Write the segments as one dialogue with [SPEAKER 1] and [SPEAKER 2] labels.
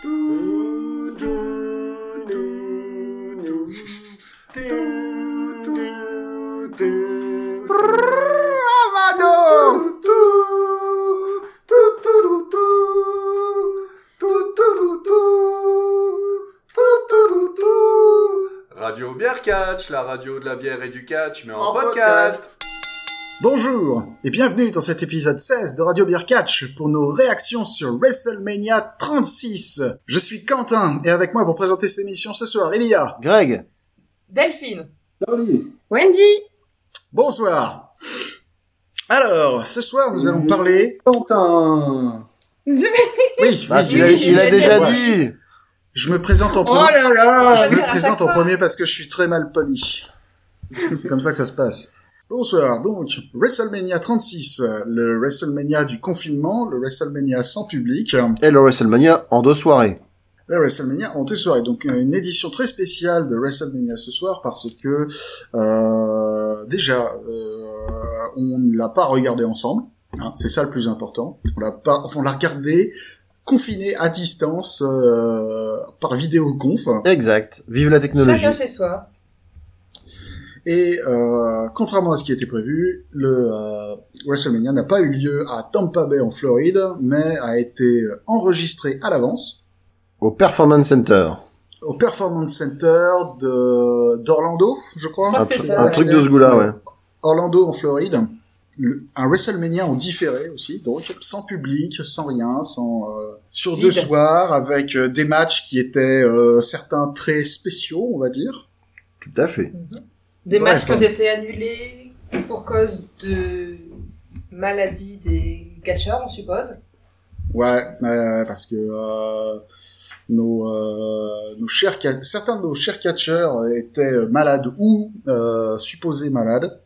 [SPEAKER 1] Radio Bière Catch, la radio de la bière et du catch, mais en podcast.
[SPEAKER 2] Bonjour et bienvenue dans cet épisode 16 de Radio Bière Catch pour nos réactions sur WrestleMania 36. Je suis Quentin et avec moi pour présenter cette émission ce soir, il y a
[SPEAKER 3] Greg,
[SPEAKER 4] Delphine,
[SPEAKER 5] Wendy.
[SPEAKER 2] Bonsoir. Alors, ce soir nous allons parler...
[SPEAKER 6] Quentin.
[SPEAKER 2] Oui,
[SPEAKER 3] il a déjà dit.
[SPEAKER 2] Je me présente en premier.
[SPEAKER 5] Oh là là.
[SPEAKER 2] Je me présente en premier parce que je suis très mal poli. C'est comme ça que ça se passe. Bonsoir, donc, WrestleMania 36, le WrestleMania du confinement, le WrestleMania sans public.
[SPEAKER 3] Et le WrestleMania en 2 soirées.
[SPEAKER 2] Le WrestleMania en 2 soirées. Donc, une édition très spéciale de WrestleMania ce soir parce que, déjà, on ne l'a pas regardé ensemble. Hein, c'est ça le plus important. On l'a regardé confiné à distance, par vidéoconf.
[SPEAKER 3] Exact. Vive la technologie.
[SPEAKER 4] chacun chez soi.
[SPEAKER 2] Et contrairement à ce qui était prévu, le WrestleMania n'a pas eu lieu à Tampa Bay en Floride, mais a été enregistré à l'avance
[SPEAKER 3] Au Performance Center.
[SPEAKER 2] au Performance Center d'Orlando, je crois.
[SPEAKER 4] Je crois que c'est ça,
[SPEAKER 3] Un
[SPEAKER 4] ouais.
[SPEAKER 3] truc de ce goût-là, ouais.
[SPEAKER 2] Orlando en Floride. Un WrestleMania en différé aussi, donc sans public, sans rien, sur 2 soirs, avec des matchs qui étaient certains très spéciaux, on va dire.
[SPEAKER 3] Tout à fait.
[SPEAKER 4] Des
[SPEAKER 2] Bref,
[SPEAKER 4] matchs qui ont été annulés pour cause de maladie des catcheurs, on suppose.
[SPEAKER 2] Ouais, parce que certains de nos chers catcheurs étaient malades ou supposés malades.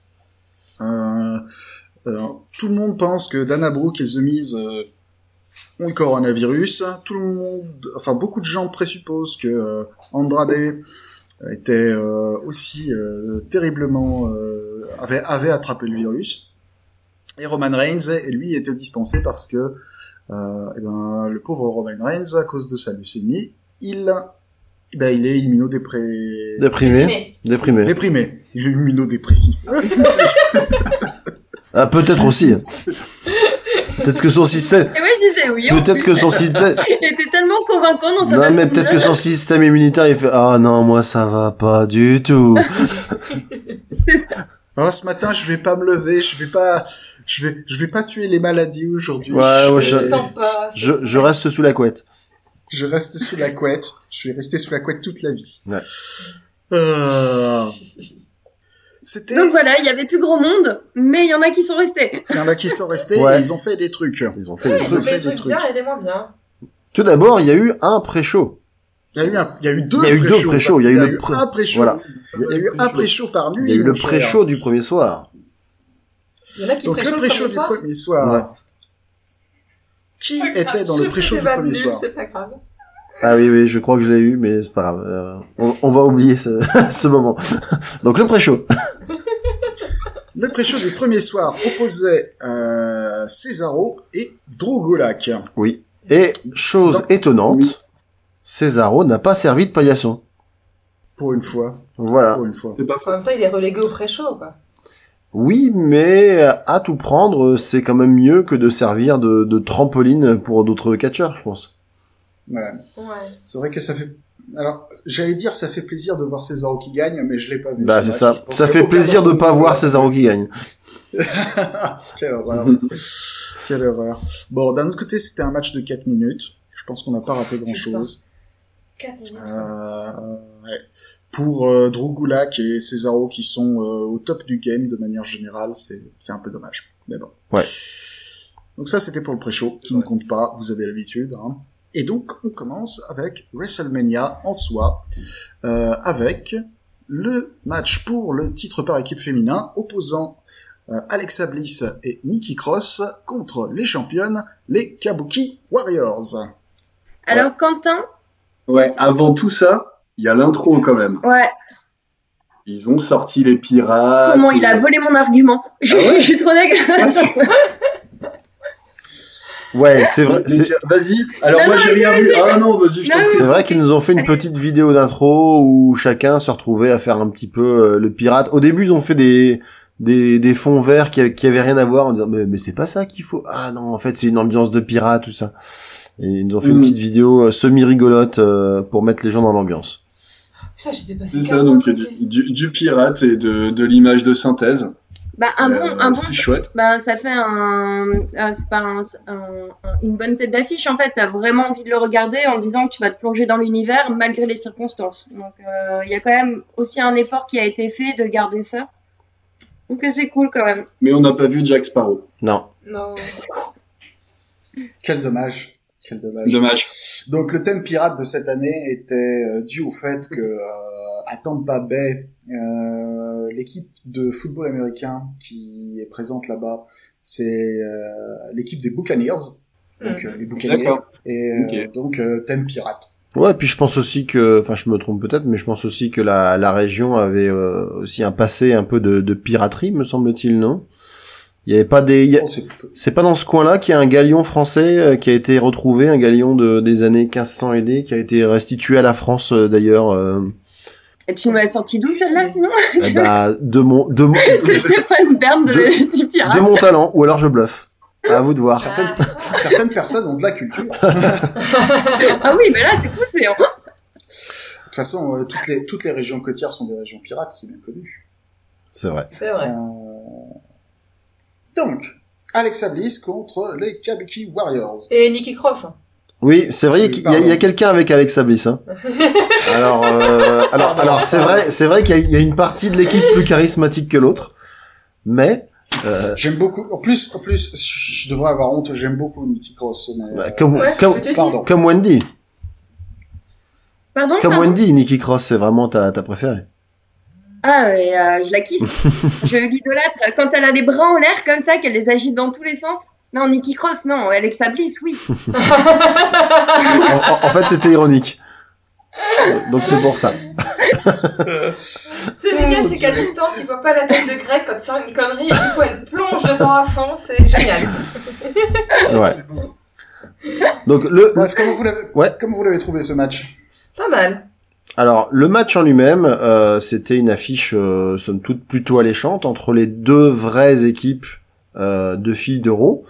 [SPEAKER 2] Tout le monde pense que Dana Brooke et The Miz ont le coronavirus. Beaucoup de gens présupposent que Andrade était aussi terriblement avait attrapé le virus. Et Roman Reigns, lui, était dispensé parce que le pauvre Roman Reigns, à cause de sa leucémie, il est
[SPEAKER 3] Déprimé.
[SPEAKER 2] Il est immunodépressif.
[SPEAKER 3] Ah, peut-être aussi. Peut-être que son système...
[SPEAKER 5] Et ouais, je disais oui.
[SPEAKER 3] Peut-être que son système...
[SPEAKER 5] Il était tellement convaincant dans sa
[SPEAKER 3] Non,
[SPEAKER 5] façon
[SPEAKER 3] mais
[SPEAKER 5] de
[SPEAKER 3] peut-être
[SPEAKER 5] dire.
[SPEAKER 3] que son système immunitaire, il fait « Ah non, moi, ça va pas du tout.
[SPEAKER 2] Oh, ce matin, je vais pas me lever, je vais pas tuer les maladies aujourd'hui. »
[SPEAKER 3] Ouais,
[SPEAKER 4] Je le sens pas.
[SPEAKER 3] Je reste sous la couette.
[SPEAKER 2] Je reste sous la couette. Je vais rester sous la couette toute la vie.
[SPEAKER 3] Ouais.
[SPEAKER 2] C'était...
[SPEAKER 5] Donc voilà, il y avait plus grand monde, mais il y en a qui sont restés.
[SPEAKER 2] Il y en a qui sont restés
[SPEAKER 3] Ouais.
[SPEAKER 2] et ils ont fait des trucs.
[SPEAKER 3] Ils ont fait
[SPEAKER 4] Ouais,
[SPEAKER 3] des
[SPEAKER 4] ils
[SPEAKER 3] trucs.
[SPEAKER 4] ont fait
[SPEAKER 2] des
[SPEAKER 4] des trucs
[SPEAKER 2] trucs.
[SPEAKER 4] bien et des moins bien.
[SPEAKER 3] Tout d'abord, il y a eu un pré-show.
[SPEAKER 2] Il y a eu deux
[SPEAKER 3] pré-shows,
[SPEAKER 2] pré-shows.
[SPEAKER 3] il y a eu
[SPEAKER 2] parce
[SPEAKER 3] le
[SPEAKER 2] qu'il un pré-show.
[SPEAKER 3] Voilà.
[SPEAKER 2] Il y a eu un pré-show par nuit.
[SPEAKER 3] Il y a eu
[SPEAKER 2] mon
[SPEAKER 3] le
[SPEAKER 2] cher.
[SPEAKER 3] pré-show du premier soir.
[SPEAKER 4] Il y en a qui
[SPEAKER 2] Donc le pré-show du premier soir. Qui était dans le pré-show du premier soir?
[SPEAKER 4] C'est pas grave.
[SPEAKER 3] Ah oui, je crois que je l'ai eu, mais c'est pas grave. On va oublier ce moment. Donc le pré-show.
[SPEAKER 2] Le pré-show du premier soir opposait Cesaro et Drew Gulak.
[SPEAKER 3] Oui. Et chose
[SPEAKER 2] Donc,
[SPEAKER 3] étonnante,
[SPEAKER 2] oui.
[SPEAKER 3] Cesaro n'a pas servi de paillasson.
[SPEAKER 2] Pour une fois.
[SPEAKER 3] Voilà.
[SPEAKER 2] Pour une fois.
[SPEAKER 6] C'est pas
[SPEAKER 4] En même temps, il est relégué au pré-show, quoi.
[SPEAKER 3] Oui, mais à tout prendre, c'est quand même mieux que de servir de trampoline pour d'autres catcheurs, je pense.
[SPEAKER 2] Ouais.
[SPEAKER 4] Ouais.
[SPEAKER 2] C'est vrai que ça fait... Alors, j'allais dire ça fait plaisir de voir Cesaro qui gagne, mais je l'ai pas vu.
[SPEAKER 3] Bah
[SPEAKER 2] ce
[SPEAKER 3] c'est
[SPEAKER 2] match.
[SPEAKER 3] ça.
[SPEAKER 2] Je pense
[SPEAKER 3] Ça
[SPEAKER 2] que
[SPEAKER 3] fait
[SPEAKER 2] aucun
[SPEAKER 3] plaisir de
[SPEAKER 2] d'entre
[SPEAKER 3] pas
[SPEAKER 2] nous
[SPEAKER 3] voir
[SPEAKER 2] l'a
[SPEAKER 3] Cesaro qui gagne.
[SPEAKER 2] Quelle horreur. Quelle horreur. Bon, d'un autre côté, c'était un match de 4 minutes. Je pense qu'on n'a pas raté grand-chose.
[SPEAKER 4] 4 minutes.
[SPEAKER 2] Ouais. Pour Drew Gulak et Cesaro qui sont au top du game de manière générale, c'est un peu dommage. Mais bon.
[SPEAKER 3] Ouais.
[SPEAKER 2] Donc ça, c'était pour le pré-show, qui ne compte pas, vous avez l'habitude. Hein. Et donc, on commence avec WrestleMania en soi, avec le match pour le titre par équipe féminin, opposant Alexa Bliss et Nikki Cross contre les championnes, les Kabuki Warriors.
[SPEAKER 5] Alors, Quentin?
[SPEAKER 6] Ouais, avant tout ça, il y a l'intro quand même.
[SPEAKER 5] Ouais.
[SPEAKER 6] Ils ont sorti les pirates.
[SPEAKER 5] Comment il a volé mon argument.
[SPEAKER 6] ouais
[SPEAKER 5] Je suis trop d'accord.
[SPEAKER 3] Ouais, c'est vrai.
[SPEAKER 6] Vas-y. Alors
[SPEAKER 5] Non,
[SPEAKER 6] moi
[SPEAKER 5] non,
[SPEAKER 6] j'ai rien vu. Ah non, vas-y, je t'en
[SPEAKER 5] Non,
[SPEAKER 6] prie.
[SPEAKER 3] C'est vrai qu'ils nous ont fait une petite vidéo d'intro où chacun se retrouvait à faire un petit peu le pirate. Au début, ils ont fait des fonds verts qui avaient rien à voir en disant mais c'est pas ça qu'il faut. Ah non, en fait, c'est une ambiance de pirate tout ça. Et ils nous ont fait une petite vidéo semi-rigolote pour mettre les gens dans l'ambiance.
[SPEAKER 4] Putain, j'étais passé
[SPEAKER 6] C'est ça,
[SPEAKER 4] carrément
[SPEAKER 6] donc
[SPEAKER 4] à côté.
[SPEAKER 6] du pirate et de l'image de synthèse.
[SPEAKER 5] Bah, un bon,
[SPEAKER 6] C'est chouette.
[SPEAKER 5] bah, ça fait c'est pas une bonne tête d'affiche, en fait. T'as vraiment envie de le regarder en disant que tu vas te plonger dans l'univers malgré les circonstances. Donc, il y a quand même aussi un effort qui a été fait de garder ça. Donc, c'est cool quand même.
[SPEAKER 6] Mais on n'a pas vu Jack Sparrow.
[SPEAKER 3] Non.
[SPEAKER 4] Non.
[SPEAKER 2] Quel dommage. Quel dommage.
[SPEAKER 6] Dommage.
[SPEAKER 2] Donc le thème pirate de cette année était dû au fait que à Tampa Bay, l'équipe de football américain qui est présente là-bas, c'est l'équipe des Buccaneers, donc les Buccaneers,
[SPEAKER 6] D'accord.
[SPEAKER 2] et
[SPEAKER 6] Ok.
[SPEAKER 2] donc thème pirate.
[SPEAKER 3] Ouais, puis je pense aussi que, enfin, je me trompe peut-être, mais je pense aussi que la région avait aussi un passé un peu de piraterie, me semble-t-il, non? Il y avait pas
[SPEAKER 2] Oh,
[SPEAKER 3] c'est pas dans ce coin-là qu'il y a un galion français qui a été retrouvé, un galion des années 1500 et des, qui a été restitué à la France d'ailleurs.
[SPEAKER 5] Et tu nous l'as sorti d'où celle-là, sinon?
[SPEAKER 3] Bah, de
[SPEAKER 5] C'est pas une berne du pirate.
[SPEAKER 3] mon talent, ou alors je bluffe. À vous de voir.
[SPEAKER 2] certaines personnes ont de la culture. De
[SPEAKER 5] Ah oui, mais là, c'est poussé, hein.
[SPEAKER 2] toute façon, toutes les régions côtières sont des régions pirates, c'est bien connu.
[SPEAKER 3] C'est vrai.
[SPEAKER 4] C'est vrai.
[SPEAKER 2] Donc, Alexa Bliss contre les Kabuki Warriors.
[SPEAKER 4] Et Nikki Cross.
[SPEAKER 3] Oui, c'est vrai
[SPEAKER 2] Oui,
[SPEAKER 3] qu'il y a quelqu'un avec Alexa Bliss, hein. Alors, c'est vrai qu'il y a une partie de l'équipe plus charismatique que l'autre, mais
[SPEAKER 2] J'aime beaucoup. En plus, je devrais avoir honte. J'aime beaucoup Nikki Cross. Mais,
[SPEAKER 3] bah, comme
[SPEAKER 4] Ouais, c'est ce que tu dis.
[SPEAKER 2] pardon.
[SPEAKER 3] comme Wendy,
[SPEAKER 5] Pardon?
[SPEAKER 3] comme
[SPEAKER 5] pardon
[SPEAKER 3] Wendy, Nikki Cross, c'est vraiment ta préférée.
[SPEAKER 5] Ah, mais je la kiffe. Je l'idolâtre. Quand elle a les bras en l'air comme ça, qu'elle les agite dans tous les sens. Non, Nikki Cross, non. Alexa Bliss, oui.
[SPEAKER 3] En fait, c'était ironique. Donc c'est pour ça.
[SPEAKER 4] C'est génial, c'est qu'à distance, il voit pas la tête de Greg quand il sort une connerie et du coup elle plonge dedans à fond, c'est génial.
[SPEAKER 3] Ouais. Donc
[SPEAKER 2] Bref,
[SPEAKER 3] Ouais.
[SPEAKER 2] comment vous l'avez trouvé ce match?
[SPEAKER 4] Pas mal.
[SPEAKER 3] alors le match en lui-même, c'était une affiche somme toute plutôt alléchante entre les deux vraies équipes de filles d'Euro.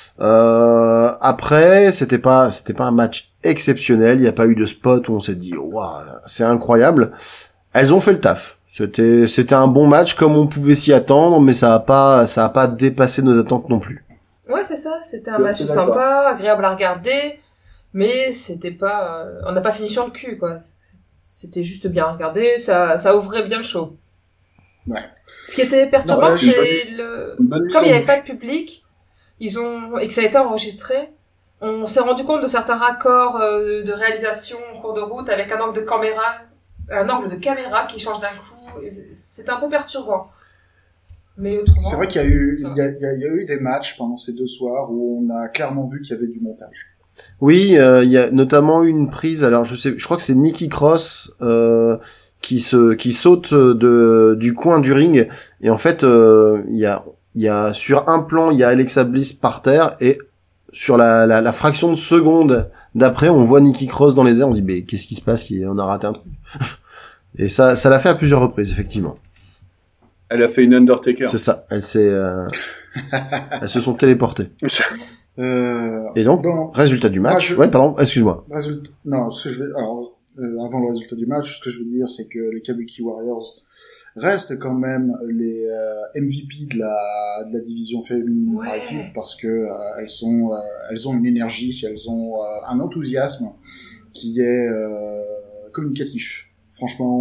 [SPEAKER 3] Après, c'était pas un match exceptionnel. Il n'y a pas eu de spot où on s'est dit waouh, c'est incroyable. Elles ont fait le taf. C'était un bon match comme on pouvait s'y attendre, mais ça a pas dépassé nos attentes non plus.
[SPEAKER 4] Ouais, c'est ça, c'était un
[SPEAKER 2] Je
[SPEAKER 4] match
[SPEAKER 2] suis d'accord.
[SPEAKER 4] sympa, agréable à regarder, mais c'était pas... on n'a pas fini sur le cul, quoi. C'était juste bien à regarder, ça ouvrait bien le show.
[SPEAKER 2] Ouais.
[SPEAKER 4] Ce qui était perturbant,
[SPEAKER 2] Non, ouais,
[SPEAKER 4] c'est
[SPEAKER 6] Une bonne mise
[SPEAKER 4] comme
[SPEAKER 6] en
[SPEAKER 4] il n'y avait
[SPEAKER 6] bouche.
[SPEAKER 4] pas de public, et que ça a été enregistré, on s'est rendu compte de certains raccords de réalisation en cours de route avec un angle de caméra qui change d'un coup. C'est un peu perturbant. Mais autrement.
[SPEAKER 2] C'est vrai qu'il y a eu des matchs pendant ces 2 soirs où on a clairement vu qu'il y avait du montage.
[SPEAKER 3] Oui, il y a notamment une prise. Alors je crois que c'est Nikki Cross qui saute du coin du ring et en fait il y a sur un plan il y a Alexa Bliss par terre et sur la fraction de seconde d'après on voit Nikki Cross dans les airs. On dit mais qu'est-ce qui se passe? On a raté un truc. Et ça l'a fait à plusieurs reprises effectivement.
[SPEAKER 6] Elle a fait une Undertaker.
[SPEAKER 3] C'est ça. Elles se sont téléportées. Et donc
[SPEAKER 2] Bon,
[SPEAKER 3] résultat du match.
[SPEAKER 2] Ah,
[SPEAKER 3] Ouais pardon excuse-moi.
[SPEAKER 2] non, avant le résultat du match, ce que je veux dire, c'est que les Kabuki Warriors restent quand même les MVP de la division féminine par
[SPEAKER 4] Ouais.
[SPEAKER 2] équipe parce que elles ont une énergie, elles ont un enthousiasme qui est communicatif. Franchement,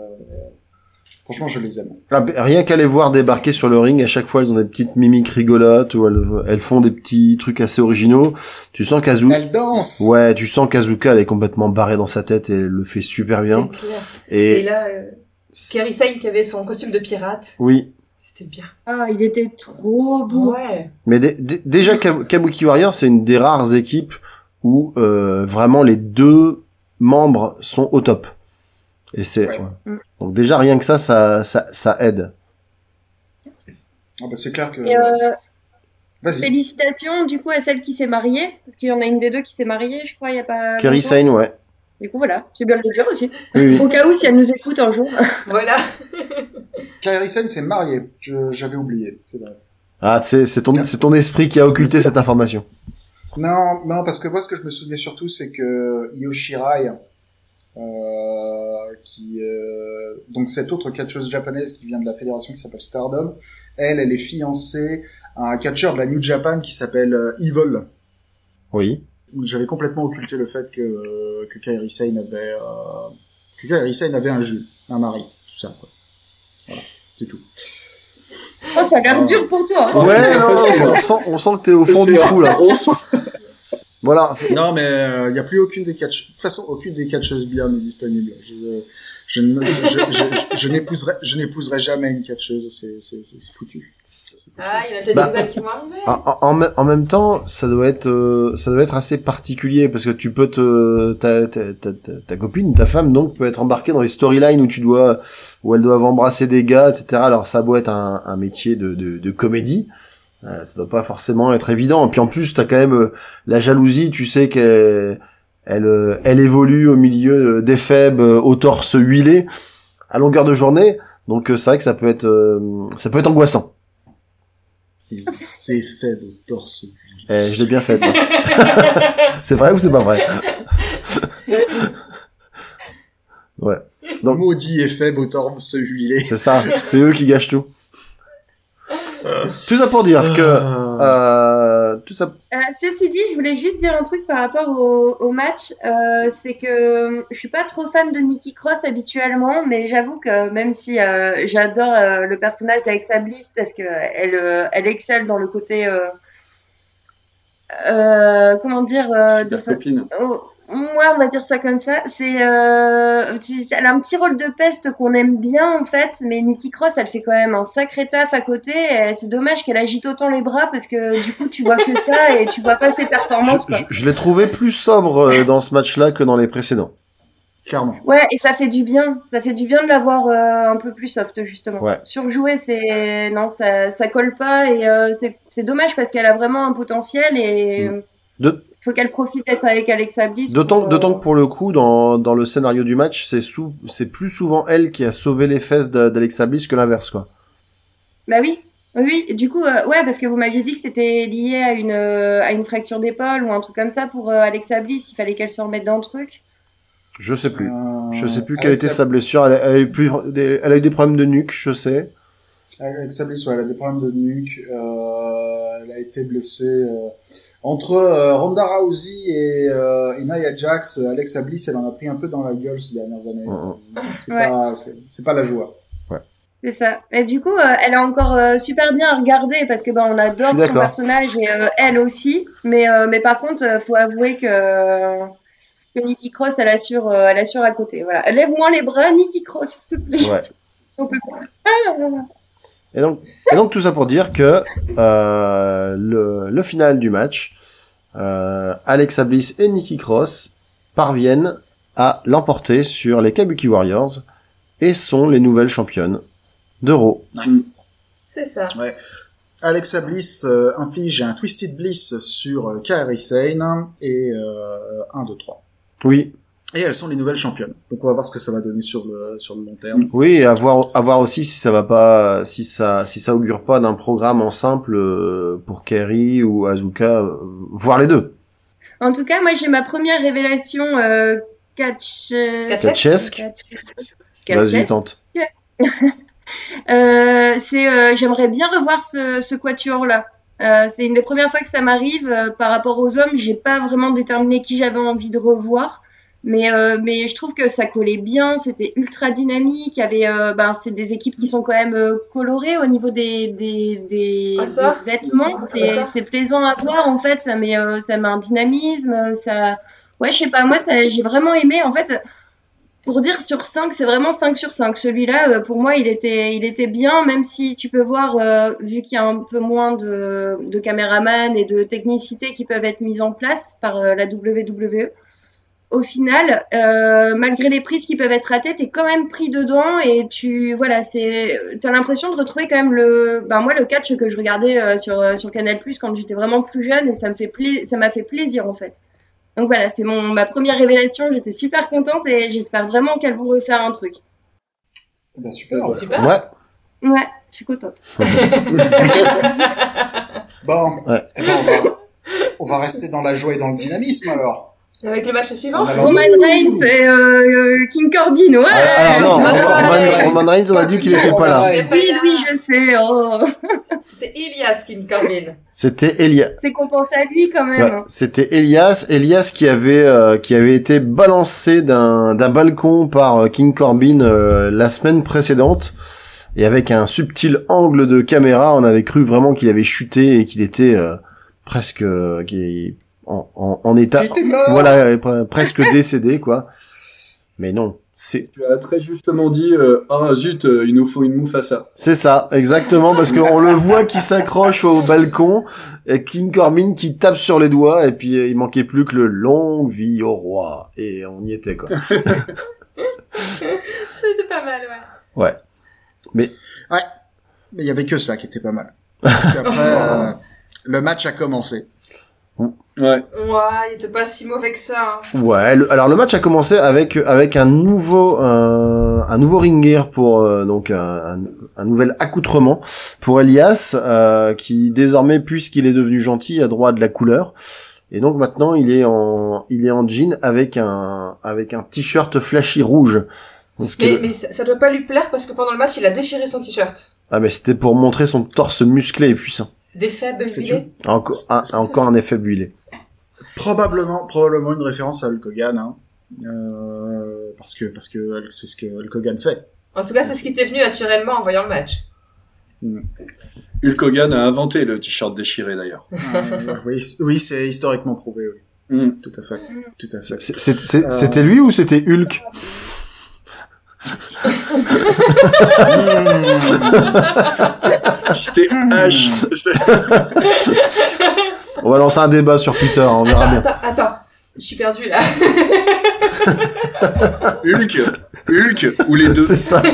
[SPEAKER 2] je les aime.
[SPEAKER 3] Ah, rien qu'à les voir débarquer sur le ring, à chaque fois elles ont des petites mimiques rigolotes ou elles font des petits trucs assez originaux. Tu sens
[SPEAKER 2] Elles dansent.
[SPEAKER 3] Ouais, tu sens qu'Azuka elle est complètement barrée dans sa tête et elle le fait super bien.
[SPEAKER 4] C'est clair.
[SPEAKER 3] Et
[SPEAKER 4] Et là, Kairi Sane qui avait son costume de pirate,
[SPEAKER 3] oui,
[SPEAKER 4] c'était bien.
[SPEAKER 5] Ah, il était trop beau.
[SPEAKER 4] Ouais.
[SPEAKER 3] mais déjà Kabuki Warrior c'est une des rares équipes où vraiment les deux membres sont au top. Et c'est
[SPEAKER 2] Ouais.
[SPEAKER 3] ouais. Donc déjà rien que ça aide.
[SPEAKER 2] Ah bah c'est clair que.
[SPEAKER 5] Et
[SPEAKER 2] Vas-y.
[SPEAKER 5] Félicitations du coup à celle qui s'est mariée, parce qu'il y en a une des deux qui s'est mariée, je crois, il y a pas
[SPEAKER 3] Kairi
[SPEAKER 5] longtemps.
[SPEAKER 3] Sane, ouais.
[SPEAKER 5] Du coup voilà, c'est bien de le dire aussi.
[SPEAKER 3] Oui, oui.
[SPEAKER 5] Au cas où si elle nous écoute un jour.
[SPEAKER 4] Voilà.
[SPEAKER 2] Kairi Sane s'est mariée. J'avais oublié, c'est vrai.
[SPEAKER 3] Ah, c'est ton esprit qui a occulté cette information.
[SPEAKER 2] Non, parce que moi, ce que je me souvenais surtout, c'est que Io Shirai, donc cette autre catcheuse japonaise qui vient de la fédération qui s'appelle Stardom, elle est fiancée à un catcheur de la New Japan qui s'appelle Evil.
[SPEAKER 3] Oui.
[SPEAKER 2] J'avais complètement occulté le fait que Kairi Sane avait un mari, tout ça, quoi. Voilà, c'est tout.
[SPEAKER 5] Oh, ça a l'air dur pour toi. Hein.
[SPEAKER 3] Ouais, non, on sent que t'es au fond du trou, là. Voilà.
[SPEAKER 2] Non, mais y a plus aucune des catcheuses. De toute façon, aucune des catcheuses bien n'est disponible. Je n'épouserai jamais une catcheuse. C'est foutu.
[SPEAKER 4] Ah, il y en a peut-être des nouvelles qui vont arriver.
[SPEAKER 3] En même temps, ça doit être assez particulier parce que tu peux ta copine, ta femme, donc, peut être embarquée dans les storylines où elles doivent embrasser des gars, etc. Alors, ça doit être un métier de comédie. Ça doit pas forcément être évident. Et puis en plus, t'as quand même la jalousie. Tu sais qu'elle évolue au milieu d'Ephèbe au torse huilé à longueur de journée. Donc c'est vrai que ça peut être angoissant.
[SPEAKER 2] Les Ephèbes au torse huilé.
[SPEAKER 3] Je l'ai bien fait. C'est vrai ou c'est pas vrai? Ouais. Donc
[SPEAKER 2] maudit Ephèbes au torse huilé.
[SPEAKER 3] c'est ça. C'est eux qui gâchent tout. Tout ça pour dire que tout ça.
[SPEAKER 5] Ceci dit, je voulais juste dire un truc par rapport au match. C'est que je suis pas trop fan de Nikki Cross habituellement, mais j'avoue que même si j'adore le personnage d'Alexa Bliss parce que elle excelle dans le côté comment dire
[SPEAKER 6] Super copine.
[SPEAKER 5] Ouais, on va dire ça comme ça. Elle a un petit rôle de peste qu'on aime bien en fait, mais Nikki Cross, elle fait quand même un sacré taf à côté. Et c'est dommage qu'elle agite autant les bras parce que du coup, tu vois que ça et tu vois pas ses performances.
[SPEAKER 3] Je l'ai trouvé plus sobre dans ce match-là que dans les précédents.
[SPEAKER 2] Clairement.
[SPEAKER 5] Ouais, et ça fait du bien. Ça fait du bien de l'avoir un peu plus soft justement.
[SPEAKER 3] Ouais.
[SPEAKER 5] Surjouer, ça colle pas et c'est dommage parce qu'elle a vraiment un potentiel et faut qu'elle profite d'être avec Alexa Bliss.
[SPEAKER 3] D'autant que pour le coup, dans le scénario du match, c'est plus souvent elle qui a sauvé les fesses d'Alexa Bliss que l'inverse, quoi.
[SPEAKER 5] Bah oui. Oui, du coup, ouais, parce que vous m'aviez dit que c'était lié à une fracture d'épaule ou un truc comme ça pour Alexa Bliss, il fallait qu'elle se remette dans le truc.
[SPEAKER 3] Je sais plus. Je sais plus quelle était sa blessure. Elle a eu des problèmes de nuque, je sais.
[SPEAKER 2] Alexa Bliss, ouais, elle a des problèmes de nuque. Elle a été blessée entre Ronda Rousey et Nia Jax. Alexa Bliss, elle en a pris un peu dans la gueule ces dernières années. C'est pas la joie.
[SPEAKER 5] C'est ça. Et du coup, elle est encore super bien à regarder parce que on adore son personnage et elle aussi. Mais par contre, faut avouer que Nikki Cross, elle assure à côté. Voilà. Lève-moi les bras, Nikki Cross, s'il te plaît.
[SPEAKER 3] Ouais.
[SPEAKER 5] On peut pas.
[SPEAKER 3] Et donc tout ça pour dire que le final du match, Alexa Bliss et Nikki Cross parviennent à l'emporter sur les Kabuki Warriors et sont les nouvelles championnes d'Euro.
[SPEAKER 4] C'est ça.
[SPEAKER 2] Ouais. Alexa Bliss inflige un Twisted Bliss sur Kairi Sane et 1, 2, 3.
[SPEAKER 3] Oui.
[SPEAKER 2] Et elles sont les nouvelles championnes. Donc on va voir ce que ça va donner sur le long terme.
[SPEAKER 3] Oui, et à voir aussi si ça va pas, si ça augure pas d'un programme en simple pour Kairi ou Asuka, voire les deux.
[SPEAKER 5] En tout cas, moi j'ai ma première révélation
[SPEAKER 3] catchesque. Vas-y, tente.
[SPEAKER 5] J'aimerais bien revoir ce quatuor là. C'est une des premières fois que ça m'arrive. Par rapport aux hommes, j'ai pas vraiment déterminé qui j'avais envie de revoir. Mais je trouve que ça collait bien, c'était ultra dynamique. Il y avait, c'est des équipes qui sont quand même colorées au niveau des vêtements. C'est plaisant à voir en fait. Ça met un dynamisme. Ça, ouais, je sais pas. Moi, j'ai vraiment aimé. En fait, pour dire sur 5, c'est vraiment 5 sur 5. Celui-là, pour moi, il était bien, même si tu peux voir, vu qu'il y a un peu moins de caméramans et de technicité qui peuvent être mises en place par la WWE. au final, malgré les prises qui peuvent être ratées, t'es quand même pris dedans et t'as l'impression de retrouver quand même moi, le catch que je regardais sur Canal+ quand j'étais vraiment plus jeune et ça m'a fait plaisir en fait. Donc voilà, c'est ma première révélation, j'étais super contente et j'espère vraiment qu'elles vont refaire un truc.
[SPEAKER 2] Ben, super.
[SPEAKER 4] Oh, super.
[SPEAKER 5] Ouais, je suis contente.
[SPEAKER 2] Bon,
[SPEAKER 3] Ouais.
[SPEAKER 2] eh ben, on va rester dans la joie et dans le dynamisme alors.
[SPEAKER 4] Avec le match suivant.
[SPEAKER 5] Roman Reigns et King Corbin, ouais.
[SPEAKER 3] Alors non,
[SPEAKER 4] Ouais.
[SPEAKER 3] Roman Reigns, on a dit qu'il était pas là.
[SPEAKER 2] Ouais.
[SPEAKER 5] Oui, je sais. Oh.
[SPEAKER 4] C'était Elias King Corbin.
[SPEAKER 3] C'était Elias.
[SPEAKER 5] C'est qu'on pense à lui quand même.
[SPEAKER 3] Ouais, c'était Elias qui avait été balancé d'un balcon par King Corbin la semaine précédente, et avec un subtil angle de caméra, on avait cru vraiment qu'il avait chuté et qu'il était presque en état,
[SPEAKER 2] Il était mort.
[SPEAKER 3] voilà, presque décédé quoi. Mais non,
[SPEAKER 6] Tu as très justement dit ah zut, il nous faut une Mufasa.
[SPEAKER 3] c'est ça, exactement, parce qu'on le voit qui s'accroche au balcon, et King Corbin qui tape sur les doigts, et puis il manquait plus que le longue vie au roi, et on y était quoi.
[SPEAKER 4] C'était pas mal, ouais.
[SPEAKER 2] Mais il y avait que ça qui était pas mal. Parce qu'après, le match a commencé.
[SPEAKER 6] Ouais.
[SPEAKER 4] Ouais, il était pas si mauvais que ça. Hein.
[SPEAKER 3] Ouais, alors le match a commencé avec un nouveau ring gear pour donc un nouvel accoutrement pour Elias, qui désormais, puisqu'il est devenu gentil, a droit à de la couleur. Et donc maintenant il est en jean avec un t-shirt flashy rouge. Donc,
[SPEAKER 4] Mais ça doit pas lui plaire parce que pendant le match, il a déchiré son t-shirt.
[SPEAKER 3] Ah mais c'était pour montrer son torse musclé et puissant.
[SPEAKER 4] Des faibles
[SPEAKER 2] C'est
[SPEAKER 4] huilés.
[SPEAKER 3] Encore un effet builé.
[SPEAKER 2] Probablement une référence à Hulk Hogan, hein. Parce que c'est ce que Hulk Hogan fait.
[SPEAKER 4] En tout cas, c'est ce qui t'est venu naturellement en voyant le match.
[SPEAKER 6] Hulk Hogan a inventé le t-shirt déchiré d'ailleurs.
[SPEAKER 2] Oui, c'est historiquement prouvé, oui.
[SPEAKER 6] Mm.
[SPEAKER 2] Tout à fait.
[SPEAKER 3] C'était lui ou c'était Hulk?
[SPEAKER 6] C'était H.
[SPEAKER 3] On va lancer un débat sur Twitter, on verra bien.
[SPEAKER 4] Attends, je suis perdu là.
[SPEAKER 6] Hulk ou les deux.
[SPEAKER 3] C'est ça.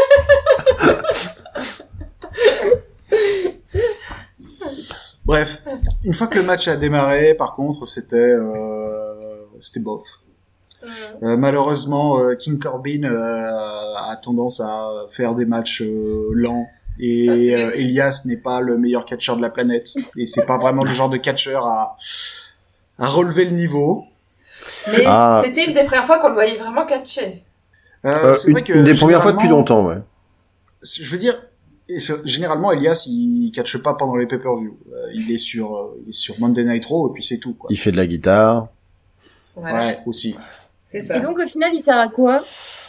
[SPEAKER 2] Bref, une fois que le match a démarré, par contre, c'était bof. Malheureusement, King Corbin a tendance à faire des matchs lents. Et Elias n'est pas le meilleur catcheur de la planète. Et c'est pas vraiment le genre de catcheur à relever le niveau.
[SPEAKER 4] Mais c'était une des premières fois qu'on le voyait vraiment catcher.
[SPEAKER 2] C'est vrai que
[SPEAKER 3] une des premières fois depuis longtemps, ouais.
[SPEAKER 2] Je veux dire, généralement, Elias, il catche pas pendant les pay-per-view. Il est sur Monday Night Raw et puis c'est tout, quoi.
[SPEAKER 3] Il fait de la guitare.
[SPEAKER 4] Voilà.
[SPEAKER 2] Ouais, aussi.
[SPEAKER 4] C'est ça.
[SPEAKER 5] Et donc, au final, il sert à quoi?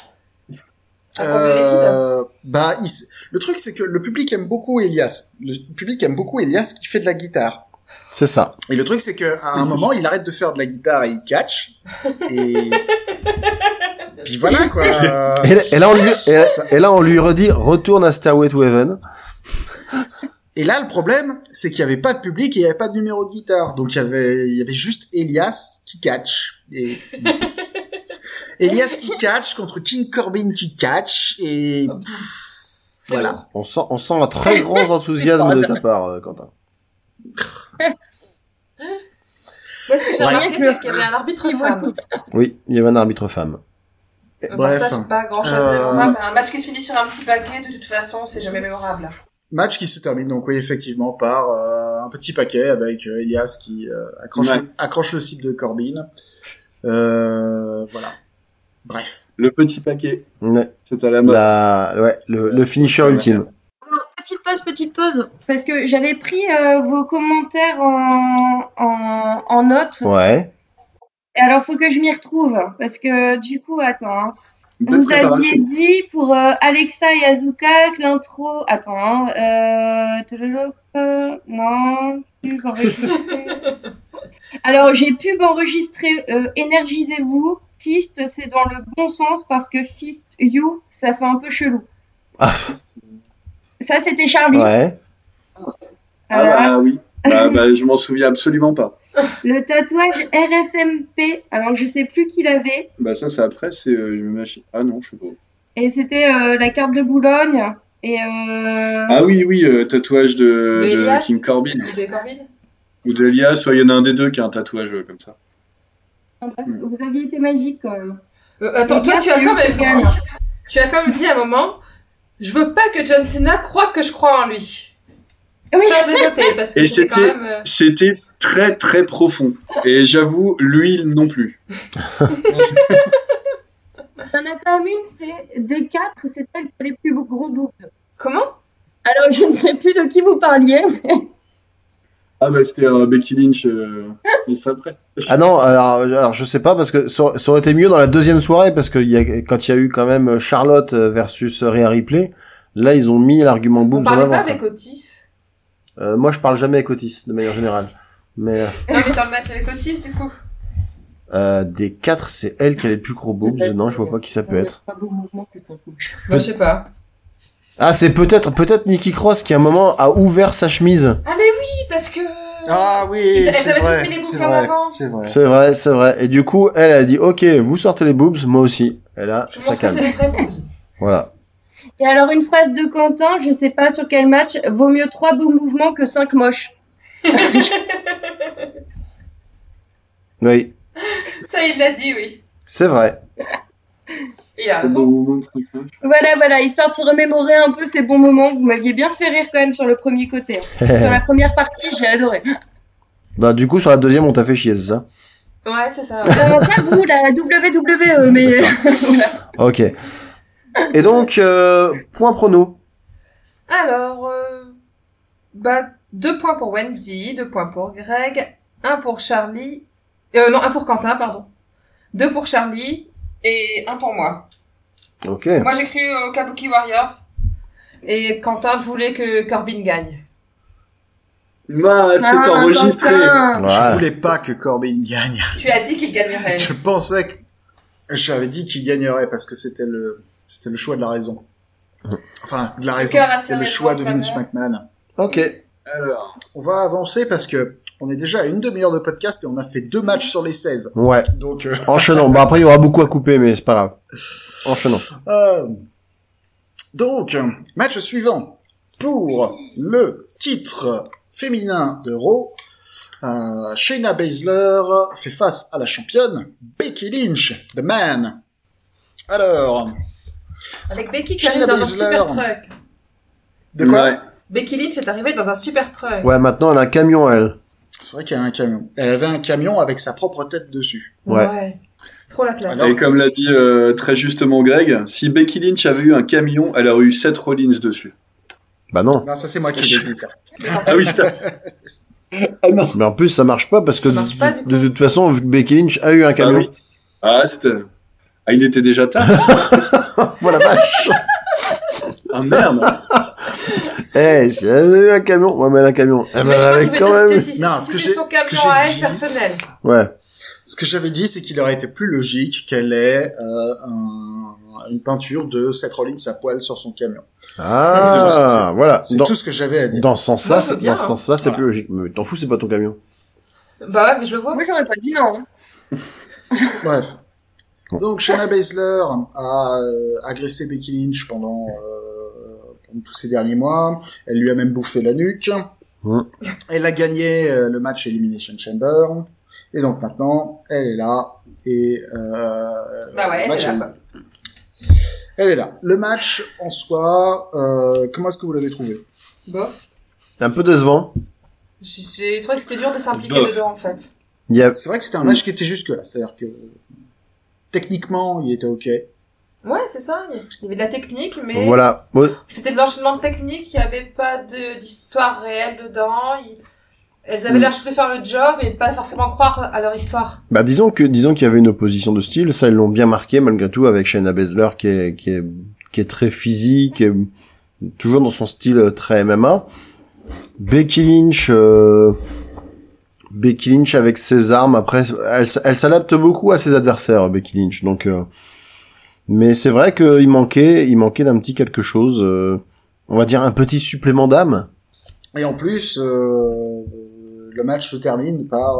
[SPEAKER 2] Le truc, c'est que le public aime beaucoup Elias. Le public aime beaucoup Elias qui fait de la guitare.
[SPEAKER 3] C'est ça.
[SPEAKER 2] Et le truc, c'est qu'à un moment, il arrête de faire de la guitare et il catch. Et puis voilà, quoi.
[SPEAKER 3] Et là, on lui redit, retourne à Stairway to Heaven.
[SPEAKER 2] Et là, le problème, c'est qu'il y avait pas de public et il y avait pas de numéro de guitare. Donc, il y avait juste Elias qui catch. Et Elias qui catch contre King Corbin qui catch et voilà.
[SPEAKER 3] On sent un très grand enthousiasme de ta part, Quentin.
[SPEAKER 4] Moi, ce que j'ai remarqué, c'est qu'il y avait un arbitre femme.
[SPEAKER 3] Oui, il y avait un arbitre femme.
[SPEAKER 2] Bref.
[SPEAKER 4] Ça, c'est pas grand chose à mémorable. Un match qui se finit sur un petit paquet, de toute façon, c'est jamais mémorable.
[SPEAKER 2] Match qui se termine donc, oui, effectivement, par un petit paquet avec Elias qui accroche le cible de Corbin. Voilà. Bref.
[SPEAKER 6] Le petit paquet.
[SPEAKER 3] Ouais.
[SPEAKER 6] C'est à la mode.
[SPEAKER 3] Le finisher ultime.
[SPEAKER 5] Petite pause, parce que j'avais pris vos commentaires en note.
[SPEAKER 3] Ouais.
[SPEAKER 5] Et alors, faut que je m'y retrouve, parce que du coup, attends. Hein.
[SPEAKER 6] De
[SPEAKER 5] Vous
[SPEAKER 6] préparation.
[SPEAKER 5] aviez dit pour Alexa et Azuka que l'intro... Attends, non, pub enregistrée. Alors, j'ai pub enregistrée Énergisez-vous. Fist, c'est dans le bon sens parce que Fist You, ça fait un peu chelou.
[SPEAKER 3] Ah.
[SPEAKER 5] Ça, c'était Charlie.
[SPEAKER 3] Ouais.
[SPEAKER 6] Ah bah oui. Bah, je m'en souviens absolument pas.
[SPEAKER 5] Le tatouage RFMP, alors je sais plus qui l'avait,
[SPEAKER 6] Bah ça, c'est après, c'est... Ah non, je sais pas.
[SPEAKER 5] et c'était la carte de Boulogne, et
[SPEAKER 6] Ah oui, tatouage
[SPEAKER 4] De
[SPEAKER 6] de
[SPEAKER 4] Elias
[SPEAKER 6] King Corbin.
[SPEAKER 4] Ou de Corbin?
[SPEAKER 6] Ou de Elias, soit il y en a un des deux qui a un tatouage comme ça.
[SPEAKER 5] vous aviez été magique quand même.
[SPEAKER 4] Attends, toi,
[SPEAKER 5] Elias,
[SPEAKER 4] tu as
[SPEAKER 5] c'est
[SPEAKER 4] quand
[SPEAKER 5] eux qui
[SPEAKER 4] même
[SPEAKER 5] gagnent.
[SPEAKER 4] dit... Tu as quand même dit à un moment... Je veux pas que John Cena croie que je crois en lui.
[SPEAKER 5] Oui,
[SPEAKER 4] Ça, je l'ai noté, parce que
[SPEAKER 6] Et
[SPEAKER 4] c'était quand même...
[SPEAKER 6] C'était très très profond. Et j'avoue, lui non plus.
[SPEAKER 5] il y en a quand même une, c'est des 4, c'est celle qui a les plus gros boobs.
[SPEAKER 4] Comment?
[SPEAKER 5] Alors je ne sais plus de qui vous parliez, mais
[SPEAKER 6] Ah bah c'était Becky Lynch juste après.
[SPEAKER 3] Ah non, alors je sais pas parce que ça aurait été mieux dans la deuxième soirée parce que quand il y a eu quand même Charlotte versus Rhea Ripley, là ils ont mis l'argument
[SPEAKER 4] On
[SPEAKER 3] boobs en
[SPEAKER 4] parlait
[SPEAKER 3] avant.
[SPEAKER 4] pas
[SPEAKER 3] quoi.
[SPEAKER 4] avec Otis.
[SPEAKER 3] Moi je parle jamais avec Otis de manière générale. Mais
[SPEAKER 4] Non, mais dans le match avec Otis, du coup.
[SPEAKER 3] des 4, c'est elle qui a les plus gros boobs. Non, je vois pas qui ça peut être.
[SPEAKER 5] Pas beau mouvement que ça couche.
[SPEAKER 4] Moi, je sais pas.
[SPEAKER 3] Ah, c'est peut-être Nikki Cross qui à un moment a ouvert sa chemise.
[SPEAKER 4] Ah, mais oui, parce que...
[SPEAKER 2] Ah oui,
[SPEAKER 4] Elles
[SPEAKER 2] c'est
[SPEAKER 4] avaient toutes
[SPEAKER 2] vrai,
[SPEAKER 4] mis les boobs
[SPEAKER 2] c'est
[SPEAKER 4] en
[SPEAKER 2] vrai,
[SPEAKER 4] avant.
[SPEAKER 2] c'est vrai.
[SPEAKER 3] C'est vrai. Et du coup, elle a dit, ok, vous sortez les boobs, moi aussi. Et là,
[SPEAKER 4] Je
[SPEAKER 3] ça
[SPEAKER 4] pense que c'est
[SPEAKER 3] calme.
[SPEAKER 4] les vrais boobs.
[SPEAKER 3] Voilà.
[SPEAKER 5] Et alors une phrase de Quentin, je sais pas sur quel match, vaut mieux 3 beaux mouvements que 5 moches.
[SPEAKER 3] Oui,
[SPEAKER 4] Ça, il l'a dit, oui.
[SPEAKER 3] c'est vrai.
[SPEAKER 4] Il a raison.
[SPEAKER 5] Voilà, histoire de se remémorer un peu ces bons moments. Vous m'aviez bien fait rire quand même sur le premier côté. Sur la première partie, j'ai adoré.
[SPEAKER 3] Bah, du coup, sur la deuxième, on t'a fait chier, c'est ça?
[SPEAKER 4] Ouais, c'est ça.
[SPEAKER 5] Pas vous, la WWE, mais...
[SPEAKER 3] Ok. Et donc, point prono.
[SPEAKER 4] Alors, 2 points pour Wendy, 2 points pour Greg, 1 pour Charlie, 1 pour Quentin, pardon. 2 pour Charlie et 1 pour moi.
[SPEAKER 3] Ok.
[SPEAKER 4] Moi, j'ai cru aux Kabuki Warriors et Quentin voulait que Corbin gagne.
[SPEAKER 6] C'est enregistré.
[SPEAKER 5] Quentin.
[SPEAKER 3] Ouais.
[SPEAKER 2] Je voulais pas que Corbin gagne.
[SPEAKER 4] Tu as dit qu'il gagnerait.
[SPEAKER 2] Je pensais que j'avais dit qu'il gagnerait parce que c'était le choix de la raison. Enfin, de la raison.
[SPEAKER 4] cœur a
[SPEAKER 2] C'était le
[SPEAKER 4] serré
[SPEAKER 2] choix
[SPEAKER 4] trop,
[SPEAKER 2] de Vince
[SPEAKER 4] quand même.
[SPEAKER 2] McMahon.
[SPEAKER 3] Ok.
[SPEAKER 6] Alors,
[SPEAKER 2] On va avancer parce que on est déjà à une demi-heure de podcast et on a fait 2 matchs sur les 16.
[SPEAKER 3] Ouais.
[SPEAKER 2] Donc,
[SPEAKER 3] Enchaînons. Bah, après, il y aura beaucoup à couper, mais c'est pas grave. Enchaînons.
[SPEAKER 2] donc, match suivant. Pour le titre féminin de Raw, Shayna Baszler fait face à la championne Becky Lynch, The Man. Alors,
[SPEAKER 4] Avec Becky qui
[SPEAKER 2] Shayna
[SPEAKER 4] arrive dans un
[SPEAKER 2] Baszler.
[SPEAKER 4] super truck.
[SPEAKER 2] de quoi
[SPEAKER 6] ouais.
[SPEAKER 4] Becky Lynch est arrivée dans un super truck.
[SPEAKER 3] Ouais, maintenant, elle a un camion, elle.
[SPEAKER 2] C'est vrai qu'elle a un camion. Elle avait un camion avec sa propre tête dessus.
[SPEAKER 3] Ouais.
[SPEAKER 4] Trop la classe.
[SPEAKER 2] Alors-
[SPEAKER 6] Et comme l'a dit très justement Greg, si Becky Lynch avait eu un camion, elle aurait eu Seth Rollins dessus.
[SPEAKER 3] Bah non.
[SPEAKER 2] Non, ça c'est moi qui l'ai dit ça.
[SPEAKER 6] Ah oui, c'est... Ah non.
[SPEAKER 3] Mais en plus, ça marche pas parce que
[SPEAKER 4] Ça marche pas, du coup.
[SPEAKER 3] de toute façon, vu que Becky Lynch a eu un camion.
[SPEAKER 6] oui. Ah, c'était... Ah, il était déjà tard.
[SPEAKER 3] Voilà, vache.
[SPEAKER 6] Ah merde.
[SPEAKER 3] Eh, si elle avait eu un camion. Ouais, mais elle a un camion. Eh ben,
[SPEAKER 4] Mais je
[SPEAKER 3] elle
[SPEAKER 4] crois
[SPEAKER 3] avait
[SPEAKER 4] qu'il veut
[SPEAKER 3] quand
[SPEAKER 4] dire
[SPEAKER 3] même.
[SPEAKER 4] que c'était
[SPEAKER 2] Non, ce que
[SPEAKER 4] c'était
[SPEAKER 2] j'ai-
[SPEAKER 4] son
[SPEAKER 2] ce que
[SPEAKER 4] camion
[SPEAKER 2] j'ai
[SPEAKER 4] à elle
[SPEAKER 2] dit-
[SPEAKER 4] personnel.
[SPEAKER 3] Ouais.
[SPEAKER 2] Ce que j'avais dit, c'est qu'il aurait été plus logique qu'elle ait une peinture de Seth Rollins à poil sur son camion.
[SPEAKER 3] Ah, voilà.
[SPEAKER 2] C'est tout ce que j'avais à dire.
[SPEAKER 3] Dans ce sens-là,
[SPEAKER 4] Moi, je veux bien,
[SPEAKER 3] dans ce sens-là, c'est
[SPEAKER 2] Voilà.
[SPEAKER 3] plus logique. Mais t'en fous, c'est pas ton camion.
[SPEAKER 4] Bah ouais, mais je le vois.
[SPEAKER 5] Moi, j'aurais pas dit non.
[SPEAKER 2] Bref. Donc, Shayna Baszler a agressé Becky Lynch pendant tous ces derniers mois. Elle lui a même bouffé la nuque.
[SPEAKER 3] Mm.
[SPEAKER 2] Elle a gagné le match Elimination Chamber. Et donc maintenant, elle est là. Et
[SPEAKER 4] Bah ouais,
[SPEAKER 2] le
[SPEAKER 4] elle
[SPEAKER 2] match,
[SPEAKER 4] est là, quoi.
[SPEAKER 2] elle est là. Le match en soi, comment est-ce que vous l'avez trouvé?
[SPEAKER 4] Bof.
[SPEAKER 3] Un peu décevant.
[SPEAKER 4] J'ai trouvé que c'était dur de s'impliquer
[SPEAKER 6] Bof.
[SPEAKER 4] dedans, en fait.
[SPEAKER 3] Il y a,
[SPEAKER 2] C'est vrai que c'était un match qui était jusque là. C'est-à-dire que techniquement, il était ok.
[SPEAKER 4] Ouais, c'est ça. Il y avait de la technique, mais
[SPEAKER 3] voilà. Ouais.
[SPEAKER 4] c'était de l'enchaînement de technique. Il n'y avait pas d'histoire réelle dedans. Elles avaient l'air juste de faire le job et pas forcément croire à leur histoire.
[SPEAKER 3] Bah, disons qu'il y avait une opposition de style. Ça, ils l'ont bien marqué, malgré tout, avec Shayna Baszler, qui est très physique, et toujours dans son style très MMA. Becky Lynch avec ses armes, après, elle s'adapte beaucoup à ses adversaires, Becky Lynch. Donc, mais c'est vrai qu'il manquait d'un petit quelque chose, on va dire un petit supplément d'âme.
[SPEAKER 2] Et en plus, le match se termine par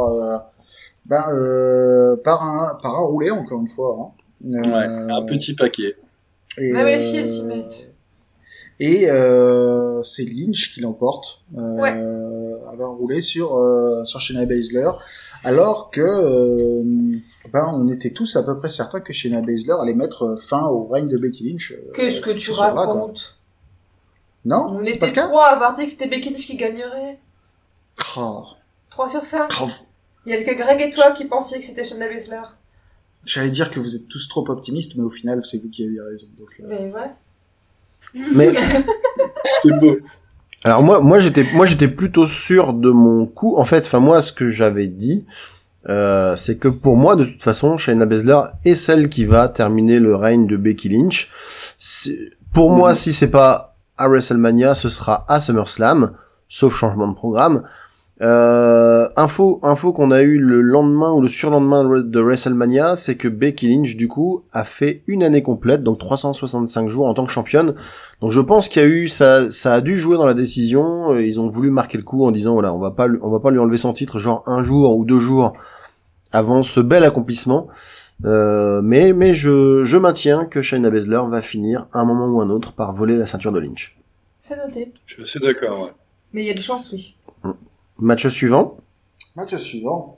[SPEAKER 2] un roulé encore une fois. Hein.
[SPEAKER 6] Un petit paquet.
[SPEAKER 2] Et,
[SPEAKER 4] Même les filles, elles s'y mettent.
[SPEAKER 2] Et c'est Lynch qui l'emporte avec un roulé sur Shayna Baszler, alors que on était tous à peu près certains que Shayna Baszler allait mettre fin au règne de Becky Lynch.
[SPEAKER 4] Qu'est-ce que tu
[SPEAKER 2] ce soir-là, quoi.
[SPEAKER 4] racontes?
[SPEAKER 2] Non,
[SPEAKER 4] On
[SPEAKER 2] c'est pas
[SPEAKER 4] était
[SPEAKER 2] le cas.
[SPEAKER 4] 3 à avoir dit que c'était Becky Lynch qui gagnerait.
[SPEAKER 2] Oh.
[SPEAKER 4] 3 sur 5.
[SPEAKER 2] Oh.
[SPEAKER 4] Il y avait que Greg et toi qui pensiez que c'était Shayna Baszler.
[SPEAKER 2] J'allais dire que vous êtes tous trop optimistes, mais au final, c'est vous qui avez raison. Donc,
[SPEAKER 4] Mais ouais.
[SPEAKER 3] Mais
[SPEAKER 6] C'est beau.
[SPEAKER 3] alors moi j'étais plutôt sûr de mon coup. En fait, moi ce que j'avais dit, c'est que pour moi de toute façon, Shayna Baszler est celle qui va terminer le règne de Becky Lynch. Pour moi, si c'est pas à WrestleMania, ce sera à SummerSlam, sauf changement de programme. Info qu'on a eu le lendemain ou le surlendemain de WrestleMania, c'est que Becky Lynch, du coup, a fait une année complète, donc 365 jours en tant que championne. Donc je pense qu'il y a eu, ça a dû jouer dans la décision. Ils ont voulu marquer le coup en disant, voilà, on va pas lui enlever son titre, genre 1 jour ou 2 jours avant ce bel accomplissement. Mais je maintiens que Shayna Baszler va finir, à un moment ou un autre, par voler la ceinture de Lynch.
[SPEAKER 4] C'est noté.
[SPEAKER 6] Je suis d'accord, ouais.
[SPEAKER 4] Mais il y a des chances, oui.
[SPEAKER 3] Match suivant.
[SPEAKER 2] match suivant.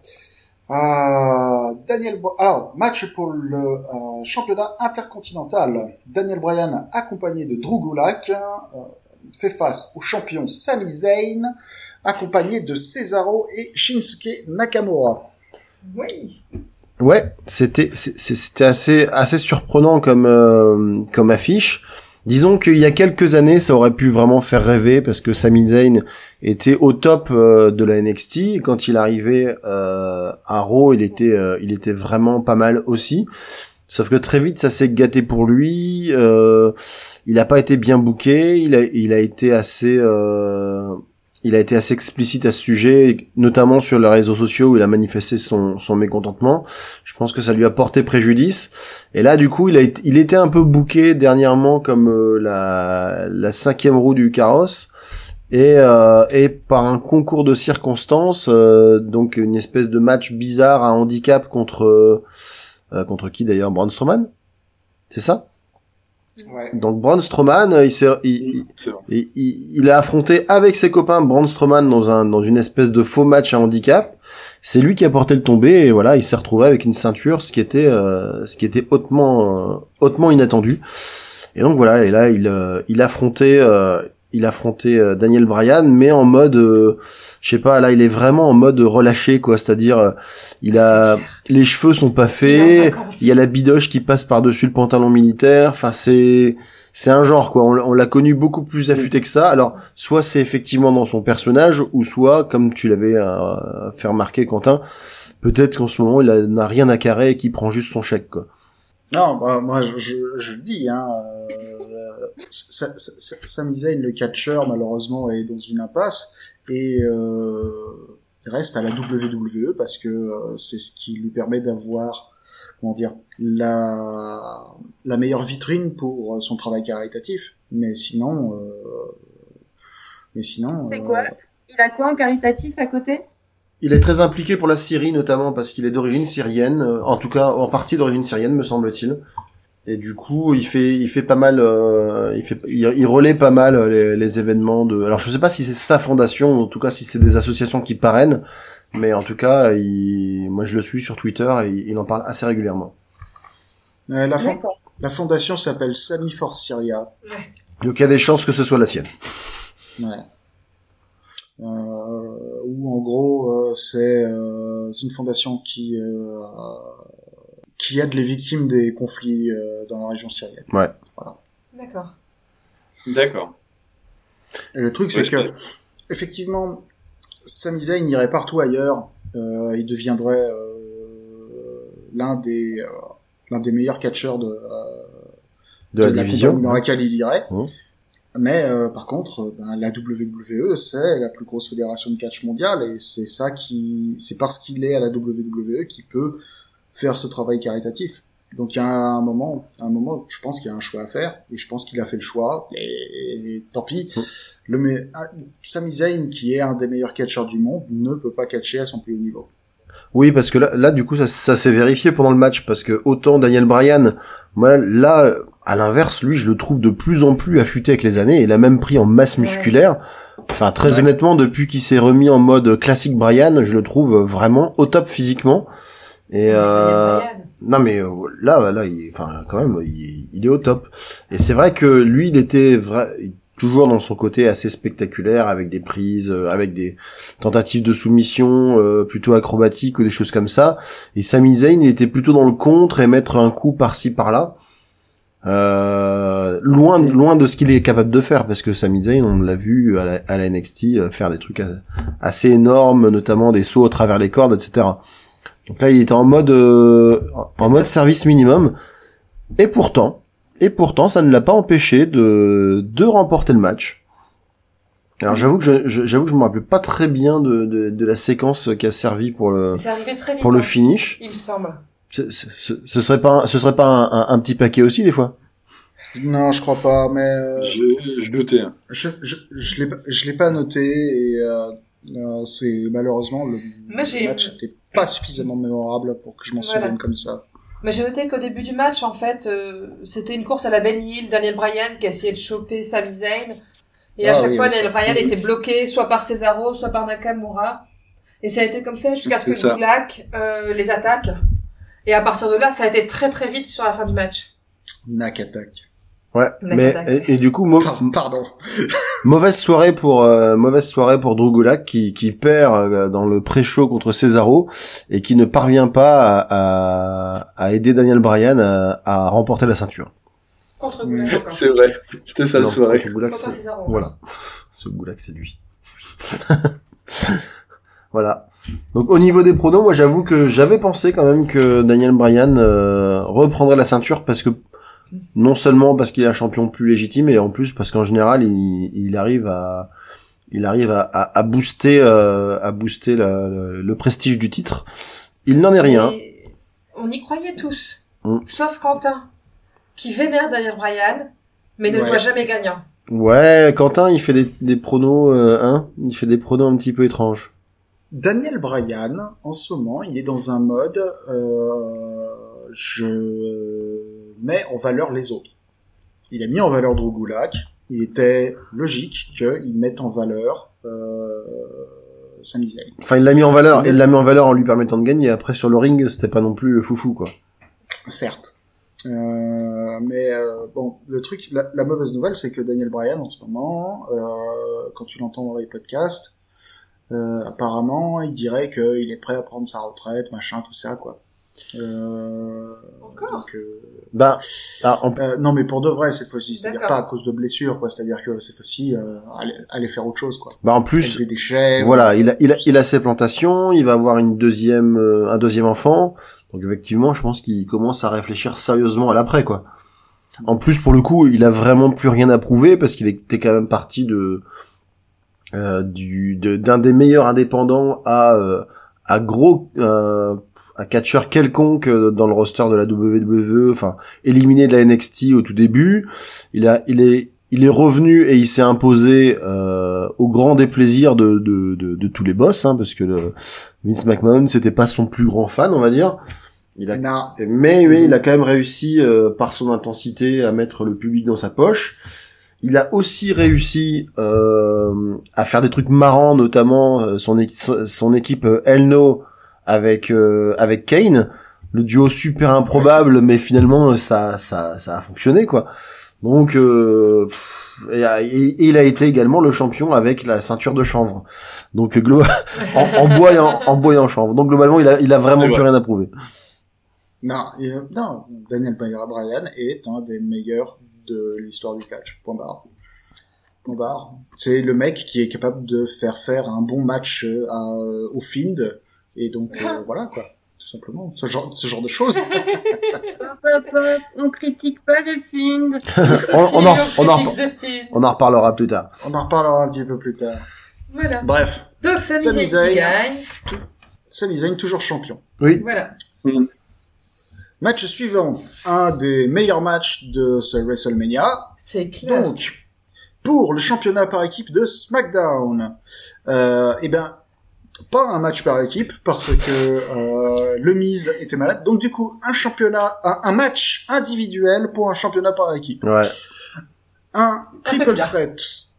[SPEAKER 2] Match pour le championnat intercontinental. Daniel Bryan, accompagné de Drew Gulak, fait face au champion Sami Zayn, accompagné de Cesaro et Shinsuke Nakamura.
[SPEAKER 4] Oui.
[SPEAKER 3] Ouais, c'était assez surprenant comme affiche. Disons qu'il y a quelques années, ça aurait pu vraiment faire rêver parce que Sami Zayn était au top de la NXT. Et quand il arrivait à Raw, il était vraiment pas mal aussi. Sauf que très vite, ça s'est gâté pour lui. Il a pas été bien booké. Il a été assez explicite à ce sujet, notamment sur les réseaux sociaux où il a manifesté son mécontentement. Je pense que ça lui a porté préjudice. Et là, du coup, il était un peu booké dernièrement comme la 5e roue du carrosse. Et par un concours de circonstances, donc une espèce de match bizarre à handicap contre qui d'ailleurs, Braun Strowman, c'est ça?
[SPEAKER 2] Ouais.
[SPEAKER 3] Donc Braun Strowman, il a affronté avec ses copains Braun Strowman dans une espèce de faux match à handicap. C'est lui qui a porté le tombé et voilà, il s'est retrouvé avec une ceinture, ce qui était hautement inattendu. Et donc voilà, et là il affrontait Daniel Bryan, mais en mode, je sais pas, là il est vraiment en mode relâché quoi, c'est-à-dire les cheveux sont pas faits, il y a la bidoche qui passe par-dessus le pantalon militaire, enfin c'est un genre quoi, on l'a connu beaucoup plus affûté que ça. Alors soit c'est effectivement dans son personnage, ou soit comme tu l'avais fait remarquer Quentin, peut-être qu'en ce moment il n'a rien à carrer et qu'il prend juste son chèque quoi.
[SPEAKER 2] Non, moi je le dis, hein. Sami Zayn, le catcheur, malheureusement, est dans une impasse et il reste à la WWE parce que c'est ce qui lui permet d'avoir, comment dire, la meilleure vitrine pour son travail caritatif. Mais sinon,
[SPEAKER 5] c'est quoi? Il a quoi en caritatif à côté?
[SPEAKER 3] Il est très impliqué pour la Syrie, notamment parce qu'il est d'origine syrienne, en tout cas en partie d'origine syrienne, me semble-t-il. Et du coup, il fait pas mal, il relaie pas mal les événements de. Alors, je sais pas si c'est sa fondation, en tout cas si c'est des associations qui parrainent, mais en tout cas, moi je le suis sur Twitter et il en parle assez régulièrement.
[SPEAKER 2] La fondation s'appelle Sami for Syria.
[SPEAKER 4] Ouais.
[SPEAKER 3] Donc il y a des chances que ce soit la sienne.
[SPEAKER 2] Ouais. Où en gros c'est une fondation qui aide les victimes des conflits dans la région syrienne.
[SPEAKER 3] Ouais.
[SPEAKER 2] Voilà.
[SPEAKER 6] D'accord.
[SPEAKER 2] Et le truc c'est que effectivement Sami Zayn irait partout ailleurs, il deviendrait l'un des meilleurs catcheurs de
[SPEAKER 3] la division
[SPEAKER 2] dans laquelle il irait.
[SPEAKER 3] Mmh.
[SPEAKER 2] Mais par contre, la WWE, c'est la plus grosse fédération de catch mondiale et c'est parce qu'il est à la WWE qu'il peut faire ce travail caritatif. Donc il y a un moment, je pense qu'il y a un choix à faire, et je pense qu'il a fait le choix, et tant pis. Sami Zayn, qui est un des meilleurs catcheurs du monde, ne peut pas catcher à son plus haut niveau.
[SPEAKER 3] Oui, parce que là du coup, ça s'est vérifié pendant le match, parce que autant Daniel Bryan, moi, là, à l'inverse, lui, je le trouve de plus en plus affûté avec les années, il a même pris en masse musculaire. Enfin, très honnêtement, depuis qu'il s'est remis en mode classique Bryan, je le trouve vraiment au top physiquement. Et non mais là quand même il est au top. Et c'est vrai que lui il était toujours dans son côté assez spectaculaire, avec des prises, avec des tentatives de soumission plutôt acrobatiques ou des choses comme ça. Et Sami Zayn il était plutôt dans le contre et mettre un coup par-ci par-là. Loin de ce qu'il est capable de faire, parce que Sami Zayn on l'a vu à la NXT faire des trucs assez énormes, notamment des sauts à travers les cordes, etc. Donc là, il était en mode service minimum, et pourtant, ça ne l'a pas empêché de remporter le match. Alors j'avoue que je me rappelle pas très bien de la séquence qui a servi pour le finish.
[SPEAKER 4] Il me semble.
[SPEAKER 3] Ce serait pas un petit paquet aussi des fois.
[SPEAKER 2] Non, je crois pas, mais
[SPEAKER 6] je notais.
[SPEAKER 2] Je l'ai pas noté, et c'est malheureusement le match était pas suffisamment mémorable pour que je m'en souvienne comme ça.
[SPEAKER 4] Mais j'ai noté qu'au début du match, en fait, c'était une course à la Benny Hill, Daniel Bryan qui a essayé de choper Sami Zayn, et à chaque fois Daniel Bryan était bloqué soit par Cesaro, soit par Nakamura, et ça a été comme ça jusqu'à ce que Gulak les attaque, et à partir de là, ça a été très très vite sur la fin du match.
[SPEAKER 2] Nak attaque.
[SPEAKER 3] Ouais, et du coup,
[SPEAKER 2] pardon.
[SPEAKER 3] mauvaise soirée pour Drew Gulak qui perd dans le pré-show contre Cesaro et qui ne parvient pas à aider Daniel Bryan à remporter la ceinture.
[SPEAKER 4] Contre Gulak.
[SPEAKER 6] C'est vrai, c'était ça la soirée.
[SPEAKER 3] Contre
[SPEAKER 4] Cesaro.
[SPEAKER 3] Voilà. Ce Gulak, c'est lui. Voilà. Donc au niveau des pronos, moi j'avoue que j'avais pensé quand même que Daniel Bryan reprendrait la ceinture, parce que non seulement parce qu'il est un champion plus légitime, et en plus parce qu'en général il arrive à booster le prestige du titre. Il n'en est rien.
[SPEAKER 4] Et on y croyait tous, sauf Quentin, qui vénère Daniel Bryan, mais ne le voit jamais gagnant.
[SPEAKER 3] Ouais, Quentin, il fait des pronos, il fait des pronos un petit peu étranges.
[SPEAKER 2] Daniel Bryan, en ce moment, il est dans un mode je mets en valeur les autres. Il a mis en valeur Drew Gulak. Il était logique qu'il mette en valeur Sami Zayn.
[SPEAKER 3] Enfin, il l'a mis en valeur, en lui permettant de gagner. Après, sur le ring, c'était pas non plus foufou, quoi.
[SPEAKER 2] Certes. Mais bon, le truc, la mauvaise nouvelle, c'est que Daniel Bryan, en ce moment, quand tu l'entends dans les podcasts, apparemment, il dirait qu'il est prêt à prendre sa retraite, machin, tout ça, quoi.
[SPEAKER 4] Encore
[SPEAKER 2] donc, non, mais pour de vrai cette fois-ci, c'est-à-dire pas à cause de blessures, quoi. C'est-à-dire que cette fois-ci, aller faire autre chose, quoi.
[SPEAKER 3] En plus,
[SPEAKER 2] élever des chèvres.
[SPEAKER 3] Voilà, il a ses plantations, il va avoir un deuxième enfant. Donc effectivement, je pense qu'il commence à réfléchir sérieusement à l'après, quoi. En plus, pour le coup, il a vraiment plus rien à prouver, parce qu'il était quand même parti d'un des meilleurs indépendants à catcheur quelconque dans le roster de la WWE, enfin éliminé de la NXT au tout début. Il est revenu et il s'est imposé au grand déplaisir de tous les boss, parce que Vince McMahon c'était pas son plus grand fan, on va dire. Mais il a quand même réussi par son intensité à mettre le public dans sa poche. Il a aussi réussi à faire des trucs marrants, notamment son équipe Hell No avec Kane, le duo super improbable, mais finalement ça a fonctionné, quoi. Donc et il a été également le champion avec la ceinture de chanvre. Donc en bois et en chanvre. Donc globalement il a vraiment plus rien à prouver.
[SPEAKER 2] Non, Daniel Bryan est un des meilleurs de l'histoire du catch. Point barre. C'est le mec qui est capable de faire un bon match au Fiend, et donc voilà, quoi, tout simplement, ce genre de choses.
[SPEAKER 5] On critique pas le Fiend.
[SPEAKER 3] On en reparlera plus tard.
[SPEAKER 2] On en reparlera un petit peu plus tard.
[SPEAKER 4] Voilà.
[SPEAKER 2] Bref.
[SPEAKER 4] Donc Sami Zayn qui gagne.
[SPEAKER 2] Sami Zayn toujours champion.
[SPEAKER 3] Oui.
[SPEAKER 4] Voilà.
[SPEAKER 2] Match suivant, un des meilleurs matchs de ce WrestleMania.
[SPEAKER 4] C'est clair.
[SPEAKER 2] Donc, pour le championnat par équipe de SmackDown, pas un match par équipe parce que le Miz était malade. Donc du coup, un match individuel pour un championnat par équipe.
[SPEAKER 3] Ouais.
[SPEAKER 2] Un triple threat.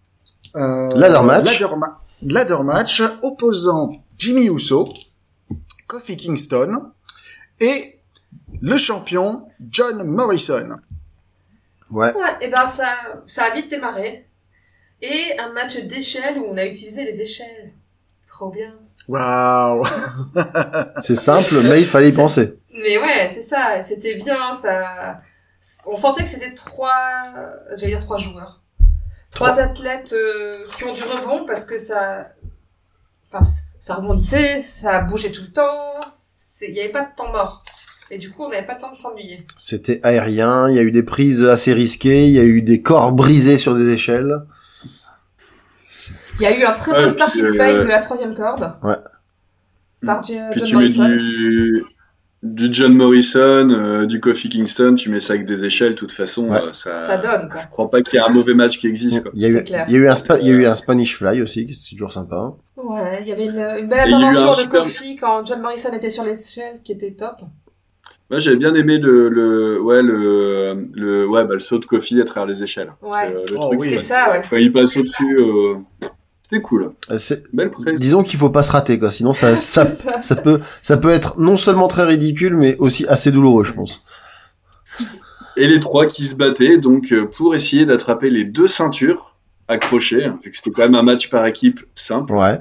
[SPEAKER 2] Ladder match opposant Jimmy Uso, Kofi Kingston et le champion John Morrison.
[SPEAKER 3] Ouais.
[SPEAKER 4] Et ça a vite démarré. Et un match d'échelle où on a utilisé les échelles. Trop bien.
[SPEAKER 2] Waouh.
[SPEAKER 3] C'est simple, mais il fallait y penser.
[SPEAKER 4] Mais ouais, c'est ça. C'était bien, ça. On sentait que c'était trois joueurs. Trois athlètes qui ont du rebond parce que ça rebondissait, ça bougeait tout le temps. Il n'y avait pas de temps mort. Et du coup, on n'avait pas le temps de s'ennuyer.
[SPEAKER 3] C'était aérien, il y a eu des prises assez risquées, il y a eu des corps brisés sur des échelles.
[SPEAKER 4] Il y a eu un très beau Starship Pain de la 3e corde.
[SPEAKER 3] Ouais.
[SPEAKER 4] Par John
[SPEAKER 6] tu
[SPEAKER 4] Morrison.
[SPEAKER 6] mets du John Morrison, du Kofi Kingston, tu mets ça avec des échelles, de toute façon,
[SPEAKER 3] ouais.
[SPEAKER 4] Ça donne, quoi.
[SPEAKER 6] Je crois pas qu'il y ait un mauvais match qui existe, quoi.
[SPEAKER 3] Il y a eu un Spanish Fly aussi, c'est toujours sympa.
[SPEAKER 4] Ouais, il y avait une belle intervention de Kofi quand John Morrison était sur l'échelle, qui était top.
[SPEAKER 6] Moi, j'avais bien aimé le saut de Kofi à travers les échelles.
[SPEAKER 4] Ouais.
[SPEAKER 6] C'est, le truc,
[SPEAKER 4] oui. C'est ça, ouais.
[SPEAKER 6] Quand il passe au-dessus, c'était cool. Belle prise.
[SPEAKER 3] Disons qu'il faut pas se rater, quoi. Sinon, ça peut être non seulement très ridicule, mais aussi assez douloureux, je pense.
[SPEAKER 6] Et les trois qui se battaient, donc, pour essayer d'attraper les 2 ceintures accrochées, vu que c'était quand même un match par équipe simple.
[SPEAKER 3] Ouais.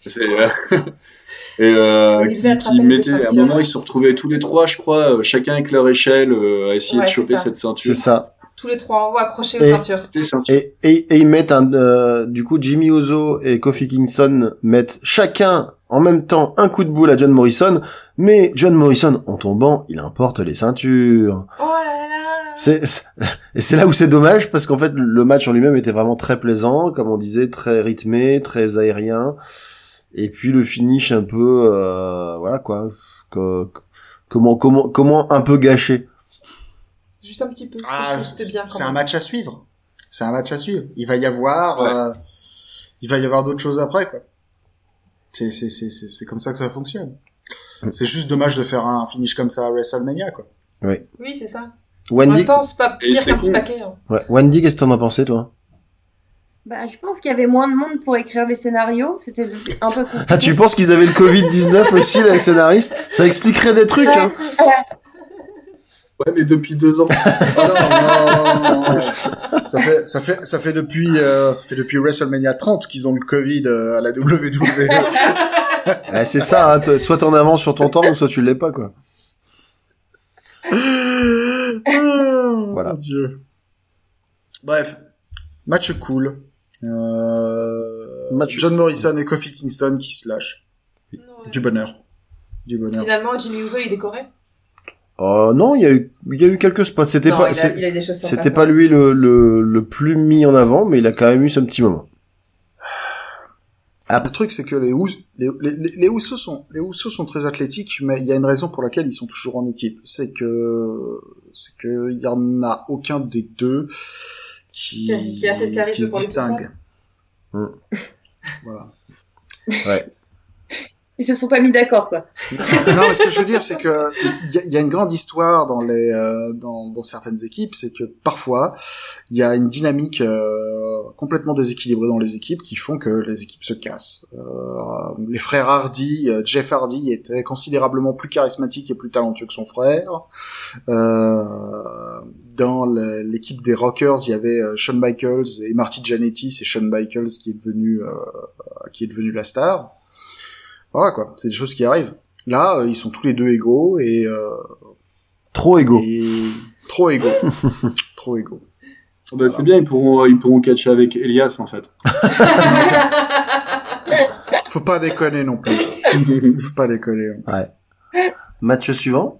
[SPEAKER 6] Et qui mettaient, à un moment, ils se retrouvaient tous les 3, je crois, chacun avec leur échelle, à essayer de choper cette ceinture.
[SPEAKER 3] C'est ça.
[SPEAKER 4] Tous les 3 en haut accrochés aux ceintures.
[SPEAKER 3] Et ils mettent du coup, Jimmy Uso et Kofi Kingston mettent chacun en même temps un coup de boule à John Morrison, mais John Morrison, en tombant, il emporte les ceintures.
[SPEAKER 4] Oh là là!
[SPEAKER 3] Et c'est là où c'est dommage, parce qu'en fait, le match en lui-même était vraiment très plaisant, comme on disait, très rythmé, très aérien. Et puis le finish un peu, voilà quoi, comment un peu gâché.
[SPEAKER 4] Juste un petit peu.
[SPEAKER 2] C'est un match à suivre. C'est un match à suivre. Il va y avoir d'autres choses après, quoi. C'est comme ça que ça fonctionne. C'est juste dommage de faire un finish comme ça à WrestleMania, quoi.
[SPEAKER 3] Oui.
[SPEAKER 4] Oui, c'est ça.
[SPEAKER 3] Wendy...
[SPEAKER 4] En même temps, c'est pas pire qu'un petit paquet. Hein.
[SPEAKER 3] Ouais. Wendy, qu'est-ce que t'en as pensé, toi?
[SPEAKER 5] Je pense qu'il y avait moins de monde pour écrire les scénarios. C'était un peu compliqué.
[SPEAKER 3] Ah, tu penses qu'ils avaient le Covid-19 aussi, les scénaristes? Ça expliquerait des trucs, hein.
[SPEAKER 6] Ouais, mais depuis 2 ans.
[SPEAKER 2] Non. Ça fait depuis WrestleMania 30 qu'ils ont le Covid à la WWE.
[SPEAKER 3] C'est ça, hein, soit t'en avances sur ton temps, ou soit tu l'es pas, quoi. Voilà.
[SPEAKER 2] Mon Dieu. Bref. Match cool. John Morrison et Kofi Kingston qui se lâchent. Du bonheur.
[SPEAKER 4] Finalement, Jimmy Uso, il décorait?
[SPEAKER 3] Non, il y a eu quelques spots. C'était pas lui le plus mis en avant, mais il a quand même eu son petit moment.
[SPEAKER 2] Le truc, c'est que les Usos sont très athlétiques, mais il y a une raison pour laquelle ils sont toujours en équipe. C'est que il y en a aucun des deux qui
[SPEAKER 4] a assez de charisme
[SPEAKER 2] se
[SPEAKER 4] pour
[SPEAKER 2] distingue. Voilà.
[SPEAKER 3] Ouais.
[SPEAKER 5] Ils se sont pas mis d'accord, quoi.
[SPEAKER 2] Non, mais ce que je veux dire, c'est que il y a une grande histoire dans certaines équipes, c'est que parfois il y a une dynamique complètement déséquilibrée dans les équipes qui font que les équipes se cassent. Les frères Hardy, Jeff Hardy était considérablement plus charismatique et plus talentueux que son frère. Dans l'équipe des Rockers, il y avait Shawn Michaels et Marty Jannetty, c'est Shawn Michaels qui est devenu la star. Voilà, quoi. C'est des choses qui arrivent. Là, ils sont tous les deux égaux et
[SPEAKER 3] trop égaux.
[SPEAKER 2] Trop égaux. Trop égaux.
[SPEAKER 6] Voilà. C'est bien, ils pourront catcher avec Elias, en fait.
[SPEAKER 2] Faut pas déconner non plus. Faut pas déconner.
[SPEAKER 3] Ouais. Match suivant.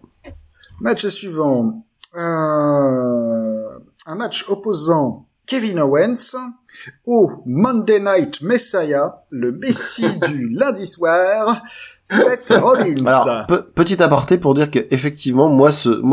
[SPEAKER 2] Un match opposant Kevin Owens Au Monday Night Messiah, le Messie du lundi soir, Seth Rollins.
[SPEAKER 3] Alors, petit aparté pour dire que effectivement, moi,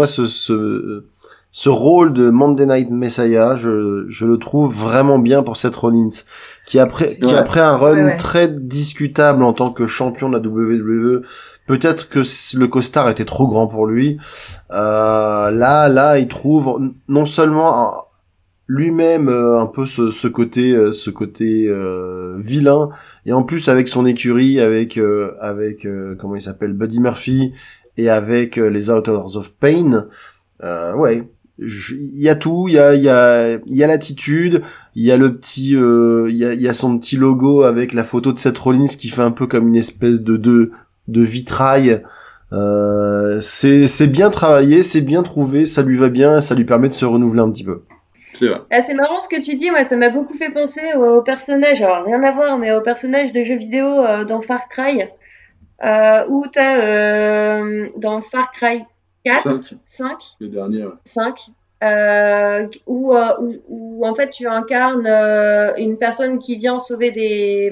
[SPEAKER 3] ce rôle de Monday Night Messiah, je le trouve vraiment bien pour Seth Rollins, qui après un run très discutable en tant que champion de la WWE, peut-être que le costard était trop grand pour lui. Là, il trouve non seulement lui-même un peu ce côté vilain, et en plus avec son écurie, avec comment il s'appelle, Buddy Murphy, et avec les Authors of Pain. Il y a tout, il y a l'attitude, il y a le petit il y a son petit logo avec la photo de Seth Rollins qui fait un peu comme une espèce de vitrail. C'est bien travaillé, c'est bien trouvé, ça lui va bien, ça lui permet de se renouveler un petit peu.
[SPEAKER 5] C'est marrant ce que tu dis, moi ça m'a beaucoup fait penser au personnage, alors rien à voir, mais au personnage de jeu vidéo dans Far Cry, où t'as dans Far Cry 4, 5,
[SPEAKER 6] le dernier,
[SPEAKER 5] 5, où en fait tu incarnes une personne qui vient sauver des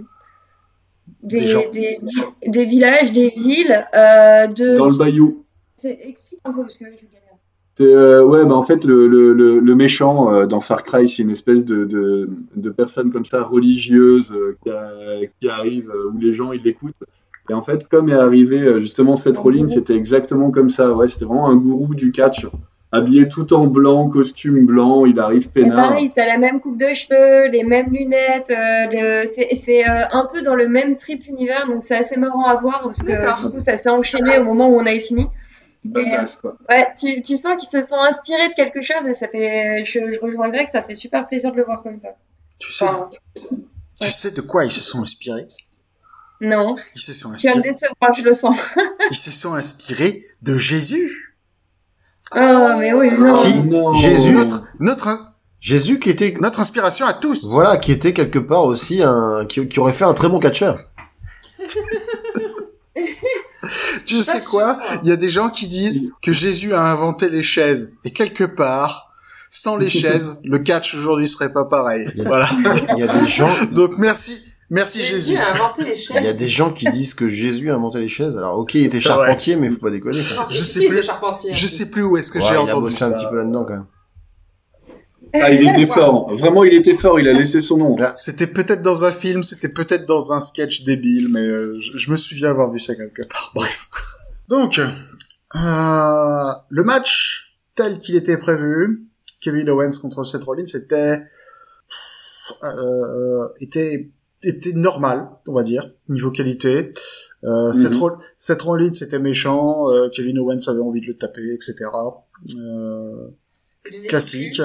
[SPEAKER 5] villages, des villes,
[SPEAKER 6] dans le bayou.
[SPEAKER 5] Explique un peu parce que je galère.
[SPEAKER 6] En fait le méchant dans Far Cry, c'est une espèce de personne comme ça religieuse qui arrive où les gens ils l'écoutent. Et en fait, comme est arrivé justement Seth Rollins, c'était exactement comme ça. Ouais, c'était vraiment un gourou du catch, habillé tout en blanc, costume blanc, il arrive peinard.
[SPEAKER 5] Et pareil, t'as la même coupe de cheveux, les mêmes lunettes. C'est un peu dans le même trip univers, donc c'est assez marrant à voir parce que du coup ça s'est enchaîné au moment où on avait fini.
[SPEAKER 6] Badass, quoi.
[SPEAKER 5] Ouais, tu sens qu'ils se sont inspirés de quelque chose et ça fait. Je rejoins Greg, ça fait super plaisir de le voir comme ça.
[SPEAKER 2] Tu sais de quoi ils se sont inspirés?
[SPEAKER 5] Non.
[SPEAKER 2] Ils se sont
[SPEAKER 5] inspirés. Tu vas me décevoir, je le sens.
[SPEAKER 2] Ils se sont inspirés de Jésus.
[SPEAKER 5] Oh, mais oui, non.
[SPEAKER 3] Non. Jésus.
[SPEAKER 2] Jésus qui était notre inspiration à tous.
[SPEAKER 3] Voilà, qui était quelque part aussi qui aurait fait un très bon catcheur.
[SPEAKER 2] Tu sais quoi? Il y a des gens qui disent que Jésus a inventé les chaises. Et quelque part, sans les chaises, le catch aujourd'hui serait pas pareil. Voilà.
[SPEAKER 3] Il y a des gens.
[SPEAKER 2] Donc merci Jésus.
[SPEAKER 4] Jésus a inventé les chaises.
[SPEAKER 3] Il y a des gens qui disent que Jésus a inventé les chaises. Alors ok, il était charpentier, mais faut pas déconner.
[SPEAKER 2] Je sais plus où est-ce que j'ai entendu ça.
[SPEAKER 3] Il a bossé un petit peu là-dedans quand même.
[SPEAKER 6] Ah, il était fort. Vraiment, il était fort. Il a laissé son nom.
[SPEAKER 2] C'était peut-être dans un film, c'était peut-être dans un sketch débile, mais je me souviens avoir vu ça quelque part. Bref. Donc, le match tel qu'il était prévu, Kevin Owens contre Seth Rollins, était normal, on va dire, niveau qualité. Seth Rollins était méchant, Kevin Owens avait envie de le taper, etc. Classique.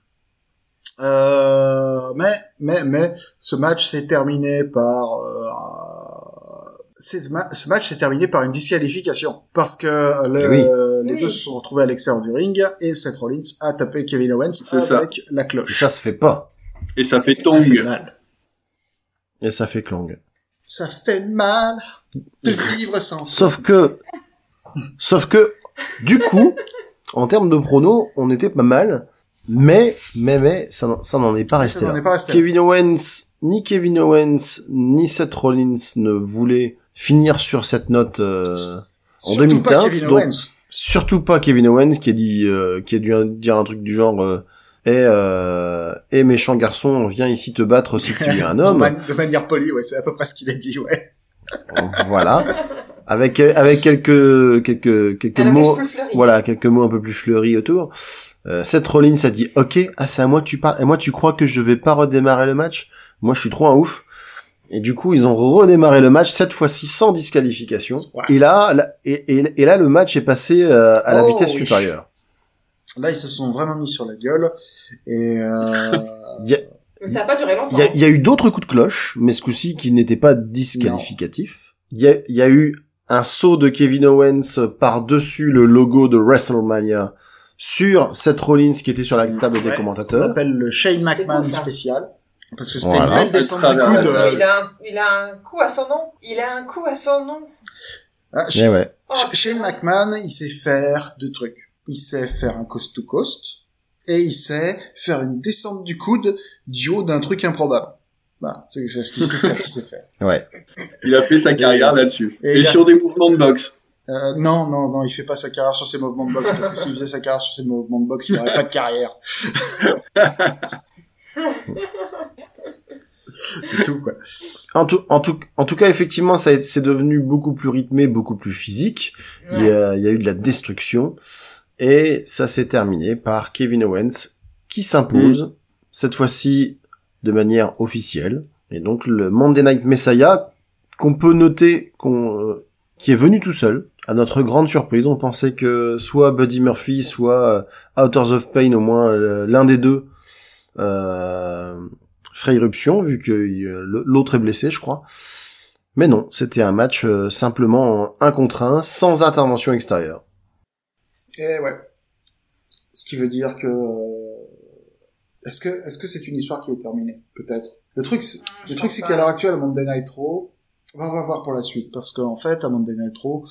[SPEAKER 2] Mais ce match s'est terminé par ce match s'est terminé par une disqualification parce que les deux se sont retrouvés à l'extérieur du ring et Seth Rollins a tapé Kevin Owens avec la cloche.
[SPEAKER 3] Et ça se fait pas.
[SPEAKER 6] Et ça fait tong.
[SPEAKER 2] Ça fait mal.
[SPEAKER 3] Et ça fait clang.
[SPEAKER 2] Ça fait mal de vivre sans.
[SPEAKER 3] Sauf que, du coup, en termes de pronos, on était pas mal. Mais, ça n'en est pas resté là. Kevin Owens, ni Seth Rollins ne voulaient finir sur cette note, en demi-teinte. Donc, surtout pas Kevin Owens, qui a dû dire un truc du genre, méchant garçon, viens ici te battre si tu es un homme.
[SPEAKER 2] De manière polie, ouais, c'est à peu près ce qu'il a dit, ouais.
[SPEAKER 3] Voilà. Avec quelques mots, voilà, quelques mots un peu plus fleuris autour. Seth Rollins a dit OK, c'est à moi que tu parles. Et moi tu crois que je vais pas redémarrer le match? Moi je suis trop un ouf. Et du coup, ils ont redémarré le match cette fois-ci sans disqualification. Voilà. Et là le match est passé à la vitesse supérieure.
[SPEAKER 2] Là, ils se sont vraiment mis sur la gueule et
[SPEAKER 4] ça a pas duré longtemps.
[SPEAKER 3] Il y a eu d'autres coups de cloche, mais ce coup-ci qui n'étaient pas disqualificatifs. Il y a eu un saut de Kevin Owens par-dessus le logo de WrestleMania sur Seth Rollins qui était sur la table des commentateurs.
[SPEAKER 2] On appelle le Shane McMahon spécial. Parce que c'était une belle descente du coude.
[SPEAKER 4] Il a un coup à son nom.
[SPEAKER 2] Shane McMahon, il sait faire deux trucs. Il sait faire un coast to coast et il sait faire une descente du coude du haut d'un truc improbable. Voilà, c'est ce qu'il sait faire.
[SPEAKER 3] Ouais.
[SPEAKER 6] Il a fait sa carrière là-dessus. Et
[SPEAKER 2] il a-
[SPEAKER 6] sur des mouvements de boxe.
[SPEAKER 2] Non, il fait pas sa carrière sur ses mouvements de boxe, parce que s'il faisait sa carrière sur ses mouvements de boxe, il n'aurait pas de carrière. C'est tout, quoi.
[SPEAKER 3] En tout cas, effectivement, c'est devenu beaucoup plus rythmé, beaucoup plus physique. Il y a eu de la destruction. Et ça s'est terminé par Kevin Owens qui s'impose, cette fois-ci de manière officielle. Et donc, le Monday Night Messiah, qu'on peut noter, qui est venu tout seul. À notre grande surprise, on pensait que soit Buddy Murphy, soit Authors of Pain, au moins l'un des deux, ferait irruption, vu que l'autre est blessé, je crois. Mais non, c'était un match simplement 1 contre 1, sans intervention extérieure.
[SPEAKER 2] Et ouais. Ce qui veut dire que est-ce que c'est une histoire qui est terminée? Peut-être. Le truc c'est qu'à l'heure actuelle, à Monday Night Raw, on va voir pour la suite, parce qu'en fait, à Monday Night Raw,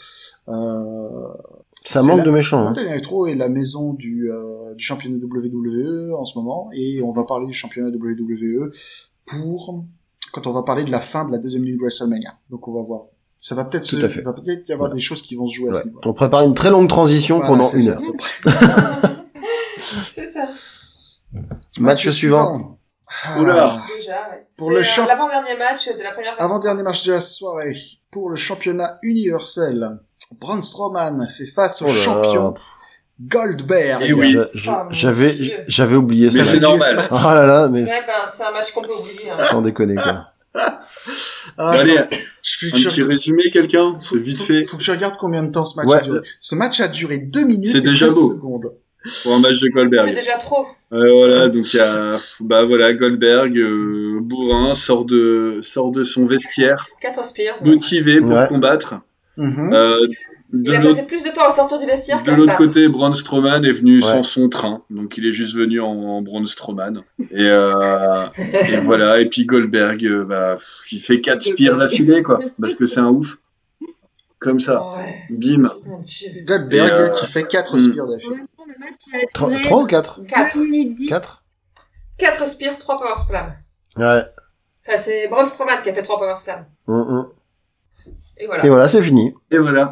[SPEAKER 3] ça manque de méchants.
[SPEAKER 2] Monday Night Raw est la maison du championnat WWE en ce moment, et on va parler du championnat WWE quand on va parler de la fin de la deuxième nuit de WrestleMania. Donc on va voir. Ça va peut-être
[SPEAKER 3] Tout à fait.
[SPEAKER 2] il va peut-être y avoir des choses qui vont se jouer à ce niveau.
[SPEAKER 3] On prépare une très longue transition pendant une heure.
[SPEAKER 2] À peu près.
[SPEAKER 4] C'est ça.
[SPEAKER 3] Match suivant.
[SPEAKER 6] Oula.
[SPEAKER 4] Déjà, ouais.
[SPEAKER 2] Pour le
[SPEAKER 4] C'est l'avant-dernier match de la première partie.
[SPEAKER 2] Avant-dernier match de la soirée. Pour le championnat universel, Braun Strowman fait face au champion Goldberg.
[SPEAKER 6] Et oui.
[SPEAKER 3] J'avais oublié ça.
[SPEAKER 6] Mais c'est normal.
[SPEAKER 3] Oh là là, mais
[SPEAKER 4] Ouais, c'est un match qu'on peut oublier. Hein.
[SPEAKER 3] sans déconner, quoi.
[SPEAKER 6] Allez,
[SPEAKER 2] un
[SPEAKER 6] un petit résumé, quelqu'un? C'est vite fait.
[SPEAKER 2] Faut que je regarde combien de temps ce match
[SPEAKER 3] Ouais.
[SPEAKER 2] a duré. Ce match a duré 2 minutes
[SPEAKER 6] C'est
[SPEAKER 2] et
[SPEAKER 6] déjà
[SPEAKER 2] 13
[SPEAKER 6] beau.
[SPEAKER 2] secondes.
[SPEAKER 6] Pour un match de
[SPEAKER 4] C'est
[SPEAKER 6] Goldberg.
[SPEAKER 4] déjà trop.
[SPEAKER 6] Voilà, donc il y a, Goldberg, bourrin, sort de son vestiaire,
[SPEAKER 4] 4 Spears.
[SPEAKER 6] motivé pour
[SPEAKER 3] Ouais.
[SPEAKER 6] combattre.
[SPEAKER 2] Mhm.
[SPEAKER 4] Il a passé plus de temps à sortir du vestiaire
[SPEAKER 6] De
[SPEAKER 4] qu'à se
[SPEAKER 6] l'autre
[SPEAKER 4] battre.
[SPEAKER 6] côté, Braun Strowman est venu
[SPEAKER 3] Ouais.
[SPEAKER 6] sans son train, donc il est juste venu en Braun Strowman. Et voilà, et puis Goldberg, il fait 4 spears d'affilée, quoi, parce que c'est un ouf. Comme ça,
[SPEAKER 4] Ouais.
[SPEAKER 6] bim.
[SPEAKER 4] Mon Dieu.
[SPEAKER 2] Goldberg
[SPEAKER 6] Et,
[SPEAKER 2] qui fait 4
[SPEAKER 6] mm.
[SPEAKER 2] spears
[SPEAKER 5] En
[SPEAKER 2] d'affilée.
[SPEAKER 5] même temps, le match a duré
[SPEAKER 3] 3 ou 4?
[SPEAKER 4] 4.
[SPEAKER 5] 2 minutes 10.
[SPEAKER 3] 4?
[SPEAKER 4] 4 Spears, 3 Power Slam.
[SPEAKER 3] Ouais.
[SPEAKER 4] Enfin, c'est Braun Strowman qui a fait 3 Power Slam. Et voilà.
[SPEAKER 3] Et voilà, c'est fini.
[SPEAKER 6] Et voilà.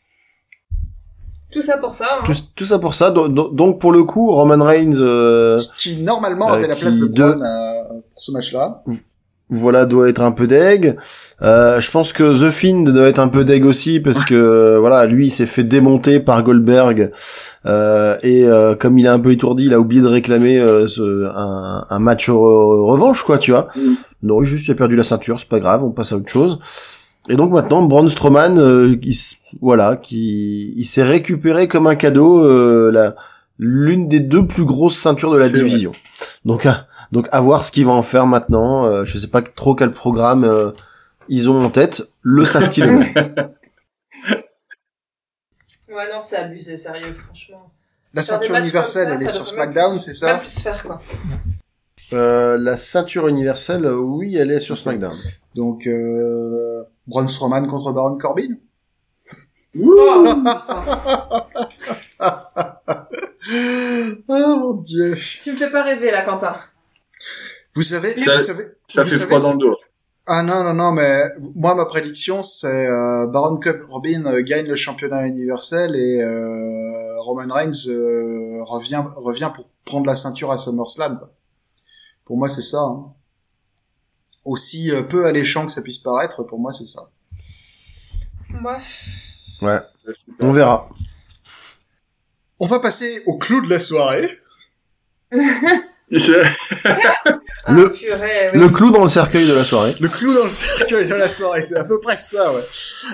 [SPEAKER 4] Tout ça pour ça. Hein.
[SPEAKER 3] Tout ça pour ça. Donc pour le coup, Roman Reigns,
[SPEAKER 2] Qui normalement avait la place
[SPEAKER 3] qui
[SPEAKER 2] de Braun pour ce match-là.
[SPEAKER 3] voilà, doit être un peu deg. Je pense que The Fiend doit être un peu deg aussi parce que voilà, lui il s'est fait démonter par Goldberg et comme il est un peu étourdi, il a oublié de réclamer un match revanche, quoi, tu vois. Non, juste il a perdu la ceinture, c'est pas grave, on passe à autre chose. Et donc maintenant, Braun Strowman, il s'est récupéré comme un cadeau l'une des 2 plus grosses ceintures de la
[SPEAKER 6] C'est vrai.
[SPEAKER 3] division. Donc à voir ce qu'ils vont en faire maintenant. Je sais pas trop quel programme ils ont en tête. Le savent-ils eux-mêmes?
[SPEAKER 4] Ouais, non, c'est abusé, sérieux, franchement.
[SPEAKER 2] La
[SPEAKER 4] Faire des
[SPEAKER 2] ceinture
[SPEAKER 4] matchs
[SPEAKER 2] universelle,
[SPEAKER 4] comme ça,
[SPEAKER 2] elle est
[SPEAKER 4] ça
[SPEAKER 2] sur
[SPEAKER 4] devrait même
[SPEAKER 2] SmackDown,
[SPEAKER 4] plus-
[SPEAKER 2] c'est
[SPEAKER 4] Même
[SPEAKER 2] ça?
[SPEAKER 4] plus se faire, quoi.
[SPEAKER 3] La ceinture universelle, oui, elle est sur SmackDown.
[SPEAKER 2] Donc, Braun Strowman contre Baron Corbin?
[SPEAKER 4] Oh, putain.
[SPEAKER 2] Ah, mon Dieu.
[SPEAKER 4] Tu me fais pas rêver, là, Quentin.
[SPEAKER 2] Vous savez,
[SPEAKER 6] Ça
[SPEAKER 2] vous
[SPEAKER 6] fait
[SPEAKER 2] savez
[SPEAKER 6] froid dans le dos.
[SPEAKER 2] Ah non, mais moi ma prédiction c'est Baron Corbin gagne le championnat universel et Roman Reigns revient pour prendre la ceinture à SummerSlam. Quoi. Pour moi c'est ça. Hein. Aussi peu alléchant que ça puisse paraître, pour moi c'est ça.
[SPEAKER 4] Ouais.
[SPEAKER 3] On verra.
[SPEAKER 2] On va passer au clou de la soirée.
[SPEAKER 4] Ah,
[SPEAKER 3] Le-
[SPEAKER 4] purée, oui.
[SPEAKER 3] Le clou dans le cercueil de la soirée.
[SPEAKER 2] Le clou dans le cercueil de la soirée, c'est à peu près ça, ouais.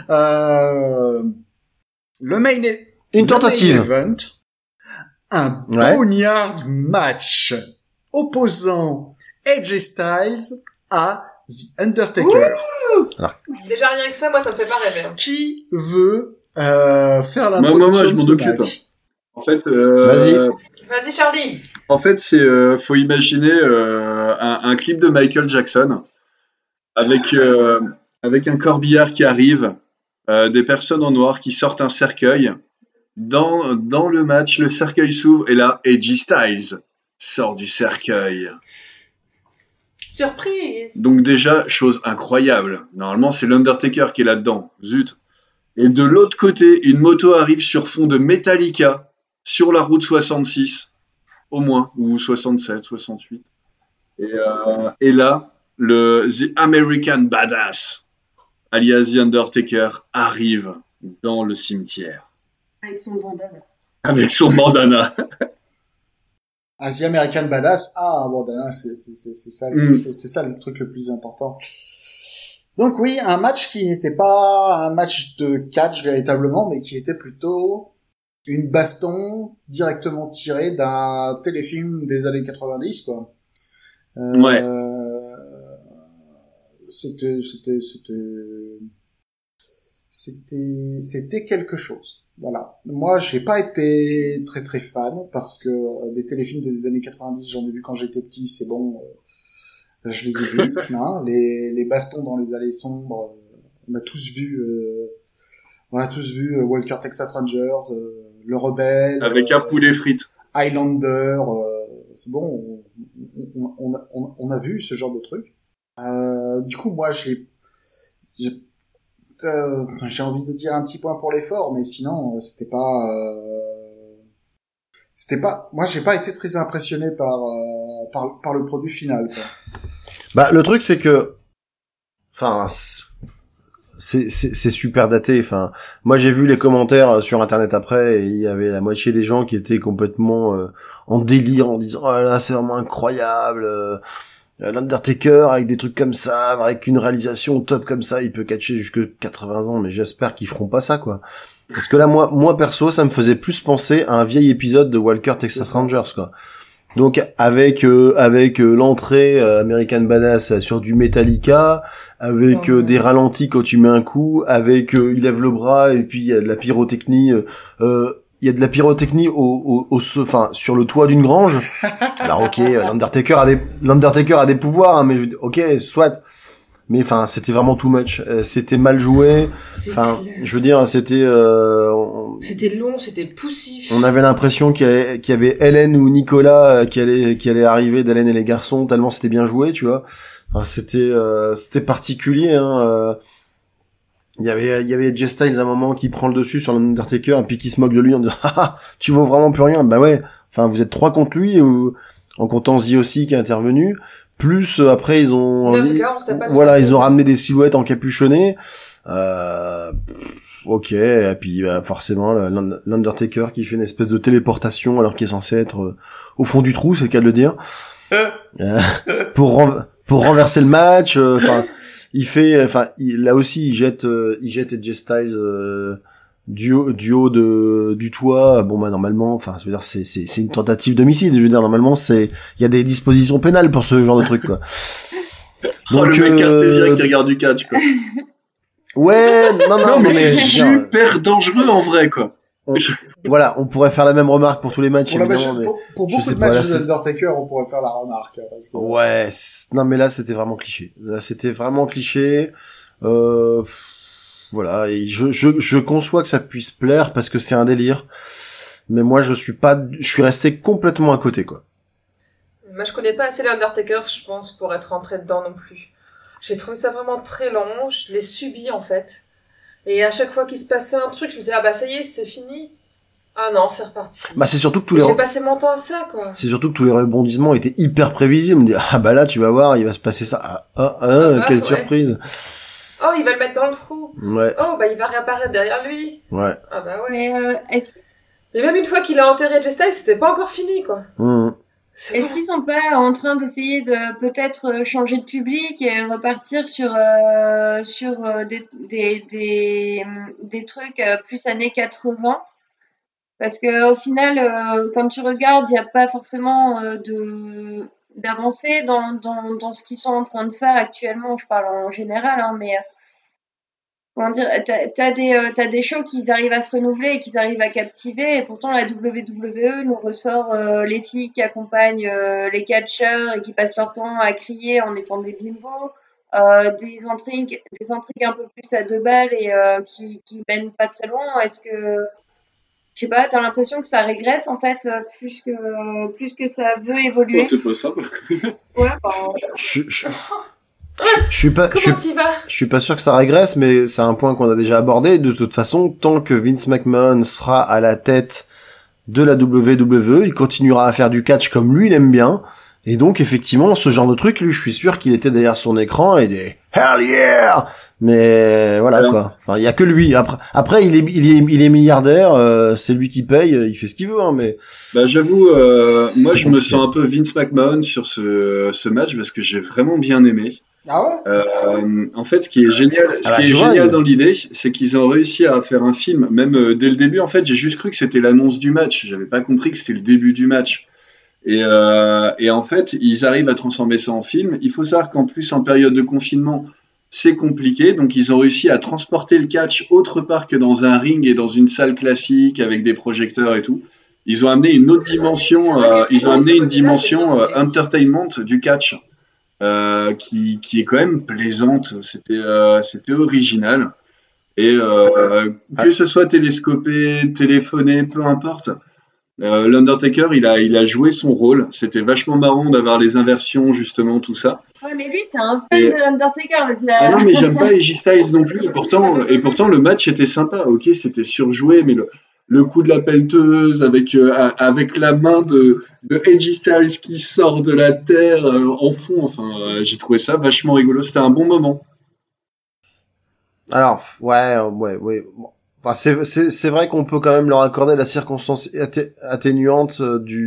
[SPEAKER 2] Le main
[SPEAKER 3] Une tentative.
[SPEAKER 2] le main event, un
[SPEAKER 3] Ouais.
[SPEAKER 2] boneyard match opposant AJ Styles à The Undertaker.
[SPEAKER 4] Déjà, rien que ça, moi, ça me fait pas rêver. Hein.
[SPEAKER 2] Qui veut faire l'introduction
[SPEAKER 6] Moi, je
[SPEAKER 2] de
[SPEAKER 6] m'en
[SPEAKER 2] ce
[SPEAKER 6] occupe.
[SPEAKER 2] match?
[SPEAKER 6] En fait,
[SPEAKER 3] Vas-y.
[SPEAKER 4] Vas-y, Charlie.
[SPEAKER 6] En fait, faut imaginer un clip de Michael Jackson avec un corbillard qui arrive, des personnes en noir qui sortent un cercueil. Dans le match, le cercueil s'ouvre et là, AJ Styles sort du cercueil.
[SPEAKER 4] Surprise.
[SPEAKER 6] Donc déjà, chose incroyable. Normalement, c'est l'Undertaker qui est là-dedans. Zut. Et de l'autre côté, une moto arrive sur fond de Metallica, sur la route 66, au moins, ou 67, 68. Et là, The American Badass, alias The Undertaker, arrive dans le cimetière.
[SPEAKER 5] Avec son bandana.
[SPEAKER 6] Avec son bandana.
[SPEAKER 2] The American Badass, bandana, c'est ça, c'est ça le truc le plus important. Donc oui, un match qui n'était pas un match de catch véritablement, mais qui était plutôt une baston directement tirée d'un téléfilm des années 90, quoi.
[SPEAKER 6] Ouais.
[SPEAKER 2] C'était quelque chose. Voilà. Moi, j'ai pas été très très fan parce que les téléfilms des années 90, j'en ai vu quand j'étais petit, c'est bon, je les ai vus, hein, les bastons dans les allées sombres, on a tous vu Walker Texas Rangers, Le Rebelle,
[SPEAKER 6] avec un poulet frites.
[SPEAKER 2] Highlander, c'est bon, on a vu ce genre de truc. Du coup, moi, j'ai envie de dire un petit point pour l'effort, mais sinon, moi, j'ai pas été très impressionné par le produit final, quoi.
[SPEAKER 3] Bah, le truc, c'est que, enfin, c'est super daté. Enfin, moi, j'ai vu les commentaires sur Internet après, et il y avait la moitié des gens qui étaient complètement en délire, en disant, oh là, c'est vraiment incroyable, l'Undertaker avec des trucs comme ça, avec une réalisation top comme ça, il peut catcher jusque 80 ans, mais j'espère qu'ils feront pas ça, quoi. Parce que là, moi perso, ça me faisait plus penser à un vieil épisode de Walker Texas Rangers, quoi. Donc avec l'entrée American Badass sur du Metallica, avec des ralentis quand tu mets un coup, avec il lève le bras et puis il y a de la pyrotechnie. Il y a de la pyrotechnie enfin sur le toit d'une grange. Alors ok, l'Undertaker a des pouvoirs, hein, mais ok, soit. Mais enfin, c'était vraiment too much. C'était mal joué. Enfin, je veux dire, c'était
[SPEAKER 4] long, c'était poussif.
[SPEAKER 3] On avait l'impression qu'il y avait Hélène ou Nicolas qui allait arriver d'Hélène et les garçons, tellement c'était bien joué, tu vois. Enfin, c'était particulier, hein. Il y avait Jay Styles à un moment qui prend le dessus sur l'Undertaker et puis qui se moque de lui en disant ah, tu vaux vraiment plus rien. Bah ouais. Enfin, vous êtes 3 contre lui, en comptant Z aussi qui est intervenu. Plus après ils ont ils ont ramené des silhouettes encapuchonnées. Ok, et puis forcément l'Undertaker qui fait une espèce de téléportation alors qu'il est censé être au fond du trou, c'est le cas de le dire. Pour renverser le match, là aussi il jette AJ Styles du haut du toit. Bon bah normalement, enfin je veux dire c'est une tentative d'homicide, je veux dire normalement il y a des dispositions pénales pour ce genre de truc, quoi.
[SPEAKER 6] Donc, le mec cartésien qui regarde du catch, quoi.
[SPEAKER 3] Ouais, non,
[SPEAKER 6] mais c'est super dangereux en vrai, quoi.
[SPEAKER 3] Voilà, on pourrait faire la même remarque pour tous les matchs.
[SPEAKER 2] Pour beaucoup de matchs de Undertaker, on pourrait faire la remarque. Parce que...
[SPEAKER 3] Ouais, non mais là c'était vraiment cliché. Voilà, et je conçois que ça puisse plaire parce que c'est un délire. Mais moi je suis resté complètement à côté, quoi.
[SPEAKER 4] Moi je connais pas assez l'Undertaker, je pense, pour être rentré dedans non plus. J'ai trouvé ça vraiment très long, je l'ai subi en fait. Et à chaque fois qu'il se passait un truc, je me disais, ah bah ça y est, c'est fini. Ah non, c'est reparti.
[SPEAKER 3] Bah c'est surtout que
[SPEAKER 4] j'ai passé mon temps à ça, quoi.
[SPEAKER 3] C'est surtout que tous les rebondissements étaient hyper prévisibles. On me dit, ah bah là tu vas voir, il va se passer ça. Quelle surprise.
[SPEAKER 4] Oh, il va le mettre dans le trou.
[SPEAKER 3] Ouais.
[SPEAKER 4] Oh, bah il va réapparaître derrière lui.
[SPEAKER 3] Ouais.
[SPEAKER 4] Ah bah ouais. Et même une fois qu'il a enterré Jay Styles, c'était pas encore fini, quoi.
[SPEAKER 5] Est-ce qu'ils sont pas en train d'essayer de peut-être changer de public et repartir sur des trucs plus années 80? Parce que au final, quand tu regardes, il n'y a pas forcément d'avancée dans ce qu'ils sont en train de faire actuellement. Je parle en général, hein, mais comment dire, t'as des shows qui arrivent à se renouveler et qui arrivent à captiver, et pourtant la WWE nous ressort les filles qui accompagnent les catcheurs et qui passent leur temps à crier en étant des bimbos, des intrigues un peu plus à 2 balles et qui mènent pas très loin. Est-ce que Je sais pas, t'as l'impression que ça régresse en fait, plus que ça veut évoluer.
[SPEAKER 6] Oh, c'est pas simple.
[SPEAKER 5] Ouais, bah,
[SPEAKER 3] Je suis pas,
[SPEAKER 4] Comment t'y vas?
[SPEAKER 3] je suis pas sûr que ça régresse, mais c'est un point qu'on a déjà abordé. De toute façon, tant que Vince McMahon sera à la tête de la WWE, il continuera à faire du catch comme lui il aime bien. Et donc, effectivement, ce genre de truc, lui, je suis sûr qu'il était derrière son écran et des Hell yeah! Mais voilà,
[SPEAKER 6] Alors.
[SPEAKER 3] quoi. Enfin, il y a que lui. Après, il est milliardaire, c'est lui qui paye, il fait ce qu'il veut, hein, mais.
[SPEAKER 6] Bah, j'avoue,
[SPEAKER 3] C'est
[SPEAKER 6] moi, je me
[SPEAKER 3] compliqué.
[SPEAKER 6] sens un peu Vince McMahon sur ce match parce que j'ai vraiment bien aimé.
[SPEAKER 2] Ah ouais?
[SPEAKER 6] En fait, ce qui est génial,
[SPEAKER 3] Tu vois,
[SPEAKER 6] dans l'idée, c'est qu'ils ont réussi à faire un film. Même dès le début, en fait, j'ai juste cru que c'était l'annonce du match. J'avais pas compris que c'était le début du match. Et en fait, ils arrivent à transformer ça en film. Il faut savoir qu'en plus, en période de confinement, c'est compliqué. Donc, ils ont réussi à transporter le catch autre part que dans un ring et dans une salle classique avec des projecteurs et tout. Ils ont amené une autre dimension.
[SPEAKER 4] C'est vrai que
[SPEAKER 6] Ils ont
[SPEAKER 4] de
[SPEAKER 6] amené
[SPEAKER 4] ce
[SPEAKER 6] une
[SPEAKER 4] côté-là, c'est
[SPEAKER 6] dimension
[SPEAKER 4] bien fait.
[SPEAKER 6] entertainment du catch qui est quand même plaisante. C'était original. Et que ce soit télescopé, téléphoné, peu importe. L'Undertaker, il a joué son rôle. C'était vachement marrant d'avoir les inversions, justement, tout ça.
[SPEAKER 5] ouais, mais lui, c'est un fan
[SPEAKER 6] Et
[SPEAKER 5] de l'Undertaker. Mais
[SPEAKER 6] ah non, mais j'aime pas AJ Styles non plus. Et pourtant, le match était sympa. Ok, c'était surjoué, mais le coup de la pelleteuse avec la main de AJ Styles qui sort de la terre en fond. Enfin, j'ai trouvé ça vachement rigolo. C'était un bon moment.
[SPEAKER 3] Alors, ouais. Bon. Enfin, c'est vrai qu'on peut quand même leur accorder la circonstance atténuante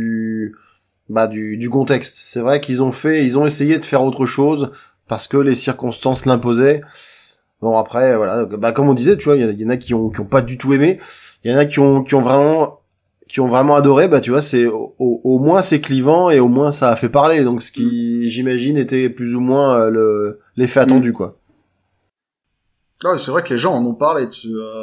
[SPEAKER 3] du contexte. C'est vrai ils ont essayé de faire autre chose parce que les circonstances l'imposaient. Bon, après, voilà. Bah, comme on disait, tu vois, il y en a qui ont pas du tout aimé. Il y en a qui ont vraiment adoré. Bah, tu vois, au moins c'est clivant et au moins ça a fait parler. Donc, ce qui, j'imagine, était plus ou moins l'effet attendu, quoi.
[SPEAKER 2] Ouais, c'est vrai que les gens en ont parlé de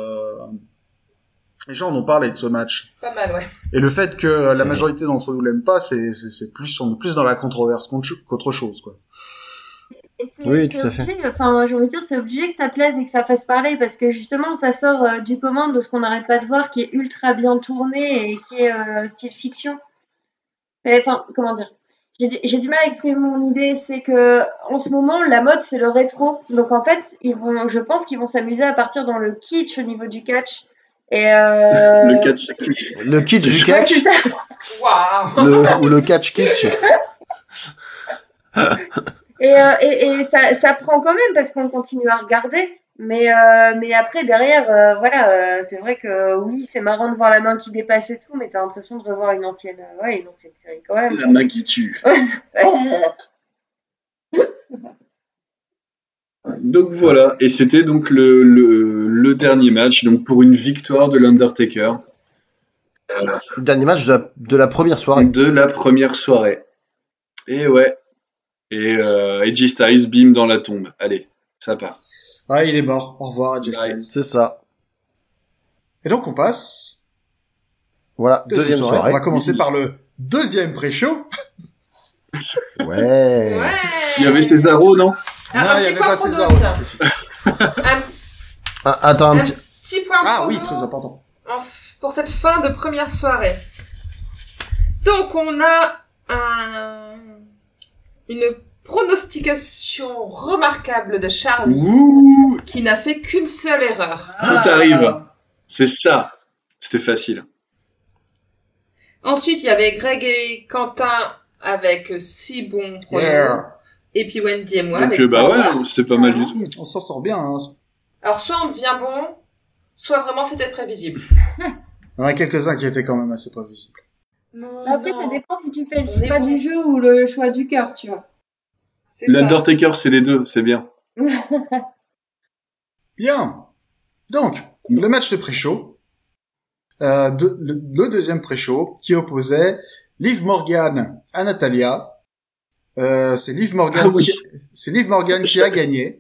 [SPEAKER 2] les gens en ont parlé de ce match.
[SPEAKER 4] Pas mal, ouais.
[SPEAKER 2] Et le fait que la majorité d'entre nous l'aiment pas, c'est plus, on est plus dans la controverse qu'autre chose, quoi.
[SPEAKER 5] Et
[SPEAKER 3] Oui,
[SPEAKER 5] c'est
[SPEAKER 3] tout à fait.
[SPEAKER 5] obligé, enfin, j'ai envie de dire, c'est obligé que ça plaise et que ça fasse parler parce que justement, ça sort du commun de ce qu'on n'arrête pas de voir, qui est ultra bien tourné et qui est style fiction. Enfin, comment dire? J'ai du mal à exprimer mon idée, c'est que en ce moment, la mode, c'est le rétro. Donc en fait, je pense qu'ils vont s'amuser à partir dans le kitsch au niveau du catch. Et
[SPEAKER 6] Le catch.
[SPEAKER 3] Le kitsch du
[SPEAKER 5] ouais,
[SPEAKER 3] catch,
[SPEAKER 5] c'est ça.
[SPEAKER 4] Waouh!
[SPEAKER 3] ou le catch kitsch.
[SPEAKER 5] Et ça prend quand même parce qu'on continue à regarder. Mais après, derrière, voilà, c'est vrai que oui, c'est marrant de voir la main qui dépasse et tout, mais t'as l'impression de revoir une ancienne série quand même.
[SPEAKER 6] La main qui tue. Donc voilà, et c'était donc le dernier match, donc pour une victoire de l'Undertaker
[SPEAKER 3] Le dernier match de la première soirée.
[SPEAKER 6] de la première soirée. Et ouais, et AJ Styles, bim dans la tombe. Allez, ça part.
[SPEAKER 2] Ah, il est mort. Au revoir, AJ
[SPEAKER 6] Ouais.
[SPEAKER 2] Styles.
[SPEAKER 3] C'est ça.
[SPEAKER 2] Et donc, on passe.
[SPEAKER 3] Voilà, deuxième soirée.
[SPEAKER 2] On va commencer par le deuxième pré-show.
[SPEAKER 3] Ouais.
[SPEAKER 4] Ouais!
[SPEAKER 6] Il y avait Cesaro, non?
[SPEAKER 4] Ah,
[SPEAKER 2] Non, il y
[SPEAKER 4] un petit
[SPEAKER 2] avait
[SPEAKER 4] point
[SPEAKER 2] pas
[SPEAKER 4] pour
[SPEAKER 2] César
[SPEAKER 4] nous,
[SPEAKER 2] aux
[SPEAKER 4] tiens.
[SPEAKER 2] impossibles.
[SPEAKER 3] Attends un
[SPEAKER 4] Un
[SPEAKER 3] petit.
[SPEAKER 4] petit point
[SPEAKER 2] Ah
[SPEAKER 4] pour
[SPEAKER 2] oui,
[SPEAKER 4] nous
[SPEAKER 2] très important.
[SPEAKER 4] pour cette fin de première soirée. Donc, on a une pronostication remarquable de Charlie
[SPEAKER 6] Ouh,
[SPEAKER 4] qui n'a fait qu'une seule erreur.
[SPEAKER 6] tout arrive. C'est ça. C'était facile.
[SPEAKER 4] Ensuite, il y avait Greg et Quentin avec 6 bons pronos.
[SPEAKER 2] Yeah.
[SPEAKER 4] Et puis Wendy et moi
[SPEAKER 6] Donc
[SPEAKER 4] avec
[SPEAKER 6] bah
[SPEAKER 4] 100.
[SPEAKER 6] ouais, c'était pas mal du tout.
[SPEAKER 2] On s'en sort bien, hein.
[SPEAKER 4] Alors, soit on devient bon, soit vraiment c'était prévisible.
[SPEAKER 2] Il y en a quelques-uns qui étaient quand même assez prévisibles.
[SPEAKER 5] Après, ça dépend si tu fais le
[SPEAKER 4] On est
[SPEAKER 5] choix
[SPEAKER 4] bon.
[SPEAKER 5] du jeu ou le choix du cœur, tu vois.
[SPEAKER 4] C'est ça.
[SPEAKER 6] L'Undertaker, c'est les deux, c'est bien.
[SPEAKER 2] Bien. Donc, le match de pré-show. Le deuxième pré-show qui opposait Liv Morgan à Natalia. C'est Liv Morgan,
[SPEAKER 6] Ah oui.
[SPEAKER 2] c'est Liv Morgan qui a gagné.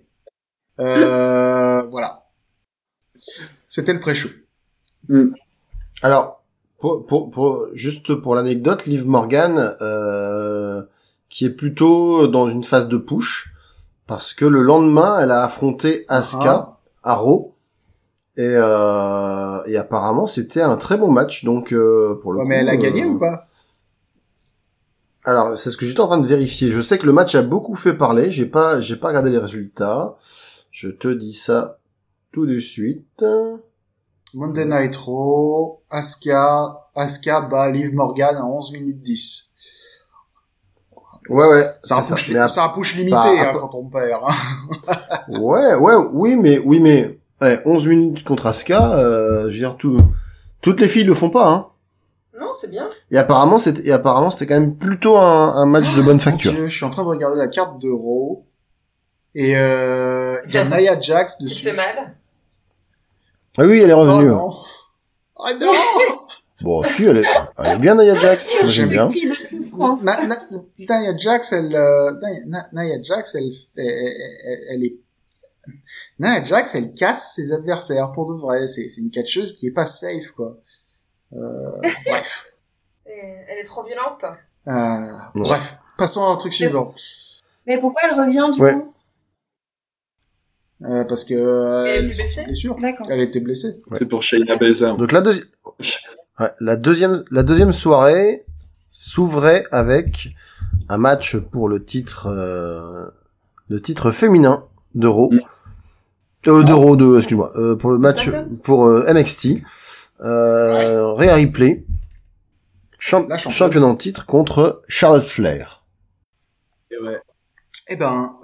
[SPEAKER 2] Voilà. C'était le pré-show.
[SPEAKER 3] Alors, juste pour l'anecdote, Liv Morgan, qui est plutôt dans une phase de push, parce que le lendemain, elle a affronté Asuka à Raw, Et apparemment, c'était un très bon match, donc pour le coup.
[SPEAKER 2] Mais elle a gagné ou pas?
[SPEAKER 3] Alors, c'est ce que j'étais en train de vérifier. Je sais que le match a beaucoup fait parler. J'ai pas regardé les résultats. Je te dis ça tout de suite.
[SPEAKER 2] Monday Night Raw, Asuka bat Liv Morgan à 11 minutes 10.
[SPEAKER 3] Ouais.
[SPEAKER 2] C'est un push limité, quand on perd, hein.
[SPEAKER 3] Oui, mais, 11 minutes contre Asuka, je veux dire, toutes les filles le font pas, hein.
[SPEAKER 4] Non, c'est bien.
[SPEAKER 3] Et apparemment, c'était quand même plutôt un match de bonne facture.
[SPEAKER 2] Mon Dieu, je suis en train de regarder la carte de Raw. Et, il y a Nia Jax dessus.
[SPEAKER 4] Tu te fais mal?
[SPEAKER 3] Ah oui, elle est
[SPEAKER 2] Oh
[SPEAKER 3] revenue.
[SPEAKER 2] non! Oh non!
[SPEAKER 3] Bon, si, elle est bien, Nia Jax. Moi, j'aime bien.
[SPEAKER 2] Nia Jax, elle casse ses adversaires pour de vrai. C'est une catcheuse qui est pas safe, quoi. Bref.
[SPEAKER 4] Elle est trop violente.
[SPEAKER 2] Bref. Passons à un truc suivant.
[SPEAKER 5] Mais pourquoi elle revient du coup?
[SPEAKER 2] Parce que
[SPEAKER 4] elle était blessée.
[SPEAKER 2] Blessure.
[SPEAKER 5] D'accord.
[SPEAKER 2] Elle était blessée.
[SPEAKER 6] C'est pour Shayna Baszler.
[SPEAKER 3] Donc la deuxième soirée s'ouvrait avec un match pour le titre féminin d'Euro. Excuse-moi, pour le match pour NXT. Rhea Ripley, championne en titre contre Charlotte Flair.
[SPEAKER 6] Et ouais.
[SPEAKER 2] Eh ben,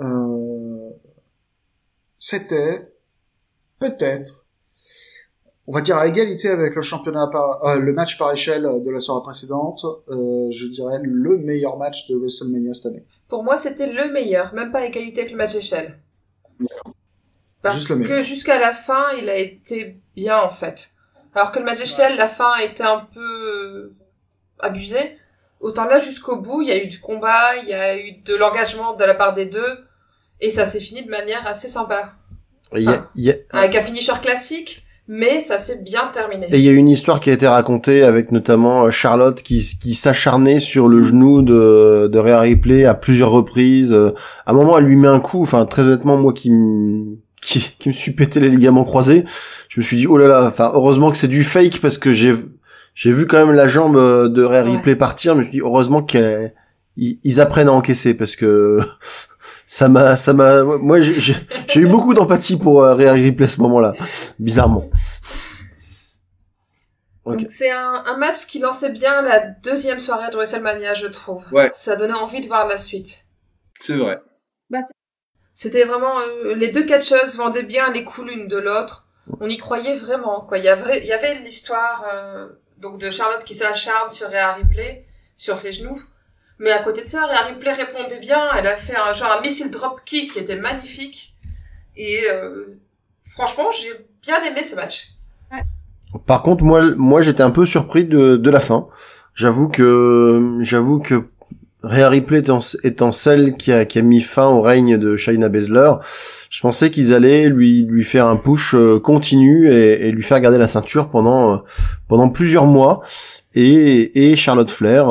[SPEAKER 2] c'était peut-être, on va dire à égalité avec le championnat le match par échelle de la soirée précédente, je dirais le meilleur match de WrestleMania cette année.
[SPEAKER 4] Pour moi, c'était le meilleur, même pas à égalité avec le match échelle. Parce que jusqu'à la fin, il a été bien en fait. Alors que le match échelle, la fin a été un peu abusée. Autant là, jusqu'au bout, il y a eu du combat, il y a eu de l'engagement de la part des deux, et ça s'est fini de manière assez sympa. Avec un finisher classique, mais ça s'est bien terminé.
[SPEAKER 3] Et il y a une histoire qui a été racontée avec notamment Charlotte qui s'acharnait sur le genou de Rhea Ripley à plusieurs reprises. À un moment, elle lui met un coup, enfin très honnêtement, moi qui me suis pété les ligaments croisés, je me suis dit oh là là, enfin heureusement que c'est du fake parce que j'ai vu quand même la jambe de Rhea Ripley partir, je me suis dit heureusement qu'ils apprennent à encaisser parce que moi j'ai eu beaucoup d'empathie pour Rhea Ripley à ce moment-là, bizarrement.
[SPEAKER 4] Okay. Donc c'est un match qui lançait bien la deuxième soirée de WrestleMania, je trouve.
[SPEAKER 6] Ouais.
[SPEAKER 4] Ça donnait envie de voir la suite.
[SPEAKER 6] C'est vrai.
[SPEAKER 4] C'était vraiment les deux catcheuses vendaient bien les coups l'une de l'autre. On y croyait vraiment quoi. Il y avait l'histoire donc de Charlotte qui s'acharne sur Rhea Ripley sur ses genoux. Mais à côté de ça, Rhea Ripley répondait bien. Elle a fait un missile drop kick qui était magnifique. Et franchement, j'ai bien aimé ce match.
[SPEAKER 5] Ouais.
[SPEAKER 3] Par contre, moi, j'étais un peu surpris de la fin. J'avoue que Rhea Ripley étant celle qui a mis fin au règne de Shayna Baszler, je pensais qu'ils allaient lui faire un push continu et lui faire garder la ceinture pendant plusieurs mois. Et Charlotte Flair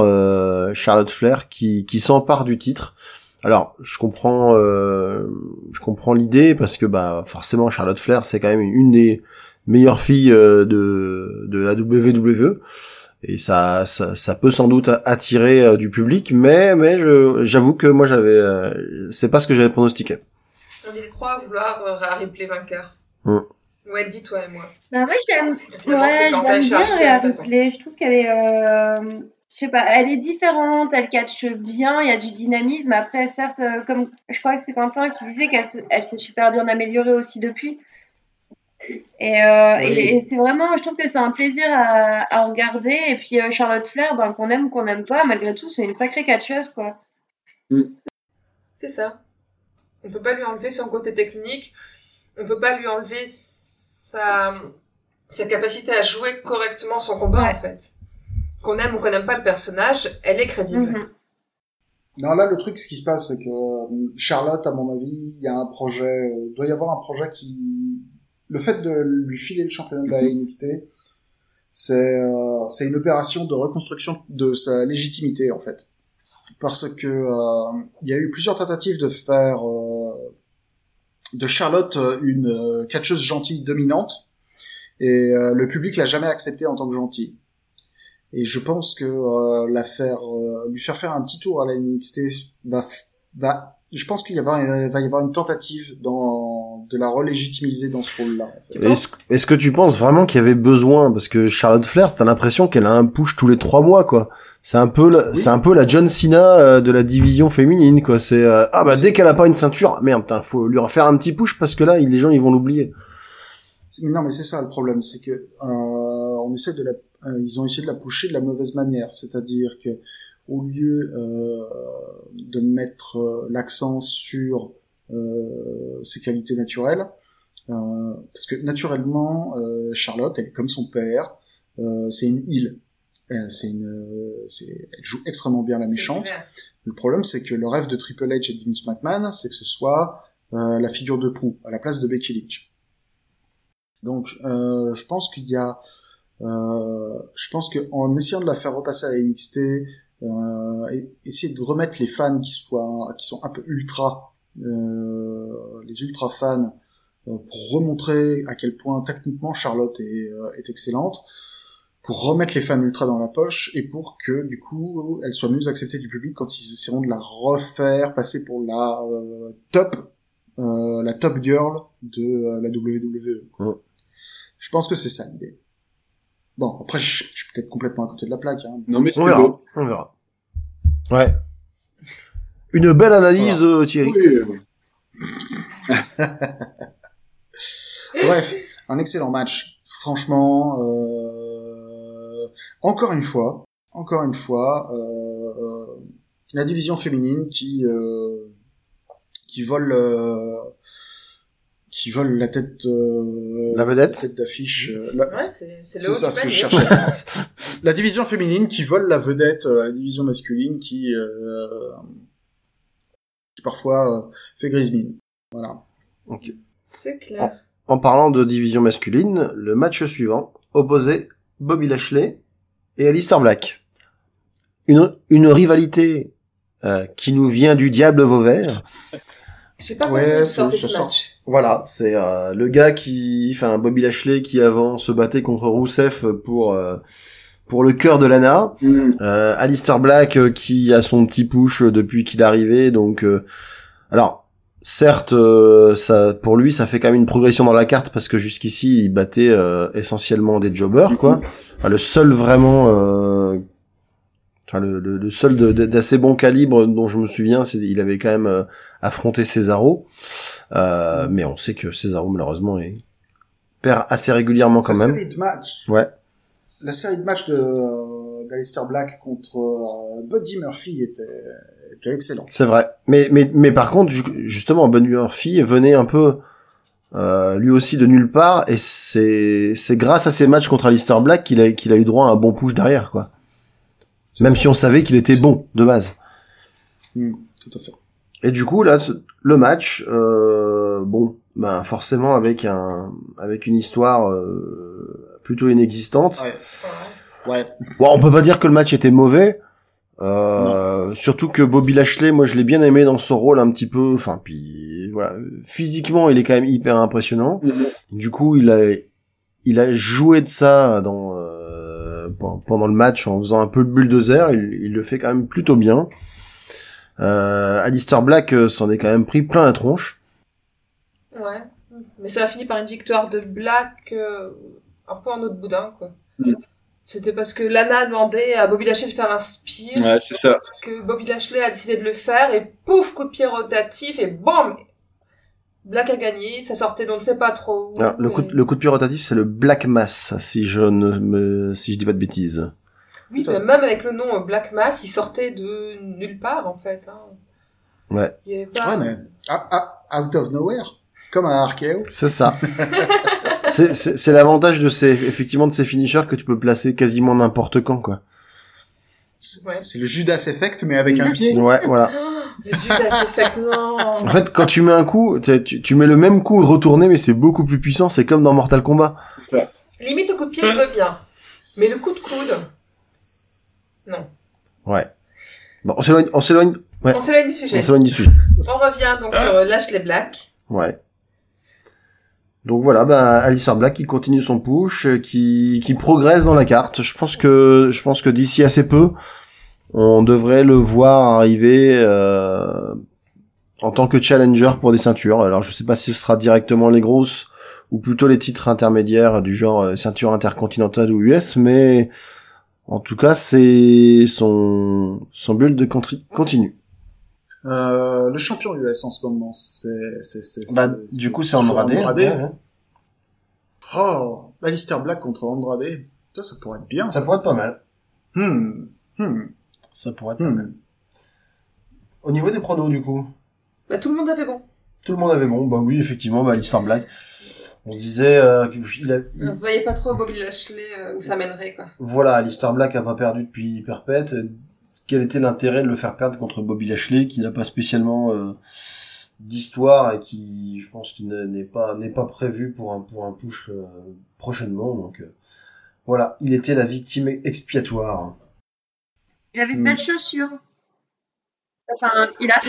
[SPEAKER 3] qui s'empare du titre. Alors, je comprends l'idée parce que forcément Charlotte Flair c'est quand même une des meilleures filles de la WWE. Et ça peut sans doute attirer du public, mais j'avoue que moi c'est pas ce que j'avais pronostiqué.
[SPEAKER 4] On est les trois à vouloir Rhea Ripley vainqueur. Ouais, dis toi et moi.
[SPEAKER 5] Bah moi j'aime
[SPEAKER 4] Finalement, c'est quand
[SPEAKER 5] bien Rhea
[SPEAKER 4] raison.
[SPEAKER 5] Ripley. Je trouve qu'elle est, je sais pas, elle est différente, elle catche bien, il y a du dynamisme. Après, certes, comme je crois que c'est Quentin qui disait qu'elle s'est super bien améliorée aussi depuis. Et c'est vraiment, je trouve que c'est un plaisir à regarder. Et puis Charlotte Flair, qu'on aime ou qu'on n'aime pas, malgré tout, c'est une sacrée catcheuse, quoi.
[SPEAKER 4] C'est ça. On peut pas lui enlever son côté technique. On peut pas lui enlever sa capacité à jouer correctement son combat, en fait. Qu'on aime ou qu'on n'aime pas le personnage, elle est crédible.
[SPEAKER 2] Non, là, le truc, ce qui se passe, c'est que Charlotte, à mon avis, il y a un projet, doit y avoir un projet le fait de lui filer le championnat de la NXT, c'est une opération de reconstruction de sa légitimité, en fait. Parce que, il y a eu plusieurs tentatives de faire, de Charlotte une catcheuse gentille dominante. Et le public l'a jamais accepté en tant que gentil. Et je pense que lui faire faire un petit tour à la NXT je pense qu'il va y avoir une tentative de la relégitimiser dans ce rôle-là. En fait.
[SPEAKER 3] Est-ce que tu penses vraiment qu'il y avait besoin, parce que Charlotte Flair, t'as l'impression qu'elle a un push tous les 3 mois, quoi. C'est un peu la John Cena de la division féminine, quoi. C'est dès qu'elle a pas une ceinture, merde, faut lui refaire un petit push parce que là, les gens ils vont l'oublier.
[SPEAKER 2] Non, mais c'est ça le problème, c'est que ils ont essayé de la pusher de la mauvaise manière, c'est-à-dire que au lieu de mettre l'accent sur ses qualités naturelles, parce que naturellement Charlotte, elle est comme son père, c'est une heel, elle joue extrêmement bien la méchante. Le problème, c'est que le rêve de Triple H et de Vince McMahon, c'est que ce soit la figure de proue à la place de Becky Lynch. Donc je pense qu'en essayant de la faire repasser à la NXT, essayer de remettre les fans qui sont un peu ultra, les ultra fans, pour remontrer à quel point techniquement Charlotte est excellente, pour remettre les fans ultra dans la poche et pour que du coup elle soit mieux acceptée du public quand ils essaieront de la refaire passer pour la top girl de la WWE.
[SPEAKER 3] Ouais.
[SPEAKER 2] Je pense que c'est ça l'idée. Bon, après, je suis peut-être complètement à côté de la plaque. Hein.
[SPEAKER 6] Non, mais
[SPEAKER 3] On verra. Ouais. Une belle analyse, voilà. Thierry.
[SPEAKER 6] Oui.
[SPEAKER 2] Bref, un excellent match. Franchement, encore une fois, la division féminine qui vole la tête
[SPEAKER 3] la vedette,
[SPEAKER 2] tête d'affiche
[SPEAKER 4] c'est le haut
[SPEAKER 2] ça
[SPEAKER 4] du
[SPEAKER 2] ce que
[SPEAKER 4] panier.
[SPEAKER 2] je cherchais. La division féminine qui vole la vedette à la division masculine qui parfois fait grise mine. Voilà.
[SPEAKER 3] OK.
[SPEAKER 4] C'est clair.
[SPEAKER 3] En parlant de division masculine, le match suivant opposait Bobby Lashley et Aleister Black. Une rivalité qui nous vient du diable Vauvert.
[SPEAKER 4] J'ai pas compris d'où sortait ce match.
[SPEAKER 3] Voilà, c'est le gars Bobby Lashley qui avant se battait contre Rusev pour le cœur de Lana. Aleister Black qui a son petit push depuis qu'il est arrivé, donc alors certes ça pour lui ça fait quand même une progression dans la carte parce que jusqu'ici il battait essentiellement des jobbers quoi. Enfin, le seul vraiment le seul d'assez bon calibre dont je me souviens, c'est il avait quand même affronté Cesaro, mais on sait que Cesaro malheureusement perd assez régulièrement quand même.
[SPEAKER 2] La série de matchs d'Aleister Black contre Buddy Murphy était excellente.
[SPEAKER 3] C'est vrai, mais par contre justement Buddy Murphy venait un peu lui aussi de nulle part et c'est grâce à ces matchs contre Aleister Black qu'il a eu droit à un bon push derrière quoi. Même si on savait qu'il était bon de base.
[SPEAKER 2] Tout à fait.
[SPEAKER 3] Et du coup là le match forcément avec une histoire plutôt inexistante.
[SPEAKER 2] Ouais.
[SPEAKER 3] Bon, on peut pas dire que le match était mauvais. Surtout que Bobby Lashley, moi je l'ai bien aimé dans son rôle un petit peu, puis voilà, physiquement il est quand même hyper impressionnant. Du coup, il a joué de ça pendant le match en faisant un peu le bulldozer, il le fait quand même plutôt bien. Aleister Black s'en est quand même pris plein la tronche.
[SPEAKER 4] Ouais. Mais ça a fini par une victoire de Black un peu en autre boudin quoi. C'était parce que Lana a demandé à Bobby Lashley de faire un spear.
[SPEAKER 6] Ouais, c'est ça.
[SPEAKER 4] Que Bobby Lashley a décidé de le faire et pouf, coup de pied rotatif et bam, Black a gagné. Ça sortait d'on ne sait pas trop où.
[SPEAKER 3] Alors, le coup de pied rotatif, c'est le Black Mass, si je dis pas de bêtises.
[SPEAKER 4] Oui, mais même avec le nom Black Mass, il sortait de nulle part en fait.
[SPEAKER 3] Ouais.
[SPEAKER 4] Il y avait pas...
[SPEAKER 2] Ouais, mais out of nowhere, comme un RKO.
[SPEAKER 3] C'est ça. c'est l'avantage de ces finishers que tu peux placer quasiment n'importe quand, quoi.
[SPEAKER 2] C'est le Judas Effect, mais avec un pied.
[SPEAKER 3] Ouais, voilà.
[SPEAKER 4] Le Judas Effect, non.
[SPEAKER 3] En fait, quand tu mets un coup, tu mets le même coup retourné, mais c'est beaucoup plus puissant. C'est comme dans Mortal Kombat.
[SPEAKER 4] Limite, le coup de pied, je veux bien. Mais le coup de coude, non.
[SPEAKER 3] Ouais. Bon, on s'éloigne. Ouais.
[SPEAKER 4] On s'éloigne du sujet.
[SPEAKER 3] On s'éloigne du sujet.
[SPEAKER 4] On revient donc sur Lashley Black.
[SPEAKER 3] Ouais. Donc voilà, Alistair Black qui continue son push, qui progresse dans la carte. Je pense que d'ici assez peu, on devrait le voir arriver en tant que challenger pour des ceintures. Alors je sais pas si ce sera directement les grosses ou plutôt les titres intermédiaires du genre ceinture intercontinentale ou US, mais en tout cas c'est son build continue.
[SPEAKER 2] Le champion US en ce moment,
[SPEAKER 3] du coup c'est Andrade. Ouais.
[SPEAKER 2] Oh, Alistair Black contre Andrade. Ça pourrait être bien.
[SPEAKER 3] Ça pourrait être pas mal.
[SPEAKER 2] Ça pourrait être
[SPEAKER 3] pas mal. Au niveau des pronos, du coup.
[SPEAKER 4] Tout le monde avait bon.
[SPEAKER 3] Tout le monde avait bon. Bah oui, effectivement, Alistair Black. On disait
[SPEAKER 4] on se voyait pas trop Bobby Lashley où ça mènerait, quoi.
[SPEAKER 3] Voilà, Alistair Black a pas perdu depuis Perpète. Quel était l'intérêt de le faire perdre contre Bobby Lashley, qui n'a pas spécialement d'histoire et qui, je pense, qui n'est pas prévu pour un push prochainement. Donc voilà, il était la victime expiatoire.
[SPEAKER 5] Il avait de belles chaussures.
[SPEAKER 3] Enfin,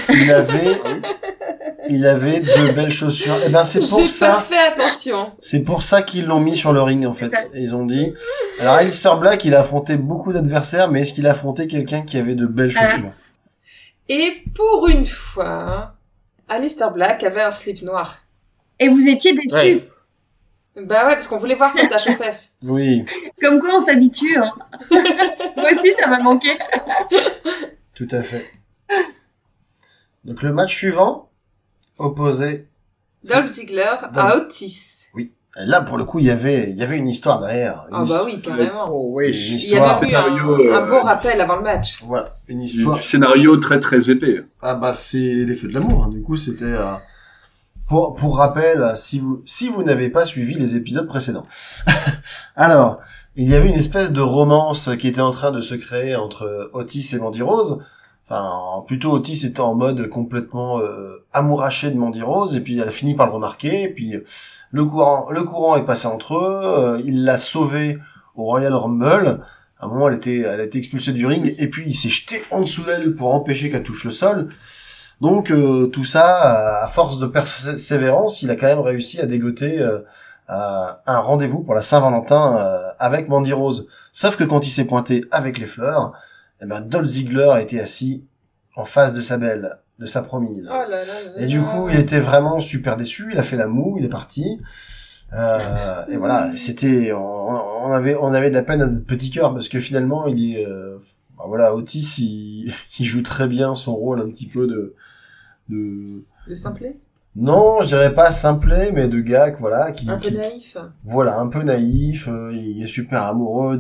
[SPEAKER 3] il avait de belles chaussures. Et ben c'est pour ça.
[SPEAKER 4] J'ai pas fait attention.
[SPEAKER 3] C'est pour ça qu'ils l'ont mis sur le ring en fait. Et ils ont dit. Alors Alistair Black, il a affronté beaucoup d'adversaires, mais est-ce qu'il a affronté quelqu'un qui avait de belles chaussures?
[SPEAKER 4] Et pour une fois, Alistair Black avait un slip noir.
[SPEAKER 5] Et vous étiez déçus.
[SPEAKER 3] Ouais.
[SPEAKER 4] Bah ouais, parce qu'on voulait voir sa tache aux fesses.
[SPEAKER 3] Oui.
[SPEAKER 5] Comme quoi on s'habitue. Hein. Moi aussi, ça m'a manqué.
[SPEAKER 3] Tout à fait. Donc le match suivant opposait
[SPEAKER 4] Dolph Ziggler à Otis.
[SPEAKER 3] Oui. Et là pour le coup il y avait une histoire derrière.
[SPEAKER 4] Bah oui, carrément.
[SPEAKER 2] Oh oui.
[SPEAKER 4] Il y avait eu un beau rappel avant le match.
[SPEAKER 3] Voilà, une histoire.
[SPEAKER 6] Du scénario très très épais.
[SPEAKER 3] Ah bah c'est les feux de l'amour. Hein. Du coup c'était pour rappel, si vous n'avez pas suivi les épisodes précédents. Alors, il y avait une espèce de romance qui était en train de se créer entre Otis et Mandy Rose. Enfin, plutôt Otis était en mode complètement amouraché de Mandy Rose, et puis elle a fini par le remarquer, et puis le courant est passé entre eux, il l'a sauvée au Royal Rumble. À un moment, elle a été expulsée du ring, et puis il s'est jeté en dessous d'elle pour empêcher qu'elle touche le sol. Donc tout ça, à force de persévérance, il a quand même réussi à dégoter un rendez-vous pour la Saint-Valentin avec Mandy Rose. Sauf que quand il s'est pointé avec les fleurs, eh ben Dolph Ziggler était assis en face de sa belle, de sa promise.
[SPEAKER 4] Oh là là là.
[SPEAKER 3] Et du coup, il était vraiment super déçu. Il a fait la moue, il est parti. Et voilà, c'était, on avait de la peine à notre petit cœur parce que finalement, il est, voilà, Otis, il joue très bien son rôle un petit peu de
[SPEAKER 4] simplet?
[SPEAKER 3] Non, je dirais pas simplet, mais de gars, voilà,
[SPEAKER 4] un peu naïf.
[SPEAKER 3] Voilà, un peu naïf. Il est super amoureux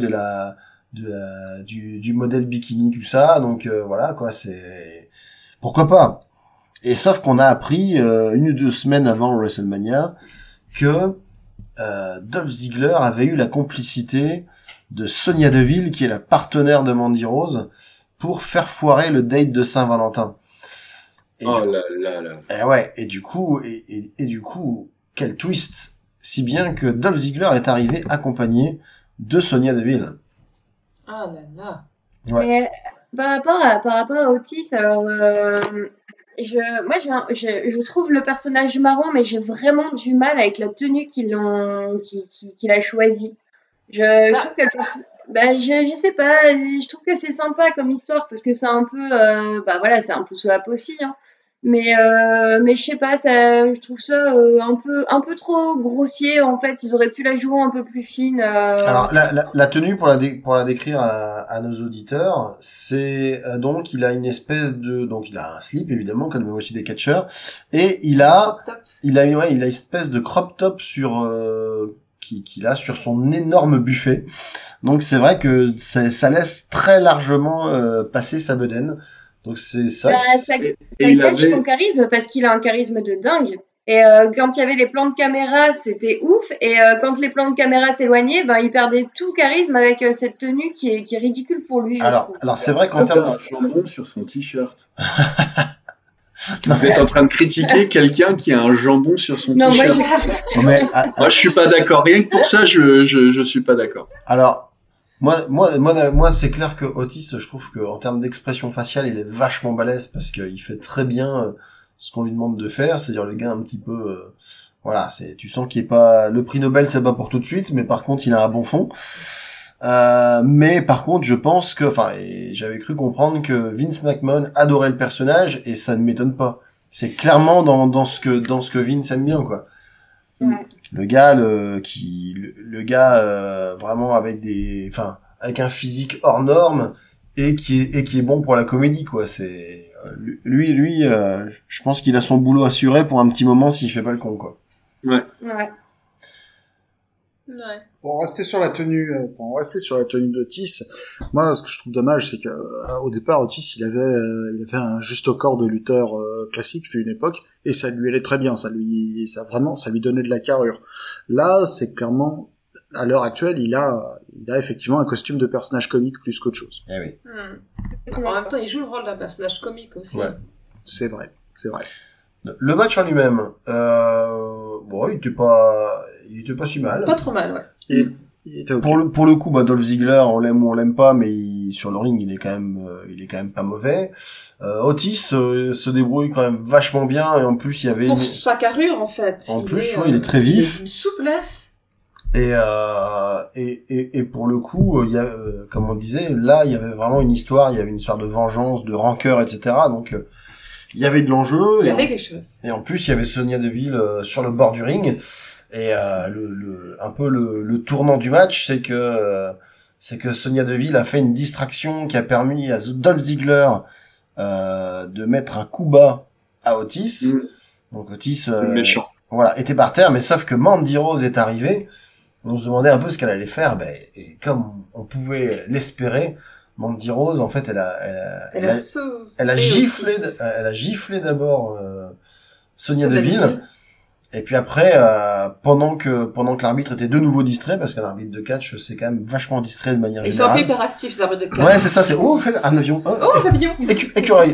[SPEAKER 3] du modèle bikini, tout ça. Donc voilà, quoi, c'est pourquoi pas. Et sauf qu'on a appris 1 ou 2 semaines avant WrestleMania que Dolph Ziggler avait eu la complicité de Sonya Deville, qui est la partenaire de Mandy Rose, pour faire foirer le date de Saint-Valentin. Et ouais, et du coup, quel twist, si bien que Dolph Ziggler est arrivé accompagné de Sonya Deville.
[SPEAKER 4] Ah là là.
[SPEAKER 5] Ouais. Mais par rapport à Otis, alors je trouve le personnage marrant, mais j'ai vraiment du mal avec la tenue qu'il a choisie. Je trouve que je sais pas, je trouve que c'est sympa comme histoire parce que c'est un peu voilà, c'est un peu swap aussi, hein. Mais je sais pas, je trouve ça un peu trop grossier en fait. Ils auraient pu la jouer un peu plus fine.
[SPEAKER 3] Alors la tenue pour la décrire à nos auditeurs, c'est donc il a une espèce de il a un slip évidemment comme aussi des catcheurs et il a une espèce de crop top sur qu'il a sur son énorme buffet. Donc c'est vrai que ça laisse très largement passer sa bedaine. Donc c'est ça.
[SPEAKER 5] Ça cache son charisme parce qu'il a un charisme de dingue. Et quand il y avait les plans de caméra, c'était ouf. Et quand les plans de caméra s'éloignaient, il perdait tout charisme avec cette tenue qui est ridicule pour lui.
[SPEAKER 3] Alors c'est vrai qu'en termes
[SPEAKER 6] un jambon sur son t-shirt. Vous êtes en train de critiquer quelqu'un qui a un jambon sur son t-shirt. Moi, je suis pas d'accord. Rien que pour ça, je suis pas d'accord.
[SPEAKER 3] Alors. Moi, c'est clair que Otis, je trouve que en termes d'expression faciale, il est vachement balèze parce qu'il fait très bien ce qu'on lui demande de faire, c'est-à-dire le gars un petit peu Voilà, tu sens qu'il est pas, le prix Nobel c'est pas pour tout de suite, mais par contre il a un bon fond. Mais par contre, je pense que, et j'avais cru comprendre que Vince McMahon adorait le personnage et ça ne m'étonne pas. C'est clairement dans ce que Vince aime bien, quoi.
[SPEAKER 5] Ouais.
[SPEAKER 3] Le gars, vraiment avec avec un physique hors norme et qui est bon pour la comédie, quoi. C'est lui, je pense qu'il a son boulot assuré pour un petit moment s'il fait pas le con, quoi.
[SPEAKER 5] Ouais.
[SPEAKER 2] Pour rester sur la tenue d'Otis, moi, ce que je trouve dommage, c'est que au départ, Otis, il avait un juste au corps de lutteur classique, fait une époque, et ça lui allait très bien. Ça lui donnait de la carrure. Là, c'est clairement, à l'heure actuelle, il a effectivement un costume de personnage comique plus qu'autre chose.
[SPEAKER 3] Eh oui.
[SPEAKER 4] En même temps, il joue le rôle d'un personnage comique aussi.
[SPEAKER 3] Ouais.
[SPEAKER 2] C'est vrai.
[SPEAKER 3] Le match en lui-même, il était pas si mal.
[SPEAKER 4] Pas trop mal, ouais.
[SPEAKER 2] Il était ok.
[SPEAKER 3] Pour le coup, Dolph Ziggler, on l'aime ou on l'aime pas, mais sur le ring, il est quand même pas mauvais. Otis se débrouille quand même vachement bien, et en plus il y avait
[SPEAKER 4] Pour sa carrure, en fait.
[SPEAKER 3] Il est très vif.
[SPEAKER 4] Il a une souplesse.
[SPEAKER 3] Et pour le coup, il y a, comme on disait, là, il y avait vraiment une histoire de vengeance, de rancœur, etc. Donc, il y avait de l'enjeu.
[SPEAKER 4] Il y avait quelque chose.
[SPEAKER 3] Et en plus, il y avait Sonya Deville sur le bord du ring. Et un peu le tournant du match, c'est que Sonya Deville a fait une distraction qui a permis à Dolph Ziggler de mettre un coup bas à Otis. Donc Otis
[SPEAKER 6] méchant.
[SPEAKER 3] Voilà, était par terre, mais sauf que Mandy Rose est arrivée. On se demandait un peu ce qu'elle allait faire, et comme on pouvait l'espérer, Mandy Rose, en fait, elle a giflé d'abord Sonya Deville. Et puis après, pendant que l'arbitre était de nouveau distrait, parce qu'un arbitre de catch, c'est quand même vachement distrait de manière
[SPEAKER 4] Ils
[SPEAKER 3] générale.
[SPEAKER 4] sont un peu hyperactifs, ces arbitres de catch.
[SPEAKER 3] Ouais, c'est ça, c'est, un avion.
[SPEAKER 4] Un papillon.
[SPEAKER 3] Écureuil.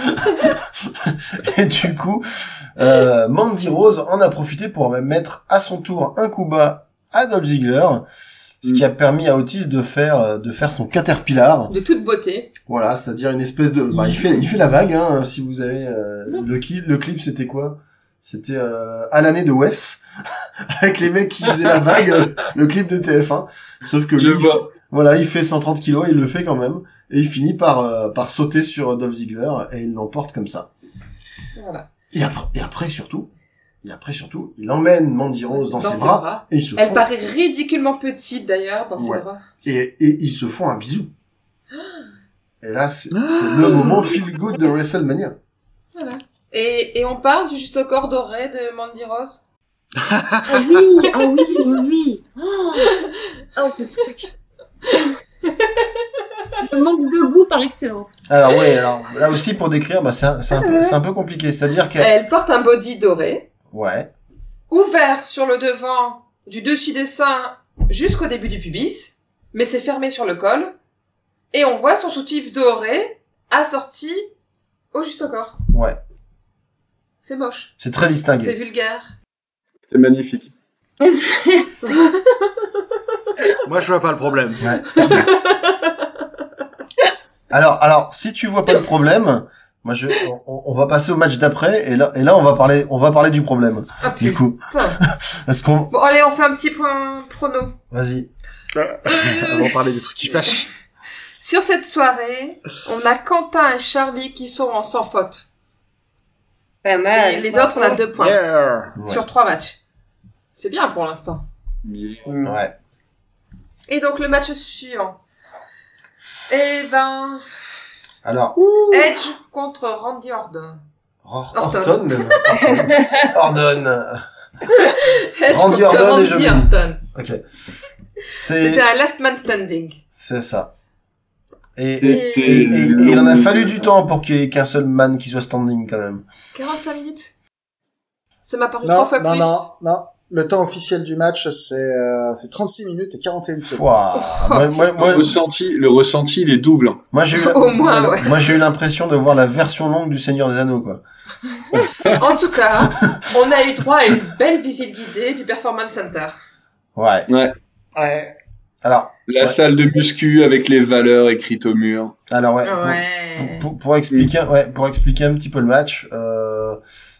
[SPEAKER 3] Et du coup, Mandy Rose en a profité pour même mettre à son tour un coup bas à Dolph Ziggler, ce qui a permis à Otis de faire son Caterpillar.
[SPEAKER 4] De toute beauté.
[SPEAKER 3] Voilà, c'est-à-dire une espèce de, il fait la vague, hein, si vous avez, le clip, c'était quoi? C'était à l'année de Wes avec les mecs qui faisaient la vague, le clip de TF1. Sauf que lui, il fait 130 kilos, il le fait quand même, et il finit par sauter sur Dolph Ziggler et il l'emporte comme ça.
[SPEAKER 4] Voilà.
[SPEAKER 3] Et après surtout, il emmène Mandy Rose dans ses bras et
[SPEAKER 4] elle paraît ridiculement petite d'ailleurs dans ses bras.
[SPEAKER 3] Et ils se font un bisou. Et là, c'est le moment feel good de WrestleMania.
[SPEAKER 4] Voilà. Et on parle du juste au corps doré de Mandy Rose.
[SPEAKER 5] Oui. Oh, ce truc. Le manque de goût par excellence.
[SPEAKER 3] Alors là aussi pour décrire, c'est un peu compliqué. C'est-à-dire
[SPEAKER 4] elle porte un body doré.
[SPEAKER 3] Ouais.
[SPEAKER 4] Ouvert sur le devant, du dessus des seins jusqu'au début du pubis, mais c'est fermé sur le col. Et on voit son soutif doré assorti au juste au corps.
[SPEAKER 3] Ouais.
[SPEAKER 4] C'est moche.
[SPEAKER 3] C'est très distingué.
[SPEAKER 4] C'est vulgaire.
[SPEAKER 6] C'est magnifique.
[SPEAKER 2] Moi, je vois pas le problème.
[SPEAKER 3] Ouais. Alors, si tu vois pas le problème, on va passer au match d'après, et là, on va parler du problème.
[SPEAKER 4] Ah,
[SPEAKER 3] du coup. Est-ce qu'on...
[SPEAKER 4] Bon, allez, on fait un petit point prono.
[SPEAKER 3] Vas-y.
[SPEAKER 2] On va parler des trucs qui fâchent.
[SPEAKER 4] Sur cette soirée, on a Quentin et Charlie qui sont en sans faute.
[SPEAKER 5] Pas mal.
[SPEAKER 4] Et les autres, on a 2 points.
[SPEAKER 2] Yeah.
[SPEAKER 4] Sur 3 matchs. C'est bien pour l'instant.
[SPEAKER 3] Ouais.
[SPEAKER 4] Et donc, le match suivant.
[SPEAKER 3] Alors.
[SPEAKER 4] Edge contre Randy Orton.
[SPEAKER 3] Orton, même. Orton.
[SPEAKER 4] Edge
[SPEAKER 3] Randy
[SPEAKER 4] contre
[SPEAKER 3] Orton et
[SPEAKER 4] Randy Orton.
[SPEAKER 3] Ok.
[SPEAKER 4] C'était un last man standing.
[SPEAKER 3] C'est ça. Et il en a fallu du temps pour qu'il y ait qu'un seul man qui soit standing, quand même.
[SPEAKER 4] 45 minutes. Ça m'a paru 3 fois plus.
[SPEAKER 2] Non. Le temps officiel du match, c'est 36 minutes et 41 secondes.
[SPEAKER 3] Wow. Moi,
[SPEAKER 6] le ressenti, il est double.
[SPEAKER 3] Moi, j'ai eu l'impression de voir la version longue du Seigneur des Anneaux, quoi.
[SPEAKER 4] En tout cas, on a eu droit à une belle visite guidée du Performance Center.
[SPEAKER 3] Ouais. Alors.
[SPEAKER 6] La salle de muscu avec les valeurs écrites au mur.
[SPEAKER 3] Alors, pour expliquer un petit peu le match,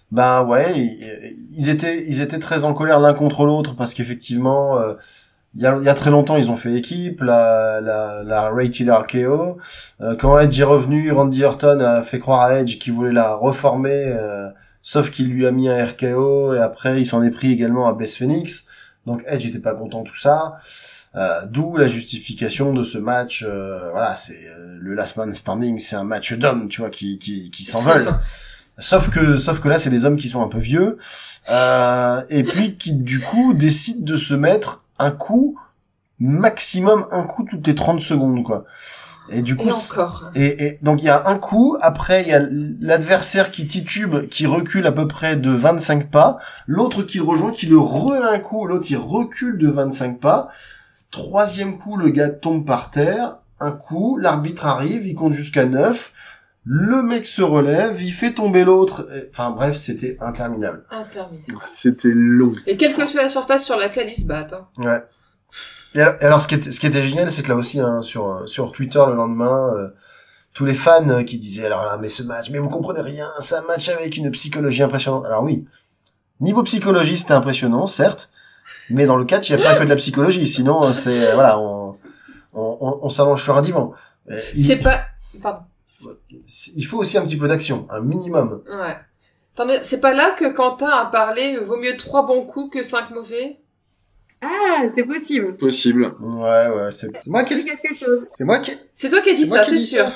[SPEAKER 3] Ben ouais, ils étaient très en colère l'un contre l'autre parce qu'effectivement, il y a très longtemps ils ont fait équipe, la Rated RKO. Quand Edge est revenu, Randy Orton a fait croire à Edge qu'il voulait la reformer, sauf qu'il lui a mis un RKO et après il s'en est pris également à Beth Phoenix. Donc Edge était pas content de tout ça. D'où la justification de ce match. Voilà, c'est le Last Man Standing, c'est un match d'hommes, tu vois, qui s'en veulent. Sauf que là, c'est des hommes qui sont un peu vieux, et puis qui du coup décident de se mettre maximum un coup toutes les 30 secondes, quoi. Et du coup,
[SPEAKER 4] Et encore.
[SPEAKER 3] et donc il y a un coup, après il y a l'adversaire qui titube, qui recule à peu près de 25 pas, l'autre qui le rejoint, qui le un coup, l'autre il recule de 25 pas, troisième coup le gars tombe par terre, un coup, l'arbitre arrive, il compte jusqu'à 9, le mec se relève, il fait tomber l'autre, enfin bref, c'était interminable.
[SPEAKER 4] Interminable.
[SPEAKER 6] C'était long.
[SPEAKER 4] Et quelle que soit la surface sur laquelle ils se battent. Hein.
[SPEAKER 3] Ouais. Et alors, ce qui était génial, c'est que là aussi, hein, sur Twitter le lendemain, tous les fans qui disaient, alors là, mais ce match, mais vous comprenez rien, c'est un match avec une psychologie impressionnante. Alors oui, niveau psychologie, c'était impressionnant, certes, mais dans le catch, il n'y a pas que de la psychologie, sinon, c'est, voilà, on s'allonge sur un divan.
[SPEAKER 4] C'est pas... Pardon.
[SPEAKER 3] Il faut aussi un petit peu d'action, un minimum.
[SPEAKER 4] Ouais. Attendez, c'est pas là que Quentin a parlé, vaut mieux 3 bons coups que 5 mauvais?
[SPEAKER 5] Ah, c'est possible.
[SPEAKER 6] Possible.
[SPEAKER 3] Ouais, c'est moi
[SPEAKER 5] Ça dit quelque chose.
[SPEAKER 2] C'est moi qui
[SPEAKER 4] C'est toi qui as dit ça, c'est sûr.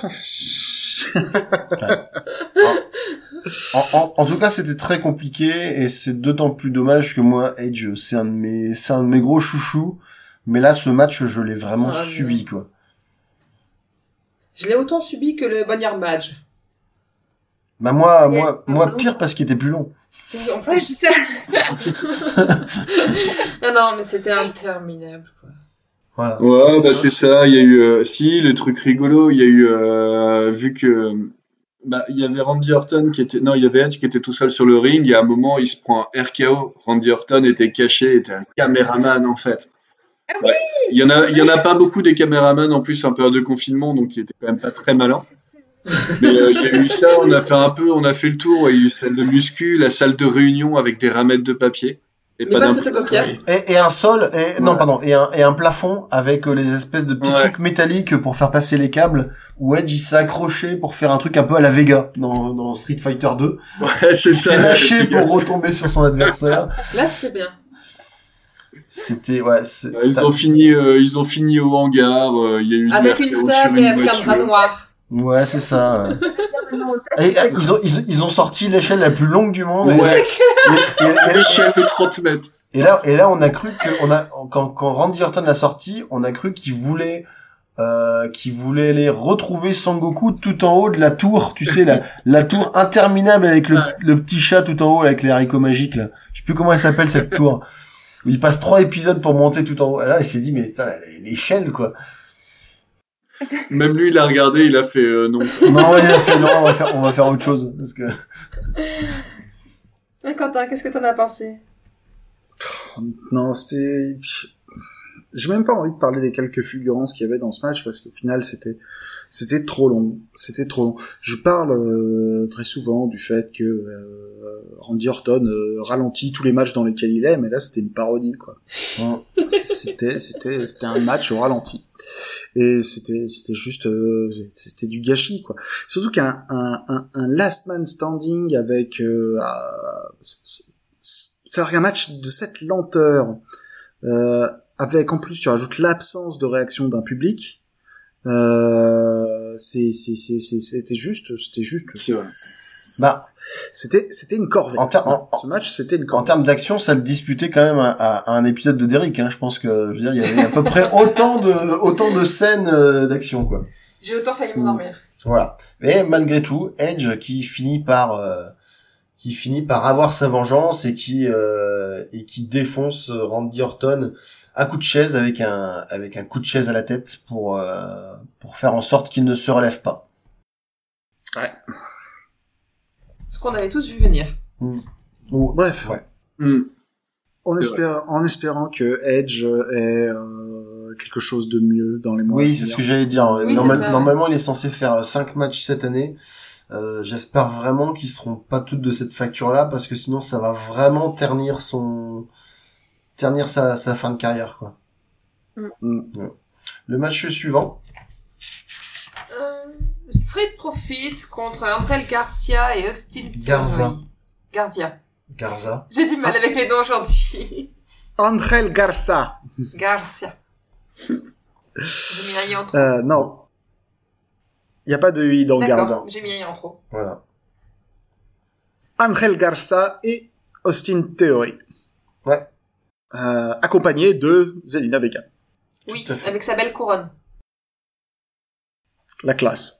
[SPEAKER 3] En tout cas, c'était très compliqué et c'est d'autant plus dommage que moi, Edge, c'est un de mes gros chouchous. Mais là, ce match, je l'ai vraiment subi, quoi.
[SPEAKER 4] Je l'ai autant subi que le Bonnier Badge.
[SPEAKER 3] Bah moi pire parce qu'il était plus long.
[SPEAKER 4] En
[SPEAKER 5] Ouais,
[SPEAKER 4] plus...
[SPEAKER 5] c'est ça.
[SPEAKER 4] non, mais c'était interminable, quoi.
[SPEAKER 3] Voilà.
[SPEAKER 6] Ouais, bah c'est ça. Il y a eu, si le truc rigolo, il y a eu vu que bah il y avait Randy Orton il y avait Edge qui était tout seul sur le ring. Et à un moment, il se prend un RKO. Randy Orton était caché, était un caméraman en fait.
[SPEAKER 5] Ah
[SPEAKER 6] Ouais. Il y en a pas beaucoup des caméramans en plus en période de confinement, donc il était quand même pas très malin. Mais il y a eu ça, on a fait le tour. Il y a eu celle de muscu, la salle de réunion avec des ramettes de papier et
[SPEAKER 4] Mais pas de
[SPEAKER 6] d'imprimante.
[SPEAKER 4] photocopieur.
[SPEAKER 3] Et un sol, non
[SPEAKER 6] Ouais.
[SPEAKER 3] pardon, et un plafond avec les espèces de petits
[SPEAKER 6] Ouais.
[SPEAKER 3] trucs métalliques pour faire passer les câbles. Où Edge il s'est accroché pour faire un truc un peu à la Vega dans Street Fighter 2.
[SPEAKER 6] Ouais, c'est
[SPEAKER 3] Il
[SPEAKER 6] ça.
[SPEAKER 3] s'est lâché pour retomber sur son adversaire.
[SPEAKER 4] Là, c'était bien.
[SPEAKER 3] C'était
[SPEAKER 6] Ils ont fini au hangar. Il y a eu
[SPEAKER 4] Avec une table et avec un drap noir.
[SPEAKER 3] Ouais, c'est ça. Et ils ont sorti l'échelle la plus longue du monde.
[SPEAKER 6] Ouais.
[SPEAKER 3] Et
[SPEAKER 6] L'échelle de 30 mètres.
[SPEAKER 3] là, on a cru que quand Randy Orton l'a sorti, on a cru qu'il voulait aller retrouver Sangoku tout en haut de la tour, tu sais, la tour interminable avec le petit chat tout en haut avec les haricots magiques, là. Je sais plus comment elle s'appelle, cette tour. Où il passe 3 épisodes pour monter tout en haut. Et là, il s'est dit, mais putain, l'échelle, quoi.
[SPEAKER 6] Même lui, il a regardé, il a fait non.
[SPEAKER 3] Non, il a fait non, on va faire autre chose, parce que...
[SPEAKER 4] Et Quentin, qu'est-ce que t'en as pensé?
[SPEAKER 2] Non, c'était... J'ai même pas envie de parler des quelques fulgurances qu'il y avait dans ce match parce qu'au final c'était trop long. C'était trop long. Je parle très souvent du fait que Randy Orton ralentit tous les matchs dans lesquels il est, mais là c'était une parodie quoi. C'était un match au ralenti. Et c'était juste c'était du gâchis quoi. Surtout qu'un last man standing avec c'est un match de cette lenteur avec en plus tu rajoutes l'absence de réaction d'un public, c'était juste
[SPEAKER 6] C'est vrai.
[SPEAKER 3] Bah,
[SPEAKER 2] c'était une corvée. Ce match c'était une
[SPEAKER 3] en
[SPEAKER 2] corvée.
[SPEAKER 3] termes d'action, ça le disputait quand même à un épisode de Derrick, hein. Je pense que, je veux dire, il y avait à peu près autant de scènes d'action, quoi.
[SPEAKER 4] J'ai autant failli m'endormir.
[SPEAKER 3] Voilà. Mais malgré tout, Edge qui finit par avoir sa vengeance et qui défonce Randy Orton à coup de chaise avec un coup de chaise à la tête pour faire en sorte qu'il ne se relève pas.
[SPEAKER 2] Ouais.
[SPEAKER 4] Ce qu'on avait tous vu venir.
[SPEAKER 2] Bref.
[SPEAKER 3] Ouais.
[SPEAKER 2] En espérant que Edge ait quelque chose de mieux dans les mois à
[SPEAKER 3] Oui,
[SPEAKER 2] venir.
[SPEAKER 3] c'est ce que j'allais dire.
[SPEAKER 4] Oui, c'est ça,
[SPEAKER 3] Normalement, il est censé faire 5 matchs cette année. J'espère vraiment qu'ils seront pas toutes de cette facture-là, parce que sinon ça va vraiment ternir sa fin de carrière, quoi. Ouais. Le match suivant.
[SPEAKER 4] Street Profit contre André Garcia et Austin Theory. Garza. J'ai du mal avec les noms aujourd'hui.
[SPEAKER 2] Angel Garza.
[SPEAKER 4] Garcia. J'ai mis un i en trop.
[SPEAKER 2] Non. Il n'y a pas de i dans Garza.
[SPEAKER 4] D'accord, j'ai mis un i en trop.
[SPEAKER 3] Voilà.
[SPEAKER 2] Angel Garza et Austin Theory.
[SPEAKER 3] Ouais.
[SPEAKER 2] Accompagné de Zelina Vega.
[SPEAKER 4] Oui, avec sa belle couronne.
[SPEAKER 2] La classe.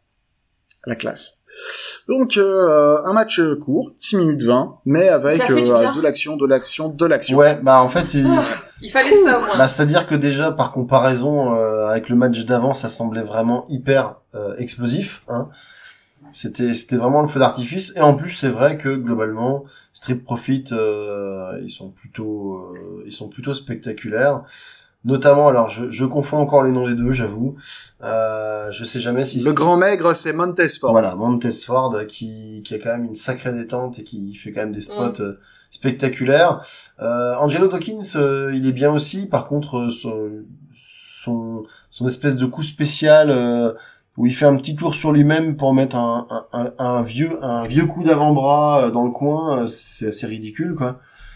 [SPEAKER 2] Donc, un match court, 6 minutes 20, mais avec de l'action.
[SPEAKER 3] Ouais, bah en fait,
[SPEAKER 4] il fallait ça au moins.
[SPEAKER 3] Bah, c'est-à-dire que déjà, par comparaison avec le match d'avant, ça semblait vraiment hyper explosif. Hein. C'était vraiment le feu d'artifice. Et en plus, c'est vrai que globalement, Street Profit, ils sont plutôt spectaculaires. Notamment, alors je confonds encore les noms des deux, j'avoue. Je sais jamais si
[SPEAKER 2] le grand maigre, c'est Montez Ford.
[SPEAKER 3] Voilà, Montez Ford qui a quand même une sacrée détente et qui fait quand même des spots spectaculaires. Angelo Dawkins, il est bien aussi. Par contre, son espèce de coup spécial où il fait un petit tour sur lui-même pour mettre un vieux coup d'avant-bras dans le coin, c'est assez ridicule, quoi.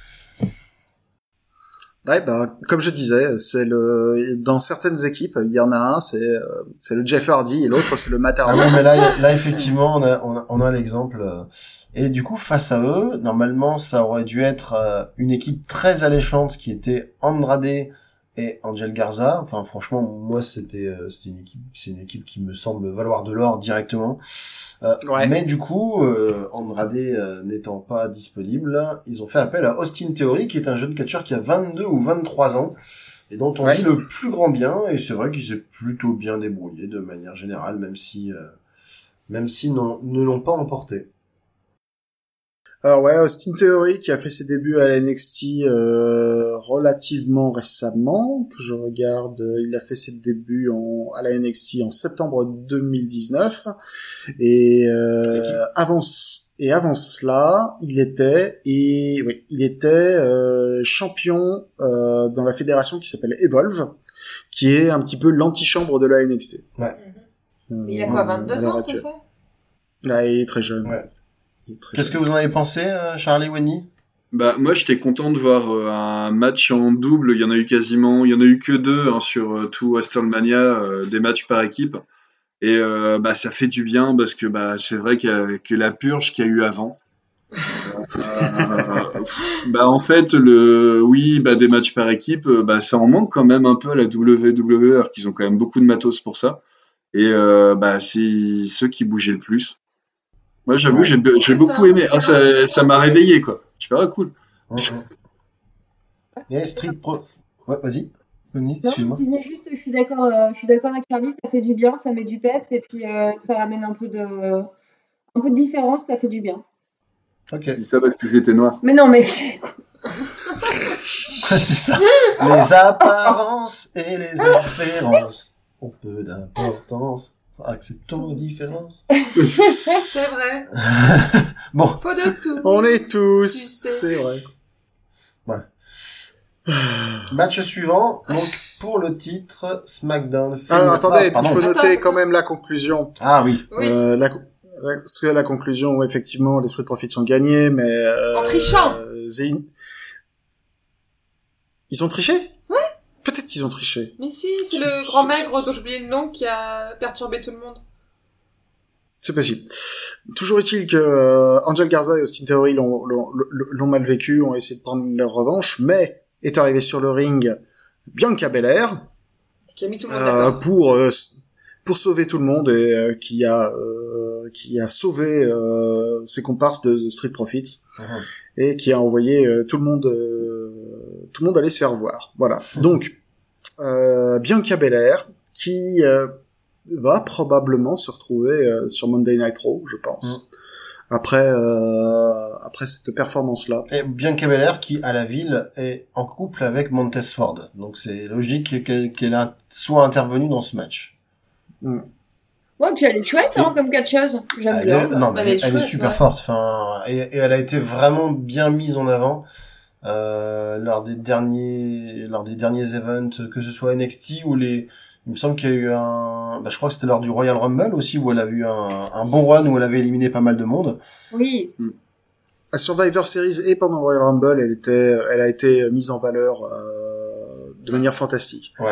[SPEAKER 2] Ouais, bah, comme je disais, dans certaines équipes, il y en a un, c'est le Jeff Hardy et l'autre, c'est le Matt Hardy.
[SPEAKER 3] Ah oui, mais là, effectivement, on a l'exemple. Et du coup, face à eux, normalement, ça aurait dû être une équipe très alléchante qui était Andrade et Angel Garza. Enfin, franchement, moi, c'est une équipe qui me semble valoir de l'or directement. Ouais. Mais du coup, Andrade n'étant pas disponible, ils ont fait appel à Austin Theory, qui est un jeune catcheur qui a 22 ou 23 ans, et dont on dit le plus grand bien, et c'est vrai qu'il s'est plutôt bien débrouillé de manière générale, même si ne l'ont pas emporté.
[SPEAKER 2] Alors ouais, Austin Theory qui a fait ses débuts à la NXT relativement récemment, que je regarde, il a fait ses débuts à la NXT en septembre 2019 et avant cela, il était champion dans la fédération qui s'appelle Evolve, qui est un petit peu l'antichambre de la NXT.
[SPEAKER 3] Ouais.
[SPEAKER 4] Il a quoi, 22 ans, c'est ça?
[SPEAKER 2] Ah, il est très jeune.
[SPEAKER 3] Ouais. Qu'est-ce que vous en avez pensé, Charlie Wenny?
[SPEAKER 6] Bah moi j'étais content de voir un match en double. Il y en a eu que 2 sur tout WrestleMania, des matchs par équipe. Et bah ça fait du bien parce que bah c'est vrai que la purge qu'il y a eu avant. Bah en fait des matchs par équipe, bah ça en manque quand même un peu à la WWE, alors qu'ils ont quand même beaucoup de matos pour ça. Et bah c'est ceux qui bougeaient le plus. Moi, j'avoue, j'ai beaucoup aimé. Ah, ça m'a réveillé, quoi. Je fais, ah, cool.
[SPEAKER 3] Et Street Pro... Ouais, vas-y. Bonnie,
[SPEAKER 5] non, je disais juste, je suis d'accord avec Charlie, ça fait du bien, ça met du peps, et puis ça ramène un peu de différence, ça fait du bien.
[SPEAKER 3] Ok.
[SPEAKER 6] Je dis ça parce que c'était noir.
[SPEAKER 5] Mais non, mais...
[SPEAKER 3] C'est ça. Les apparences et les espérances ont peu d'importance. Acceptons nos différences.
[SPEAKER 4] C'est vrai.
[SPEAKER 3] Bon.
[SPEAKER 4] Faut de tout.
[SPEAKER 2] On est tous. C'est vrai.
[SPEAKER 3] Ouais. Match suivant. Donc, pour le titre, SmackDown.
[SPEAKER 2] Alors, attendez, il faut noter quand même la conclusion.
[SPEAKER 3] Ah oui.
[SPEAKER 4] Oui.
[SPEAKER 2] Parce que la conclusion, effectivement, les Street Profits ont gagné, mais...
[SPEAKER 4] en trichant.
[SPEAKER 2] Ils ont triché?
[SPEAKER 4] Ouais.
[SPEAKER 2] Peut-être qu'ils ont triché.
[SPEAKER 4] Mais si, c'est le grand maigre dont j'ai oublié le nom qui a perturbé tout le monde.
[SPEAKER 2] C'est possible. Toujours est-il que Angel Garza et Austin Theory l'ont mal vécu, ont essayé de prendre leur revanche, mais est arrivé sur le ring Bianca Belair
[SPEAKER 4] qui a mis tout le monde d'accord.
[SPEAKER 2] Pour sauver tout le monde et qui a sauvé ses comparses de Street Profits et qui a envoyé tout le monde aller se faire voir. Voilà. Donc Bianca Belair qui va probablement se retrouver sur Monday Night Raw, je pense. Après cette performance-là.
[SPEAKER 3] Et Bianca Belair qui, à la ville, est en couple avec Montez Ford. Donc c'est logique qu'elle soit intervenue dans ce match.
[SPEAKER 5] Ouais, puis elle est chouette, hein, comme catcheuse. J'aime bien.
[SPEAKER 3] Non, mais
[SPEAKER 4] Elle est
[SPEAKER 3] elle est
[SPEAKER 4] chouette,
[SPEAKER 3] super
[SPEAKER 4] ouais.
[SPEAKER 3] forte. Enfin, et elle a été vraiment bien mise en avant lors des derniers events, que ce soit NXT ou les. Il me semble qu'il y a eu je crois que c'était lors du Royal Rumble aussi où elle a eu un bon run où elle avait éliminé pas mal de monde.
[SPEAKER 5] Oui.
[SPEAKER 2] À Survivor Series et pendant le Royal Rumble, elle a été mise en valeur de manière fantastique.
[SPEAKER 3] Ouais.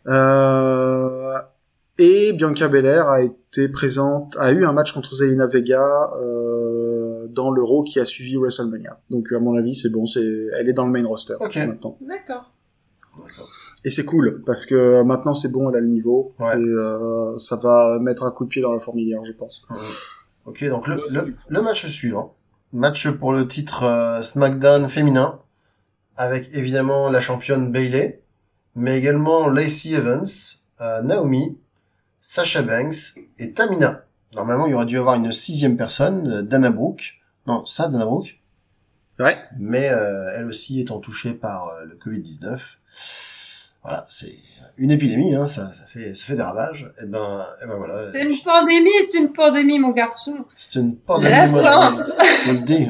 [SPEAKER 2] Et Bianca Belair a eu un match contre Zelina Vega dans l'Euro qui a suivi WrestleMania. Donc à mon avis, c'est bon, elle est dans le main roster maintenant.
[SPEAKER 4] D'accord.
[SPEAKER 2] Et c'est cool parce que maintenant c'est bon, elle a le niveau et ça va mettre un coup de pied dans la fourmilière, je pense.
[SPEAKER 3] Ok, donc le match suivant. Match pour le titre SmackDown féminin, avec évidemment la championne Bayley, mais également Lacey Evans, Naomi, Sasha Banks et Tamina. Normalement, il y aurait dû y avoir une 6e personne, Dana Brooke. Non, Dana Brooke.
[SPEAKER 2] Ouais.
[SPEAKER 3] Mais elle aussi étant touchée par le Covid-19. Voilà, c'est une épidémie, hein, ça fait des ravages. Et ben voilà.
[SPEAKER 5] C'est une pandémie, mon garçon.
[SPEAKER 3] C'est une pandémie, moi je le dis.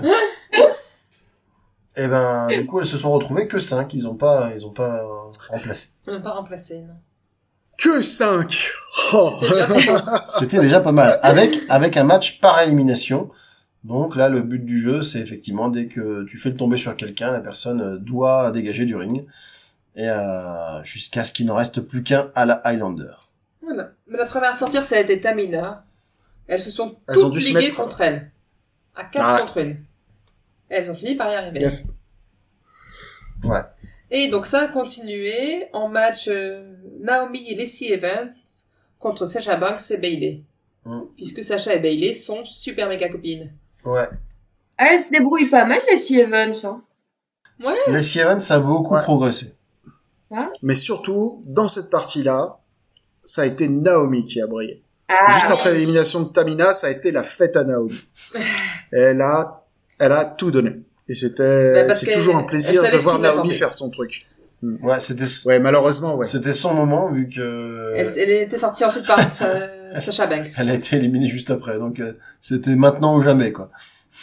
[SPEAKER 3] Et ben, du coup, elles se sont retrouvées que 5, ils ont pas remplacé.
[SPEAKER 4] On n'a pas remplacé, non.
[SPEAKER 2] Que 5 oh.
[SPEAKER 4] C'était déjà très bon.
[SPEAKER 3] C'était déjà pas mal. Avec un match par élimination. Donc là, le but du jeu, c'est effectivement, dès que tu fais le tomber sur quelqu'un, la personne doit dégager du ring. Et jusqu'à ce qu'il n'en reste plus qu'un à la Highlander.
[SPEAKER 4] Voilà. Mais la première à sortir, ça a été Tamina. Elles se sont
[SPEAKER 2] Elles ont
[SPEAKER 4] toutes
[SPEAKER 2] dû se
[SPEAKER 4] liguées
[SPEAKER 2] mettre-
[SPEAKER 4] contre elle. À 4 contre elle. Et elles ont fini par y arriver.
[SPEAKER 2] Bref.
[SPEAKER 3] Ouais.
[SPEAKER 4] Et donc ça a continué en match Naomi et Lacey Evans contre Sasha Banks et Bayley. Puisque Sasha et Bayley sont super méga copines.
[SPEAKER 3] Ouais.
[SPEAKER 5] Ah, elle se débrouille pas mal, Lacey Evans. Hein.
[SPEAKER 3] Lacey Evans a beaucoup progressé.
[SPEAKER 2] Mais surtout, dans cette partie-là, ça a été Naomi qui a brillé.
[SPEAKER 5] Ah,
[SPEAKER 2] Juste
[SPEAKER 5] oui.
[SPEAKER 2] après l'élimination de Tamina, ça a été la fête à Naomi. Elle a tout donné. Et
[SPEAKER 4] parce
[SPEAKER 2] c'est
[SPEAKER 4] qu'elle-
[SPEAKER 2] toujours un
[SPEAKER 4] elle
[SPEAKER 2] plaisir
[SPEAKER 4] savait
[SPEAKER 2] de
[SPEAKER 4] ce
[SPEAKER 2] voir
[SPEAKER 4] qui
[SPEAKER 2] Naomi
[SPEAKER 4] m'attendait.
[SPEAKER 2] faire son truc.
[SPEAKER 3] Ouais, c'était
[SPEAKER 2] Ouais, malheureusement, ouais.
[SPEAKER 3] son moment, vu que
[SPEAKER 4] Elle était sortie ensuite par Sasha Banks.
[SPEAKER 3] elle a été éliminée juste après. Donc, c'était maintenant ou jamais, quoi.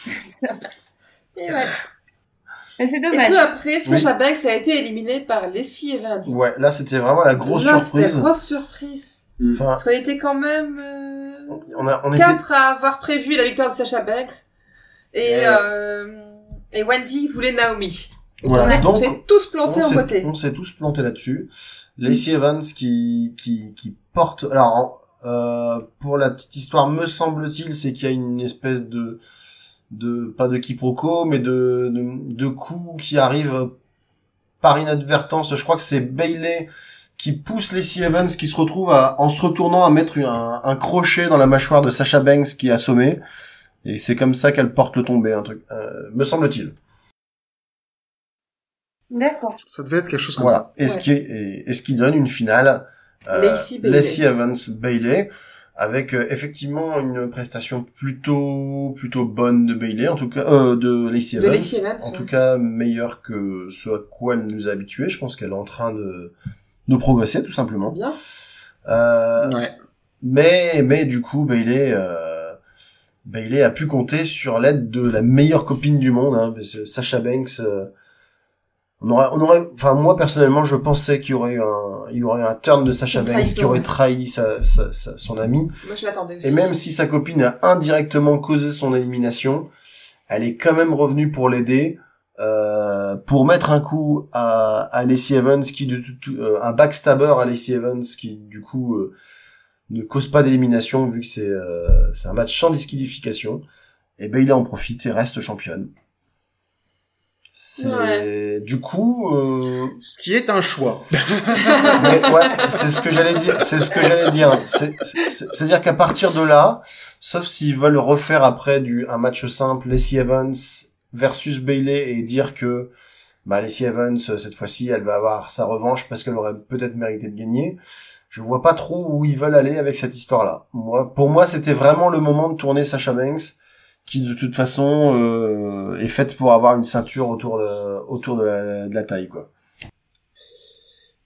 [SPEAKER 4] Et ouais.
[SPEAKER 5] Mais c'est
[SPEAKER 4] Et
[SPEAKER 5] dommage.
[SPEAKER 4] peu après, Sasha Banks a été éliminée par Lacey Evans.
[SPEAKER 3] Ouais, là, c'était vraiment la grosse
[SPEAKER 4] Là, c'était
[SPEAKER 3] surprise.
[SPEAKER 4] une grosse surprise.
[SPEAKER 3] Enfin,
[SPEAKER 4] Parce qu'on était quand même
[SPEAKER 3] on était
[SPEAKER 4] 4 à avoir prévu la victoire de Sasha Banks. Et Wendy voulait Naomi.
[SPEAKER 3] voilà.
[SPEAKER 4] On s'est tous plantés en beauté.
[SPEAKER 3] On s'est tous plantés là-dessus. Lacey Evans qui porte, alors, pour la petite histoire, me semble-t-il, c'est qu'il y a une espèce de pas de quiproquo, mais de coups qui arrivent par inadvertance. Je crois que c'est Bayley qui pousse Lacey Evans, qui se retrouve en se retournant à mettre un crochet dans la mâchoire de Sasha Banks qui est assommée. Et c'est comme ça qu'elle porte le tombé, un truc, me semble-t-il.
[SPEAKER 5] D'accord.
[SPEAKER 2] Ça devait être quelque chose comme
[SPEAKER 3] Voilà.
[SPEAKER 2] ça.
[SPEAKER 3] Et ce qui donne une finale, Lacey Evans Bayley, avec effectivement une prestation plutôt bonne de Bayley, en tout cas de Lacey Evans, en tout cas meilleure que ce à quoi elle nous a habitués. Je pense qu'elle est en train de progresser tout simplement.
[SPEAKER 4] Bien.
[SPEAKER 2] Ouais.
[SPEAKER 3] Mais du coup Bayley a pu compter sur l'aide de la meilleure copine du monde, hein, parce que Sasha Banks. On aurait, enfin moi personnellement, je pensais qu'il y aurait eu un turn de Sasha Banks qui aurait trahi son amie.
[SPEAKER 4] Moi je l'attendais aussi.
[SPEAKER 3] Et même si sa copine a indirectement causé son élimination, elle est quand même revenue pour l'aider, pour mettre un coup à Lacey Evans un backstabber à Lacey Evans qui du coup ne cause pas d'élimination vu que c'est un match sans disqualification. Et Bayley en profite et reste championne. Du coup
[SPEAKER 2] ce qui est un choix.
[SPEAKER 3] mais ouais, c'est ce que j'allais dire. C'est-à-dire qu'à partir de là, sauf s'ils veulent refaire après un match simple, Lacey Evans versus Bayley, et dire que Lacey Evans cette fois-ci elle va avoir sa revanche parce qu'elle aurait peut-être mérité de gagner. Je vois pas trop où ils veulent aller avec cette histoire-là. Pour moi, c'était vraiment le moment de tourner Sasha Banks, qui de toute façon est faite pour avoir une ceinture autour de la taille, quoi.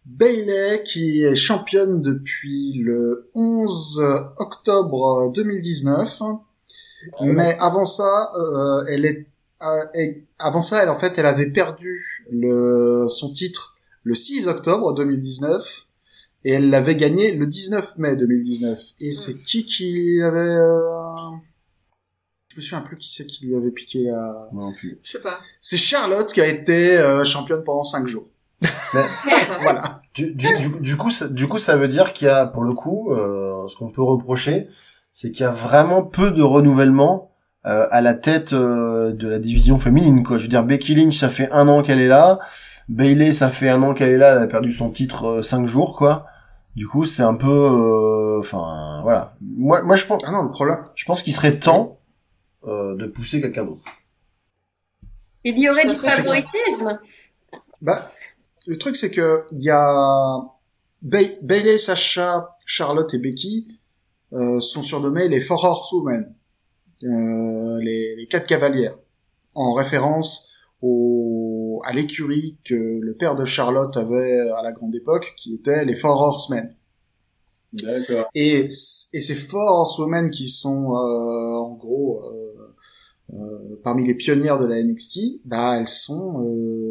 [SPEAKER 2] Bayley, qui est championne depuis le 11 octobre 2019. Mais avant ça, elle en fait, elle avait perdu son titre le 6 octobre 2019 et elle l'avait gagné le 19 mai 2019. Et c'est qui avait je me souviens plus qui c'est qui lui avait piqué la...
[SPEAKER 3] Non plus.
[SPEAKER 4] Je sais pas.
[SPEAKER 2] C'est Charlotte qui a été championne pendant 5 jours. Voilà.
[SPEAKER 3] Du coup, ça veut dire qu'il y a, pour le coup, ce qu'on peut reprocher, c'est qu'il y a vraiment peu de renouvellement à la tête de la division féminine, quoi. Je veux dire, Becky Lynch, ça fait 1 an qu'elle est là. Bayley, ça fait 1 an qu'elle est là. Elle a perdu son titre 5 jours, quoi. Du coup, c'est un peu, enfin, voilà. Moi, je pense.
[SPEAKER 2] Ah non, le problème.
[SPEAKER 3] Je pense qu'il serait temps de pousser quelqu'un d'autre.
[SPEAKER 5] Il y aurait
[SPEAKER 4] Ça
[SPEAKER 5] du
[SPEAKER 4] ferait
[SPEAKER 5] favoritisme.
[SPEAKER 2] Bah, le truc, c'est que il y a Bayley, Sasha, Charlotte et Becky sont surnommés les Four Horsewomen, les 4 cavalières, en référence à l'écurie que le père de Charlotte avait à la grande époque, qui était les Four Horsemen.
[SPEAKER 6] D'accord.
[SPEAKER 2] Et ces Four Horsewomen qui sont en gros parmi les pionnières de la NXT, bah elles sont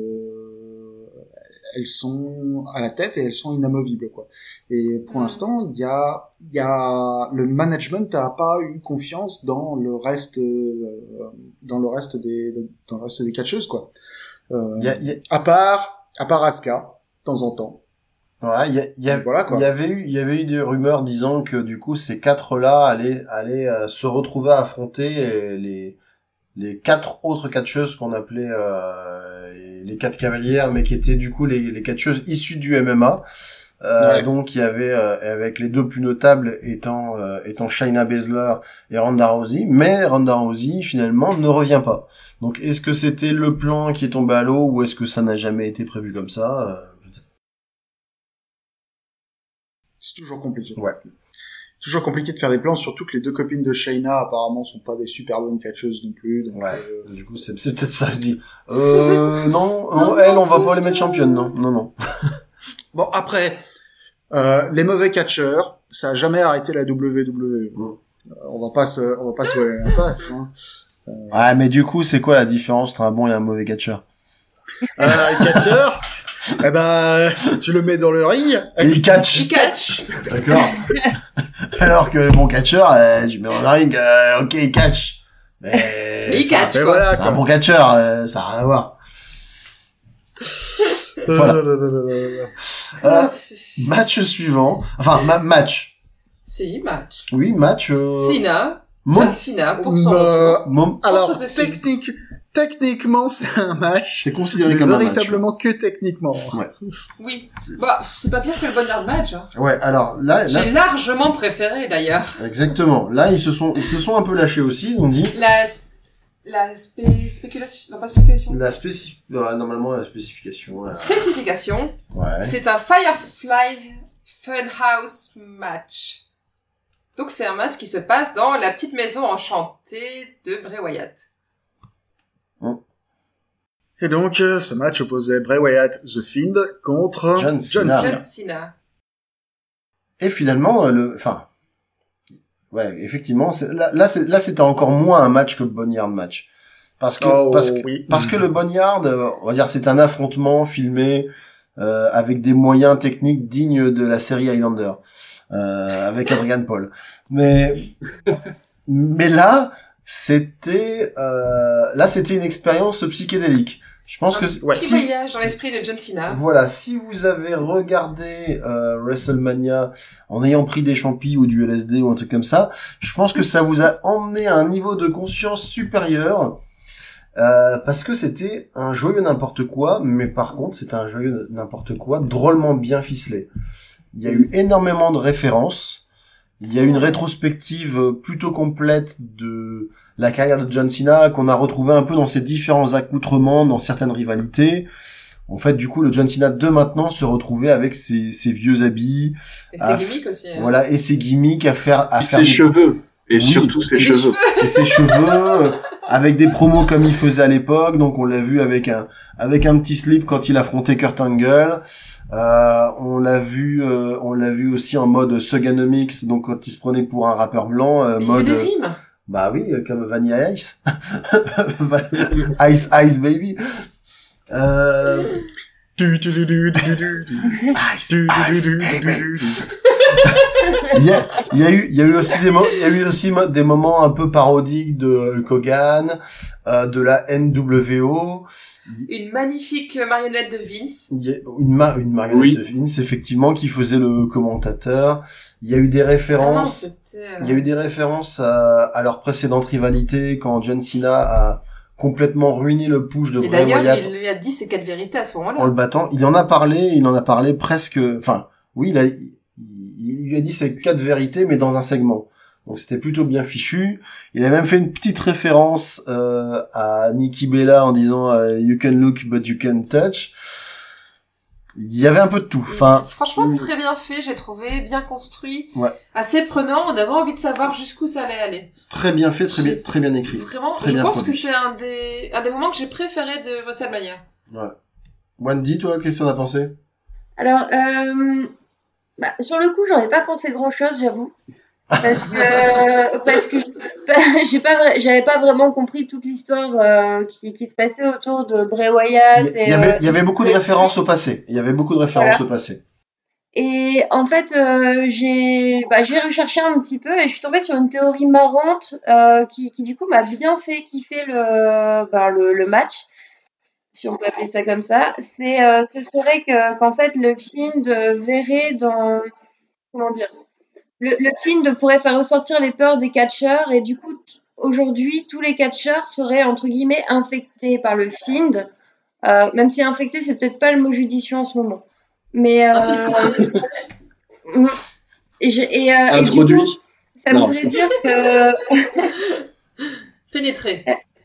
[SPEAKER 2] à la tête et elles sont inamovibles, quoi. Et pour l'instant, il y a le management n'a pas eu confiance dans le reste des catcheuses, quoi. À part Asuka de temps en temps.
[SPEAKER 3] Ouais,
[SPEAKER 2] Voilà, quoi.
[SPEAKER 3] il y avait eu des rumeurs disant que du coup ces 4-là allaient se retrouver à affronter les 4 autres catcheuses qu'on appelait les 4 cavalières, mais qui étaient du coup les catcheuses issues du MMA.
[SPEAKER 2] Ouais.
[SPEAKER 3] Donc il y avait avec les 2 plus notables étant Shayna Baszler et Ronda Rousey, mais Ronda Rousey finalement ne revient pas. Donc est-ce que c'était le plan qui est tombé à l'eau ou est-ce que ça n'a jamais été prévu comme ça? Je ne sais
[SPEAKER 2] C'est toujours compliqué.
[SPEAKER 3] Ouais.
[SPEAKER 2] Toujours compliqué de faire des plans, surtout que les 2 copines de Shayna apparemment sont pas des super bonnes catcheuses non plus. Donc,
[SPEAKER 3] pas. Ouais. Du coup c'est peut-être ça. Je dis non, elle on va pas les mettre championnes, non.
[SPEAKER 2] Bon, après, les mauvais catcheurs, ça a jamais arrêté la WWE. On va pas se voiler la face, hein.
[SPEAKER 3] Ouais, mais du coup, c'est quoi la différence entre un bon et un mauvais catcheur?
[SPEAKER 2] Un catcheur, eh ben, tu le mets dans le ring.
[SPEAKER 3] Il catch. D'accord. Alors que le bon catcheur, je mets dans le ring, ok, il catch. Mais
[SPEAKER 4] il catch,
[SPEAKER 2] Mais
[SPEAKER 4] quoi.
[SPEAKER 2] voilà,
[SPEAKER 3] c'est
[SPEAKER 2] quoi.
[SPEAKER 3] un bon catcheur, ça a rien à voir. Voilà. Match suivant. Enfin, match.
[SPEAKER 4] Si, match.
[SPEAKER 3] Oui, match.
[SPEAKER 4] Cena.
[SPEAKER 3] Mon-
[SPEAKER 4] John Cena pour son retour.
[SPEAKER 2] Alors,
[SPEAKER 4] Contre The Fiend.
[SPEAKER 2] techniquement, c'est un match.
[SPEAKER 3] C'est considéré
[SPEAKER 2] Mais
[SPEAKER 3] comme un match.
[SPEAKER 2] véritablement que techniquement.
[SPEAKER 3] Ouais.
[SPEAKER 4] Oui. Bah, c'est pas pire que le Boneyard match. Hein.
[SPEAKER 3] Ouais, alors là,
[SPEAKER 4] J'ai largement préféré d'ailleurs.
[SPEAKER 3] exactement. Là, ils se sont un peu lâchés aussi. Ils ont dit
[SPEAKER 4] La spéculation. Non, pas spéculation.
[SPEAKER 3] normalement la spécification.
[SPEAKER 4] Spécification.
[SPEAKER 3] Ouais.
[SPEAKER 4] C'est un Firefly Funhouse match. Donc c'est un match qui se passe dans la petite maison enchantée de Bray Wyatt.
[SPEAKER 2] Et donc, ce match opposait Bray Wyatt, The Fiend, contre
[SPEAKER 3] John Cena.
[SPEAKER 4] John Cena.
[SPEAKER 3] Et finalement, ouais, effectivement, là, c'était encore moins un match que le Boneyard match. Parce que le Boneyard, on va dire, c'est un affrontement filmé, avec des moyens techniques dignes de la série Highlander, avec Adrian Paul. Mais là, c'était une expérience psychédélique. Je pense que
[SPEAKER 4] Petit voyage dans l'esprit de John Cena.
[SPEAKER 3] voilà, si vous avez regardé WrestleMania en ayant pris des champis ou du LSD ou un truc comme ça, je pense que ça vous a emmené à un niveau de conscience supérieur, parce que c'était un joyeux n'importe quoi, mais par contre c'était un joyeux n'importe quoi drôlement bien ficelé. Il y a eu énormément de références, il y a eu une rétrospective plutôt complète de la carrière de John Cena qu'on a retrouvé un peu dans ses différents accoutrements, dans certaines rivalités. En fait, du coup, le John Cena de maintenant se retrouvait avec ses vieux habits.
[SPEAKER 4] Et ses gimmicks aussi. Hein.
[SPEAKER 3] Voilà, et ses gimmicks à faire
[SPEAKER 6] Ses cheveux. Et
[SPEAKER 3] Oui.
[SPEAKER 6] surtout ses
[SPEAKER 4] Et des
[SPEAKER 6] cheveux.
[SPEAKER 3] et ses cheveux, avec des promos comme il faisait à l'époque. Donc on l'a vu avec un petit slip quand il affrontait Kurt Angle. On l'a vu aussi en mode Suganomics, donc quand il se prenait pour un rappeur blanc,
[SPEAKER 4] Il
[SPEAKER 3] mode
[SPEAKER 4] faisait des rimes.
[SPEAKER 3] bah oui, comme Vanilla Ice. Ice Ice Baby. Ice Ice Baby. Il y a eu aussi des moments un peu parodiques de Hulk Hogan, de la NWO.
[SPEAKER 4] Une magnifique marionnette de Vince.
[SPEAKER 3] Il y a une marionnette de Vince, effectivement, qui faisait le commentateur. Il y a eu des références. Il y a eu des références à leur précédente rivalité quand John Cena a complètement ruiné le push de Bray Wyatt.
[SPEAKER 4] Et d'ailleurs, il lui a dit ses 4 vérités à ce moment-là.
[SPEAKER 3] En le battant. Il en a parlé presque, enfin, oui, il lui a dit ses 4 vérités, mais dans un segment. Donc c'était plutôt bien fichu. Il a même fait une petite référence à Nikki Bella en disant You can look but you can touch. Il y avait un peu de tout. Enfin,
[SPEAKER 4] franchement très bien fait, j'ai trouvé, bien construit,
[SPEAKER 3] ouais.
[SPEAKER 4] Assez prenant. On avait envie de savoir jusqu'où ça allait aller.
[SPEAKER 3] Très bien fait, très bien écrit.
[SPEAKER 4] Vraiment,
[SPEAKER 3] très
[SPEAKER 4] je
[SPEAKER 3] bien
[SPEAKER 4] pense
[SPEAKER 3] produit.
[SPEAKER 4] que c'est un des moments que j'ai préféré de WrestleMania.
[SPEAKER 3] Ouais. Wendy, toi, qu'est-ce que t'en as pensé?
[SPEAKER 5] Alors, sur le coup, j'en ai pas pensé grand-chose, j'avoue. Parce que j'avais pas vraiment compris toute l'histoire qui se passait autour de Bray Wyatt.
[SPEAKER 3] Il y avait beaucoup de références au passé. Au passé.
[SPEAKER 5] Et en fait, j'ai recherché un petit peu et je suis tombée sur une théorie marrante qui du coup m'a bien fait kiffer le match, si on peut appeler ça comme ça. Ce serait qu'en fait le Fiend verrait dans, comment dire, le Fiend pourrait faire ressortir les peurs des catcheurs et du coup aujourd'hui tous les catcheurs seraient entre guillemets infectés par le Fiend, même si infecté c'est peut-être pas le mot judicieux en ce moment, mais et du coup ça me voudrait dire que
[SPEAKER 4] pénétrer.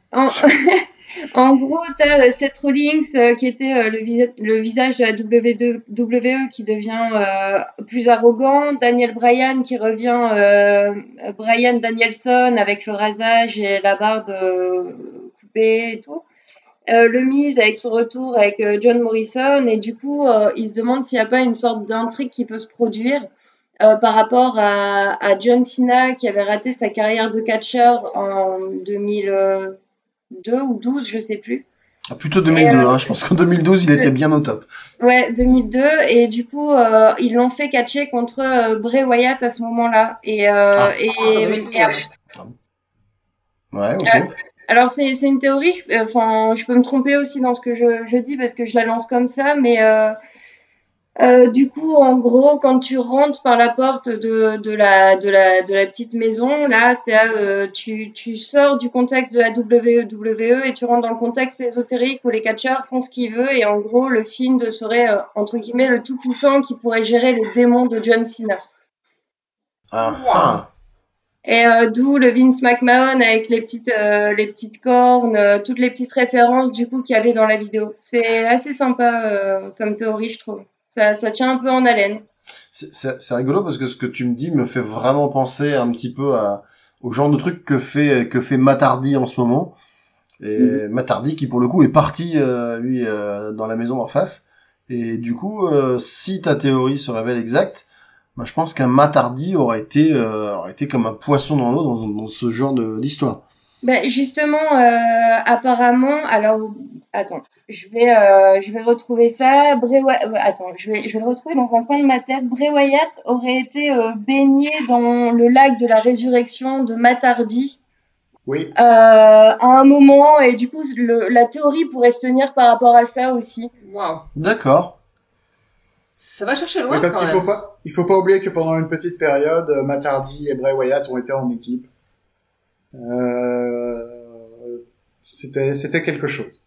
[SPEAKER 5] En gros, t'as Seth Rollins qui était le visage de la WWE qui devient plus arrogant, Daniel Bryan qui revient Bryan Danielson avec le rasage et la barbe coupée et tout. Le Miz avec son retour avec John Morrison et du coup il se demande s'il n'y a pas une sorte d'intrigue qui peut se produire par rapport à John Cena qui avait raté sa carrière de catcheur en 2002 ou 12, je sais plus.
[SPEAKER 3] Plutôt 2002, je pense qu'en 2012 il était bien au top.
[SPEAKER 5] Ouais, 2002 et du coup ils l'ont fait catcher contre Bray Wyatt à ce moment-là
[SPEAKER 3] Ouais, ok.
[SPEAKER 5] Alors c'est une théorie, je peux me tromper aussi dans ce que je dis parce que je la lance comme ça, mais du coup en gros quand tu rentres par la porte de la petite maison, là tu sors du contexte de la WWE et tu rentres dans le contexte ésotérique où les catcheurs font ce qu'ils veulent et en gros le Fiend serait entre guillemets le tout puissant qui pourrait gérer les démons de John Cena. Et d'où le Vince McMahon avec les petites cornes, toutes les petites références du coup qu'il y avait dans la vidéo. C'est assez sympa comme théorie, je trouve. Ça tient un peu en haleine.
[SPEAKER 3] C'est rigolo parce que ce que tu me dis me fait vraiment penser un petit peu au genre de truc que fait Matt Hardy en ce moment. Et Matt Hardy qui pour le coup est parti lui dans la maison en face. Et du coup, si ta théorie se révèle exacte, je pense qu'un Matt Hardy aurait été comme un poisson dans l'eau dans ce genre d'histoire.
[SPEAKER 5] Ben justement, apparemment, alors attends, je vais retrouver ça. Je vais le retrouver dans un coin de ma tête. Bray Wyatt aurait été baigné dans le lac de la résurrection de Matt Hardy.
[SPEAKER 2] Oui.
[SPEAKER 5] À un moment et du coup la théorie pourrait se tenir par rapport à ça aussi.
[SPEAKER 4] Waouh.
[SPEAKER 3] D'accord.
[SPEAKER 4] Ça va chercher loin.
[SPEAKER 2] Oui, parce
[SPEAKER 4] quand
[SPEAKER 2] qu'il faut pas oublier que pendant une petite période, Matt Hardy et Bray Wyatt ont été en équipe. C'était quelque chose.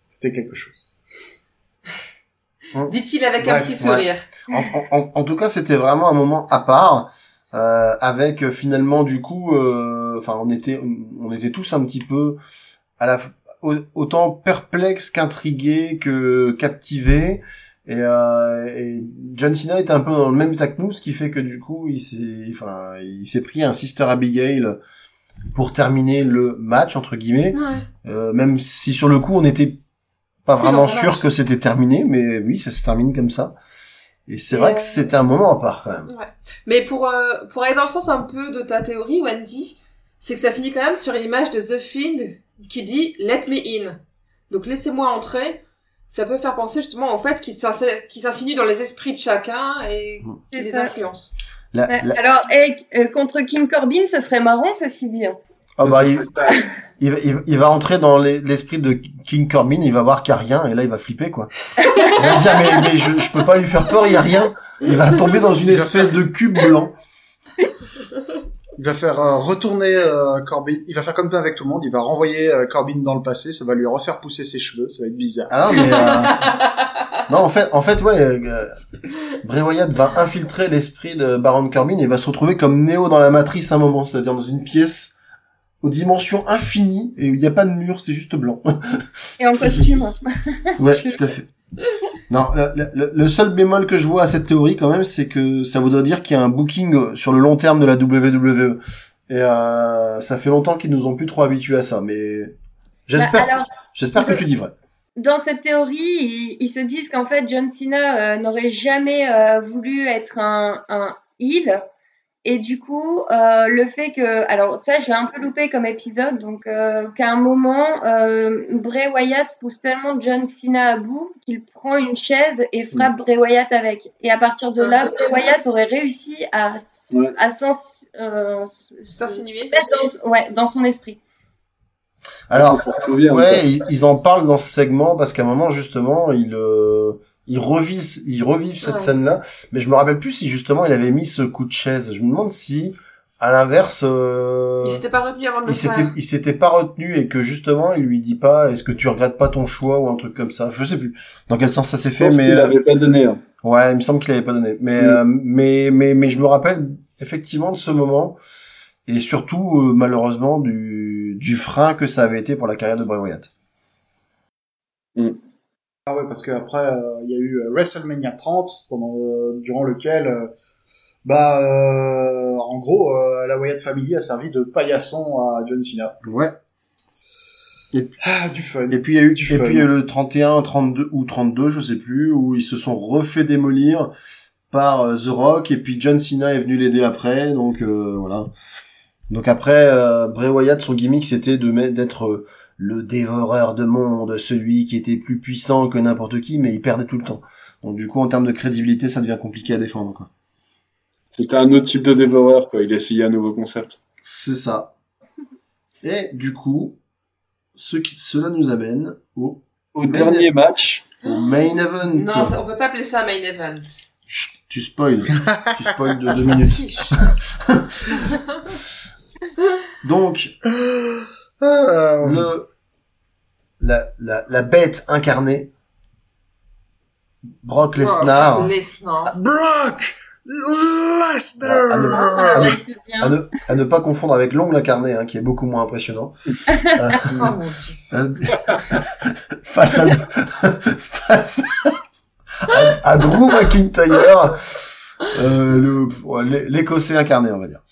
[SPEAKER 4] Dit-il avec un petit sourire.
[SPEAKER 3] En tout cas, c'était vraiment un moment à part, avec finalement du coup, on était tous un petit peu autant perplexes qu'intrigués que captivés. Et John Cena était un peu dans le même état que nous, ce qui fait que du coup, il s'est pris un Sister Abigail pour terminer le match entre guillemets.
[SPEAKER 4] Ouais.
[SPEAKER 3] Même si sur le coup on n'était pas
[SPEAKER 4] Oui,
[SPEAKER 3] vraiment
[SPEAKER 4] dans son
[SPEAKER 3] sûr
[SPEAKER 4] match.
[SPEAKER 3] que c'était terminé, mais oui, ça se termine comme ça. Et c'est
[SPEAKER 4] Et
[SPEAKER 3] vrai que c'était un moment à part quand même.
[SPEAKER 4] Ouais. Mais pour aller dans le sens un peu de ta théorie, Wendy, c'est que ça finit quand même sur une image de The Fiend qui dit « Let me in ». Donc laissez-moi entrer. Ça peut faire penser justement au fait qu'il s'insinue dans les esprits de chacun et qu'il les influence.
[SPEAKER 5] Ouais. Alors, contre King Corbin, ça serait marrant, ceci dit.
[SPEAKER 3] Ah bah il va entrer dans l'esprit de King Corbin, il va voir qu'il n'y a rien et là il va flipper quoi. Il va dire mais je peux pas lui faire peur, il y a rien. Il va tomber dans une espèce de cube blanc.
[SPEAKER 2] Il va faire retourner Corbin. Il va faire comme ça avec tout le monde. Il va renvoyer Corbin dans le passé. Ça va lui refaire pousser ses cheveux. Ça va être bizarre.
[SPEAKER 3] Ah non mais non en fait ouais Bray Wyatt va infiltrer l'esprit de Baron Corbin et va se retrouver comme Neo dans la Matrice un moment, c'est-à-dire dans une pièce aux dimensions infinies et où il n'y a pas de mur, c'est juste blanc.
[SPEAKER 5] Et en costume.
[SPEAKER 3] Ouais, tout à fait. Non, le seul bémol que je vois à cette théorie quand même, c'est que ça voudrait dire qu'il y a un booking sur le long terme de la WWE. Et ça fait longtemps qu'ils nous ont plus trop habitués à ça, mais j'espère que tu dis vrai.
[SPEAKER 5] Dans cette théorie, ils se disent qu'en fait John Cena n'aurait jamais voulu être un heel. Et du coup, le fait que... Alors ça, je l'ai un peu loupé comme épisode, donc qu'à un moment, Bray Wyatt pousse tellement John Cena à bout qu'il prend une chaise et frappe Bray Wyatt avec. Et à partir de là, Bray Wyatt aurait réussi à
[SPEAKER 4] s'insinuer
[SPEAKER 5] dans son esprit.
[SPEAKER 3] Alors, ouais, ils en parlent dans ce segment parce qu'à un moment, justement, ils revivent cette scène-là, mais je me rappelle plus si justement il avait mis ce coup de chaise. Je me demande si, à l'inverse,
[SPEAKER 4] il s'était pas retenu avant de le faire.
[SPEAKER 3] Il s'était pas retenu et que justement il lui dit pas, est-ce que tu regrettes pas ton choix ou un truc comme ça. Je sais plus dans quel sens ça s'est fait, mais
[SPEAKER 6] il avait pas donné. Hein.
[SPEAKER 3] Ouais, il me semble qu'il avait pas donné. Mais mais je me rappelle effectivement de ce moment et surtout malheureusement du frein que ça avait été pour la carrière de Bray Wyatt.
[SPEAKER 2] Ah ouais, parce qu'après, il y a eu WrestleMania 30, durant lequel, en gros, la Wyatt Family a servi de paillasson à John Cena.
[SPEAKER 3] Ouais.
[SPEAKER 2] Du fun.
[SPEAKER 3] Et puis il y a eu le 31, 32 ou 32, je sais plus, où ils se sont refait démolir par The Rock, et puis John Cena est venu l'aider après, donc voilà. Donc après, Bray Wyatt, son gimmick, c'était d'être le dévoreur de monde, celui qui était plus puissant que n'importe qui, mais il perdait tout le temps. Donc du coup, en termes de crédibilité, ça devient compliqué à défendre, quoi.
[SPEAKER 6] C'était un autre type de dévoreur, quoi. Il a essayé un nouveau concept.
[SPEAKER 3] C'est ça. Et du coup, cela nous amène au
[SPEAKER 6] dernier match.
[SPEAKER 3] Au main event.
[SPEAKER 4] Non, on peut pas appeler ça main event.
[SPEAKER 3] Chut, tu spoil. Tu spoil de 2 minutes. Donc, la bête incarnée, Brock Lesnar.
[SPEAKER 2] Brock Lesnar.
[SPEAKER 3] À ne pas confondre avec l'ongle incarné, qui est beaucoup moins impressionnant. Face à Drew McIntyre, l'Écossais incarné, on va dire.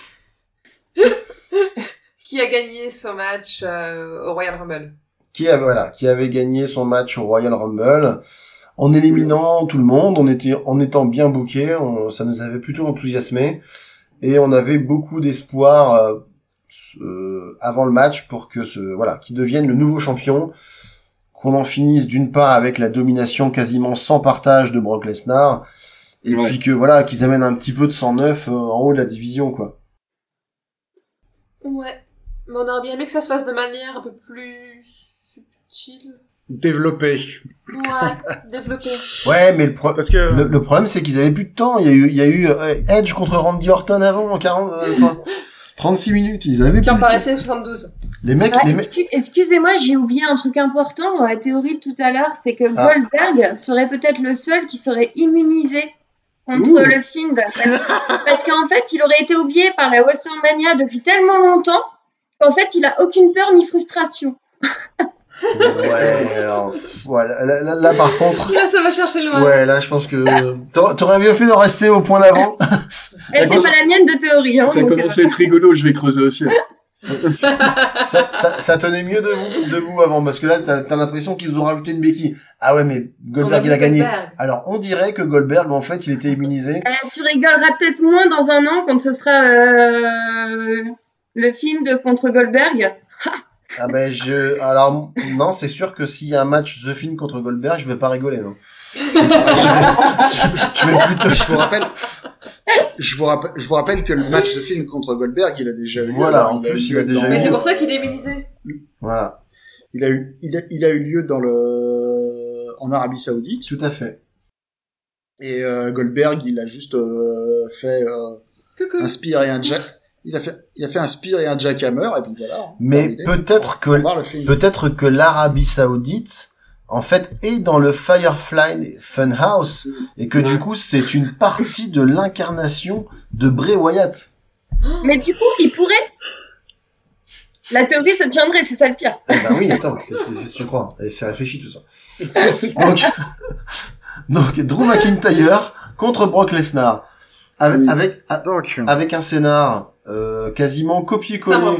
[SPEAKER 4] Qui a gagné ce match au Royal Rumble?
[SPEAKER 3] Qui avait gagné son match au Royal Rumble en éliminant tout le monde, en étant bien booké, ça nous avait plutôt enthousiasmé et on avait beaucoup d'espoir avant le match pour que qu'il devienne le nouveau champion, qu'on en finisse d'une part avec la domination quasiment sans partage de Brock Lesnar et puis que qu'ils amènent un petit peu de sang neuf en haut de la division, quoi.
[SPEAKER 4] Ouais. Mais on aurait bien aimé que ça se fasse de manière un peu plus subtile.
[SPEAKER 2] Développé.
[SPEAKER 4] Ouais, développé.
[SPEAKER 3] Ouais, mais
[SPEAKER 2] parce que
[SPEAKER 3] le problème c'est qu'ils avaient plus de temps. Il y a eu Edge contre Randy Orton avant en 36 minutes. Ils avaient
[SPEAKER 4] qui en
[SPEAKER 3] plus
[SPEAKER 4] paraissait 72.
[SPEAKER 3] Les mecs,
[SPEAKER 5] excusez-moi, j'ai oublié un truc important dans la théorie de tout à l'heure, c'est que Goldberg serait peut-être le seul qui serait immunisé contre le Fiend. Parce qu'en fait, il aurait été oublié par la WrestleMania depuis tellement longtemps qu'en fait, il a aucune peur ni frustration.
[SPEAKER 3] Ouais, alors, là, par contre.
[SPEAKER 4] Là, ça va chercher loin.
[SPEAKER 3] Ouais, là, je pense que t'aurais mieux fait de rester au point d'avant.
[SPEAKER 5] Et c'est pas la mienne de théorie, hein.
[SPEAKER 6] Ça commence à être rigolo, je vais creuser aussi.
[SPEAKER 3] Ça tenait mieux debout avant, parce que là, t'as l'impression qu'ils ont rajouté une béquille. Ah ouais, mais Goldberg, il a gagné. Alors, on dirait que Goldberg, en fait, il était immunisé.
[SPEAKER 5] Tu rigoleras peut-être moins dans un an quand ce sera le film de contre Goldberg.
[SPEAKER 3] Ah ben, alors, non, c'est sûr que s'il y a un match The Fiend contre Goldberg, je vais pas rigoler, non. Je vais plutôt...
[SPEAKER 2] Je vous rappelle que le match de film contre Goldberg, il a déjà eu lieu.
[SPEAKER 3] Voilà, en plus, il a déjà eu lieu.
[SPEAKER 4] Mais c'est pour ça qu'il est immunisé.
[SPEAKER 3] Voilà.
[SPEAKER 2] Il a eu lieu en Arabie Saoudite.
[SPEAKER 3] Tout à fait.
[SPEAKER 2] Et Goldberg, il a juste fait un spear et un jack. Il a fait un spear et un jackhammer, et puis voilà.
[SPEAKER 3] Mais peut-être que l'Arabie Saoudite, en fait, est dans le Firefly Funhouse, et que du coup, c'est une partie de l'incarnation de Bray Wyatt.
[SPEAKER 5] Mais du coup, il pourrait. La théorie se tiendrait, c'est ça le pire.
[SPEAKER 3] Eh ben oui, attends, qu'est-ce que tu crois? Et c'est réfléchi tout ça. Donc, Drew McIntyre contre Brock Lesnar. Avec un scénar quasiment copié-collé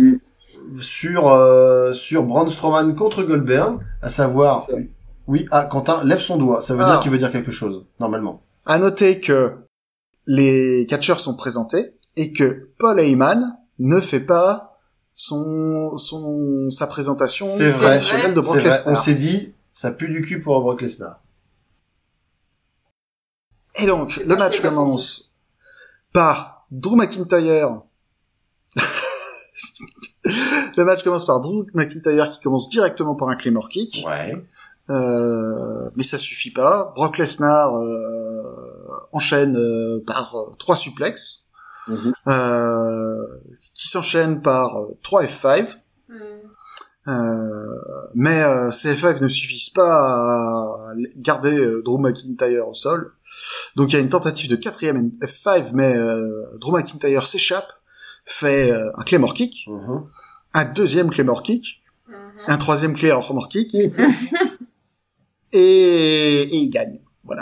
[SPEAKER 3] sur Braun Strowman contre Goldberg, à savoir Quentin lève son doigt, ça veut dire qu'il veut dire quelque chose normalement.
[SPEAKER 2] À noter que les catcheurs sont présentés et que Paul Heyman ne fait pas sa présentation traditionnelle de Brock Lesnar.
[SPEAKER 3] On s'est dit ça pue du cul pour Brock Lesnar.
[SPEAKER 2] Et donc, le match commence par Drew McIntyre. Le match commence par Drew McIntyre qui commence directement par un Claymore Kick.
[SPEAKER 3] Ouais.
[SPEAKER 2] Mais ça suffit pas. Brock Lesnar enchaîne par 3 suplexes. Qui s'enchaînent par 3 F5. Mais ces F5 ne suffisent pas à garder Drew McIntyre au sol. Donc il y a une tentative de 4e F5, mais Drew McIntyre s'échappe, fait un Claymore Kick, un 2e Claymore Kick, un 3e Claymore Kick, et il gagne. Voilà.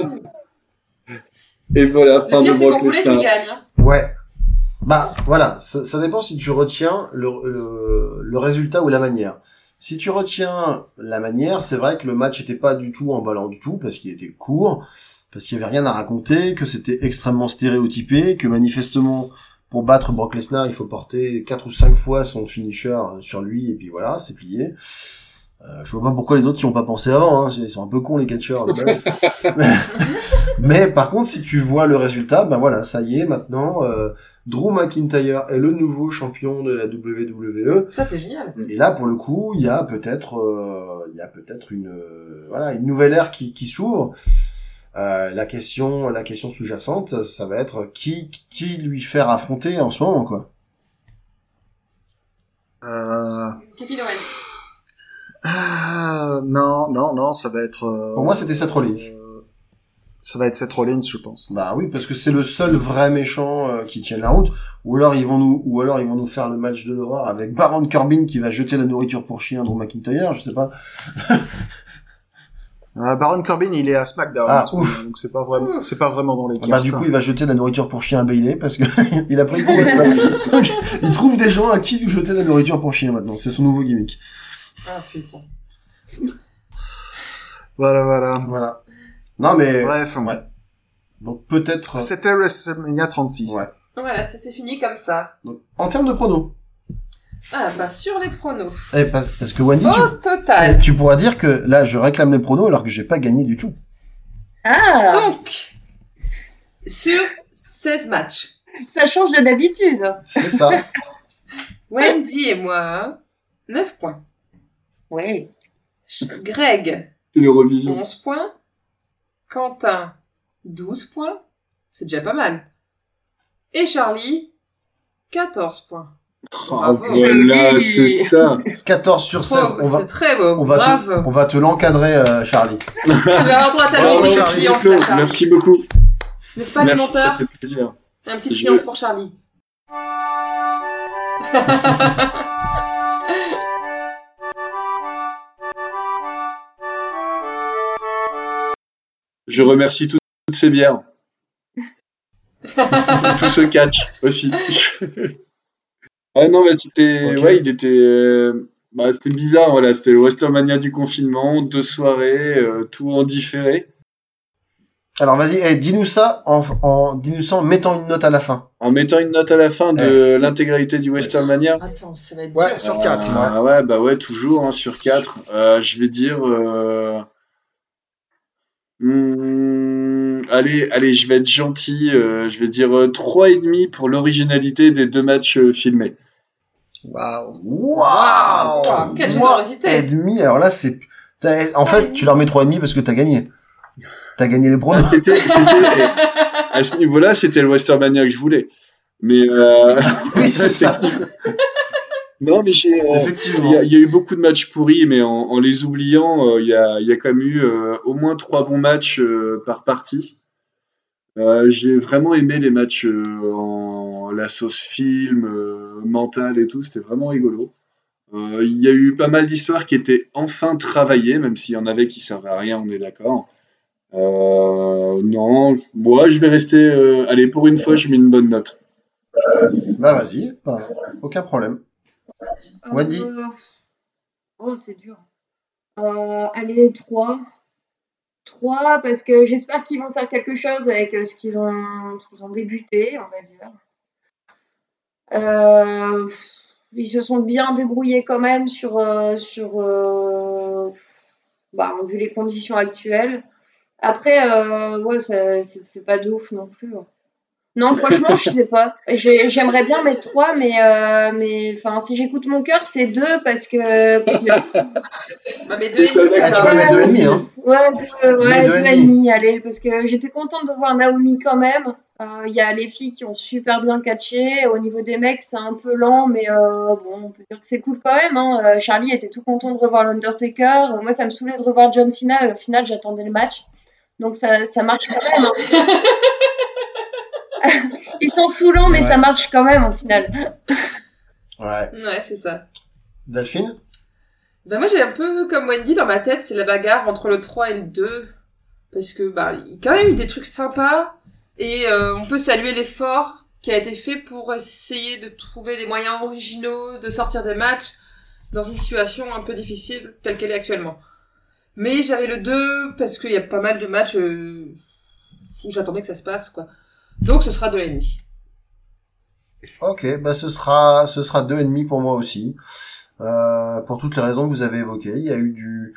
[SPEAKER 6] Et voilà, fin de Brock Lesnar.
[SPEAKER 3] Ouais. Bah voilà, ça dépend si tu retiens le résultat ou la manière. Si tu retiens la manière, c'est vrai que le match était pas du tout emballant du tout, parce qu'il était court, parce qu'il y avait rien à raconter, que c'était extrêmement stéréotypé, que manifestement, pour battre Brock Lesnar, il faut porter 4 ou 5 fois son finisher sur lui, et puis voilà, c'est plié. Je vois pas pourquoi les autres y ont pas pensé avant, hein. Ils sont un peu cons les catcheurs. Mais par contre, si tu vois le résultat, ben voilà, ça y est, maintenant, Drew McIntyre est le nouveau champion de la WWE.
[SPEAKER 4] Ça c'est génial.
[SPEAKER 3] Et là, pour le coup, il y a peut-être une nouvelle ère qui s'ouvre. La question sous-jacente, ça va être qui lui faire affronter en ce moment, quoi.
[SPEAKER 4] Kevin Owens.
[SPEAKER 2] Non, ça va être...
[SPEAKER 3] Pour moi, c'était Seth Rollins.
[SPEAKER 2] Ça va être Seth Rollins, je pense.
[SPEAKER 3] Bah oui, parce que c'est le seul vrai méchant qui tient la route. Ou alors ils vont nous faire le match de l'horreur avec Baron Corbin qui va jeter la nourriture pour chien à Drew McIntyre, je sais pas.
[SPEAKER 2] Baron Corbin, il est à SmackDown.
[SPEAKER 3] Ouf.
[SPEAKER 2] Donc c'est pas vraiment dans les cartes.
[SPEAKER 3] Bah du coup, il va jeter la nourriture pour chien à Bayley parce que il a pris goût à ça. Donc, il trouve des gens à qui lui jeter la nourriture pour chien maintenant. C'est son nouveau gimmick.
[SPEAKER 4] Ah putain.
[SPEAKER 2] Voilà.
[SPEAKER 3] Non mais
[SPEAKER 2] bref,
[SPEAKER 3] ouais. Donc peut-être.
[SPEAKER 2] C'était WrestleMania 36.
[SPEAKER 3] Ouais.
[SPEAKER 4] Voilà, ça c'est fini comme ça.
[SPEAKER 3] Donc, en termes de pronos.
[SPEAKER 4] Ah bah sur les pronos.
[SPEAKER 3] Parce que Wendy,
[SPEAKER 4] total.
[SPEAKER 3] Tu pourras dire que là je réclame les pronos alors que j'ai pas gagné du tout.
[SPEAKER 5] Ah.
[SPEAKER 4] Donc sur 16 matchs.
[SPEAKER 5] Ça change de d'habitude.
[SPEAKER 3] C'est ça.
[SPEAKER 4] Wendy et moi 9 points.
[SPEAKER 5] Ouais.
[SPEAKER 4] Greg 11 points. Quentin 12 points. C'est déjà pas mal. Et Charlie 14 points. Bravo.
[SPEAKER 6] Voilà, c'est ça.
[SPEAKER 3] 14 sur 16.
[SPEAKER 4] C'est très beau.
[SPEAKER 3] On va te l'encadrer, Charlie.
[SPEAKER 4] Tu vas avoir droit à ta musique de triomphe, là, Charlie.
[SPEAKER 6] Merci beaucoup.
[SPEAKER 4] N'est-ce pas, le monteur?
[SPEAKER 6] Ça fait plaisir.
[SPEAKER 4] Un petit triomphe pour Charlie.
[SPEAKER 6] Je remercie toutes ces bières. Tout ce catch aussi. Ah non, mais c'était,
[SPEAKER 3] Ok.
[SPEAKER 6] ouais, il était, c'était bizarre, voilà, c'était le WrestleMania du confinement, 2 soirées, tout en différé.
[SPEAKER 3] Alors vas-y, dis-nous ça dis-nous ça en mettant une note à la fin.
[SPEAKER 6] En mettant une note à la fin de l'intégralité du WrestleMania.
[SPEAKER 4] Attends, ça va être
[SPEAKER 2] Ouais,
[SPEAKER 4] dur.
[SPEAKER 2] sur 4.
[SPEAKER 6] Ouais, toujours, hein, sur 4. Je vais dire, allez, je vais être gentil, je vais dire 3,5 pour l'originalité des 2 matchs filmés.
[SPEAKER 2] Waouh.
[SPEAKER 3] Waouh
[SPEAKER 4] Quelle
[SPEAKER 3] Moi,
[SPEAKER 4] générosité.
[SPEAKER 3] et demi, alors là, en fait, tu leur mets 3,5 parce que t'as gagné. T'as gagné les pronos.
[SPEAKER 6] À ce niveau-là, c'était le WrestleMania que je voulais. Mais,
[SPEAKER 3] Oui, c'est ça.
[SPEAKER 6] non, mais
[SPEAKER 3] Effectivement.
[SPEAKER 6] il y a eu beaucoup de matchs pourris, mais en les oubliant, il y a quand même eu au moins 3 bons matchs par partie. J'ai vraiment aimé les matchs en la sauce film, mentale et tout, c'était vraiment rigolo. Il y a eu pas mal d'histoires qui étaient enfin travaillées, même s'il y en avait qui servaient à rien, on est d'accord. Non, moi je vais rester. Allez, pour une fois, je mets une bonne note.
[SPEAKER 3] Bah vas-y, aucun problème. Wendy.
[SPEAKER 5] Oh, c'est dur. Allez, 3. 3 parce que j'espère qu'ils vont faire quelque chose avec ce qu'ils ont débuté, on va dire. Ils se sont bien débrouillés quand même vu les conditions actuelles. Après, ouais, c'est pas de ouf non plus. Non, franchement, je sais pas. J'aimerais bien mettre 3, mais enfin, si j'écoute mon cœur, c'est 2 parce que.
[SPEAKER 4] Bah, mais 2,5
[SPEAKER 3] Ah, tu peux mettre 2,5, hein.
[SPEAKER 5] Ouais,
[SPEAKER 3] Mais
[SPEAKER 5] 2,5, allez, parce que j'étais contente de voir Naomi quand même. Il y a les filles qui ont super bien catché. Au niveau des mecs, c'est un peu lent, mais bon, on peut dire que c'est cool quand même. Hein. Charlie était tout content de revoir l'Undertaker. Moi, ça me saoulait de revoir John Cena. Au final, j'attendais le match. Donc, ça marche quand même. Hein. Ils sont saoulants, mais
[SPEAKER 3] Ouais.
[SPEAKER 5] ça marche quand même, au final.
[SPEAKER 3] Ouais.
[SPEAKER 4] Ouais, c'est ça.
[SPEAKER 3] Delphine.
[SPEAKER 4] Ben moi j'ai un peu comme Wendy dans ma tête, c'est la bagarre entre le 3 et le 2. Parce que il y a quand même eu des trucs sympas et on peut saluer l'effort qui a été fait pour essayer de trouver des moyens originaux de sortir des matchs dans une situation un peu difficile telle qu'elle est actuellement. Mais j'avais le 2 parce qu'il y a pas mal de matchs où j'attendais que ça se passe, quoi. Donc ce sera 2,5.
[SPEAKER 3] Ok, bah ce sera 2,5 pour moi aussi. Pour toutes les raisons que vous avez évoquées. Il y a eu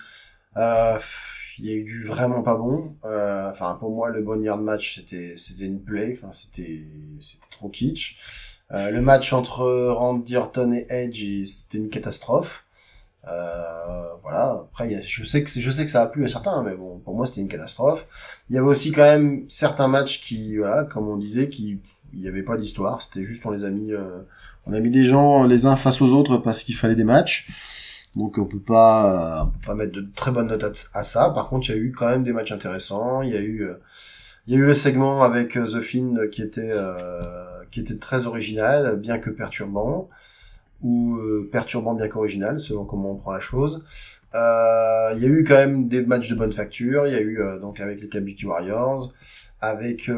[SPEAKER 3] du vraiment pas bon. Enfin, pour moi, le Boneyard match, c'était une play. Enfin, c'était trop kitsch. Le match entre Randy Orton et Edge, c'était une catastrophe. Voilà. Après, je sais que ça a plu à certains, mais bon, pour moi, c'était une catastrophe. Il y avait aussi quand même certains matchs qui, voilà, comme on disait, il y avait pas d'histoire. C'était juste, on a mis des gens les uns face aux autres parce qu'il fallait des matchs. Donc on peut pas mettre de très bonnes notes à ça. Par contre, il y a eu quand même des matchs intéressants. Il y a eu le segment avec The Fiend qui était très original, bien que perturbant, ou perturbant bien qu'original, selon comment on prend la chose. Il y a eu quand même des matchs de bonne facture. Il y a eu donc avec les Kabuki Warriors, avec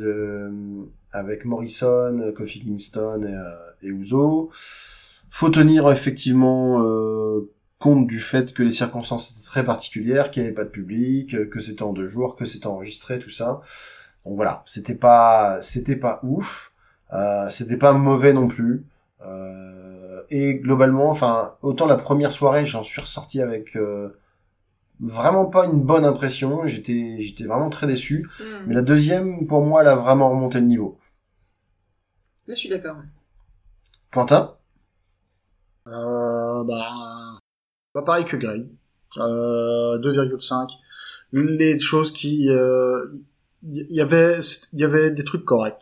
[SPEAKER 3] Morrison, Kofi Kingston et Uso. Faut tenir effectivement compte du fait que les circonstances étaient très particulières, qu'il n'y avait pas de public, que c'était en 2 jours, que c'était enregistré, tout ça. Donc voilà, c'était pas ouf, c'était pas mauvais non plus. Et globalement, enfin, autant la première soirée, j'en suis ressorti avec vraiment pas une bonne impression. J'étais vraiment très déçu. Mais la deuxième, pour moi, elle a vraiment remonté le niveau.
[SPEAKER 4] Là, je suis d'accord.
[SPEAKER 3] Quentin?
[SPEAKER 2] Pas pareil que Greg. 2,5. Les choses qui, il y avait des trucs corrects.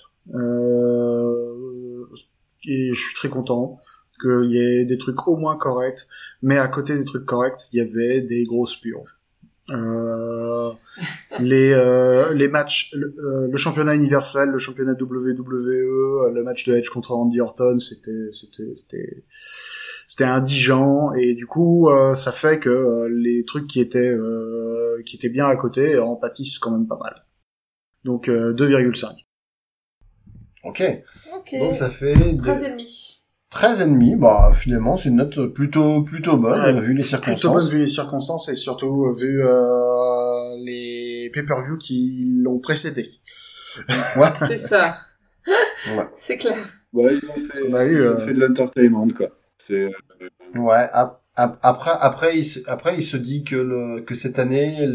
[SPEAKER 2] Et je suis très content qu'il y ait des trucs au moins corrects, mais à côté des trucs corrects, il y avait des grosses purges. Les matchs, le championnat universel, le championnat WWE, le match de Edge contre Randy Orton, c'était indigent, et du coup ça fait que les trucs qui étaient bien à côté en pâtissent quand même pas mal. Donc 2,5.
[SPEAKER 3] Ok.
[SPEAKER 4] Ok.
[SPEAKER 3] Donc ça fait
[SPEAKER 4] 13,5.
[SPEAKER 3] 13,5, bah finalement c'est une note plutôt bonne
[SPEAKER 2] Ouais,
[SPEAKER 3] vu les
[SPEAKER 2] plutôt bonne
[SPEAKER 3] circonstances.
[SPEAKER 2] vu les circonstances et surtout vu les pay-per-view qui l'ont précédé.
[SPEAKER 3] Ouais.
[SPEAKER 4] C'est ça.
[SPEAKER 3] Ouais.
[SPEAKER 4] C'est clair.
[SPEAKER 6] Ouais, ils ont
[SPEAKER 2] qu'on a eu,
[SPEAKER 6] ils ont fait de l'entertainment, quoi. C'est,
[SPEAKER 3] Ouais. Après il se dit que cette année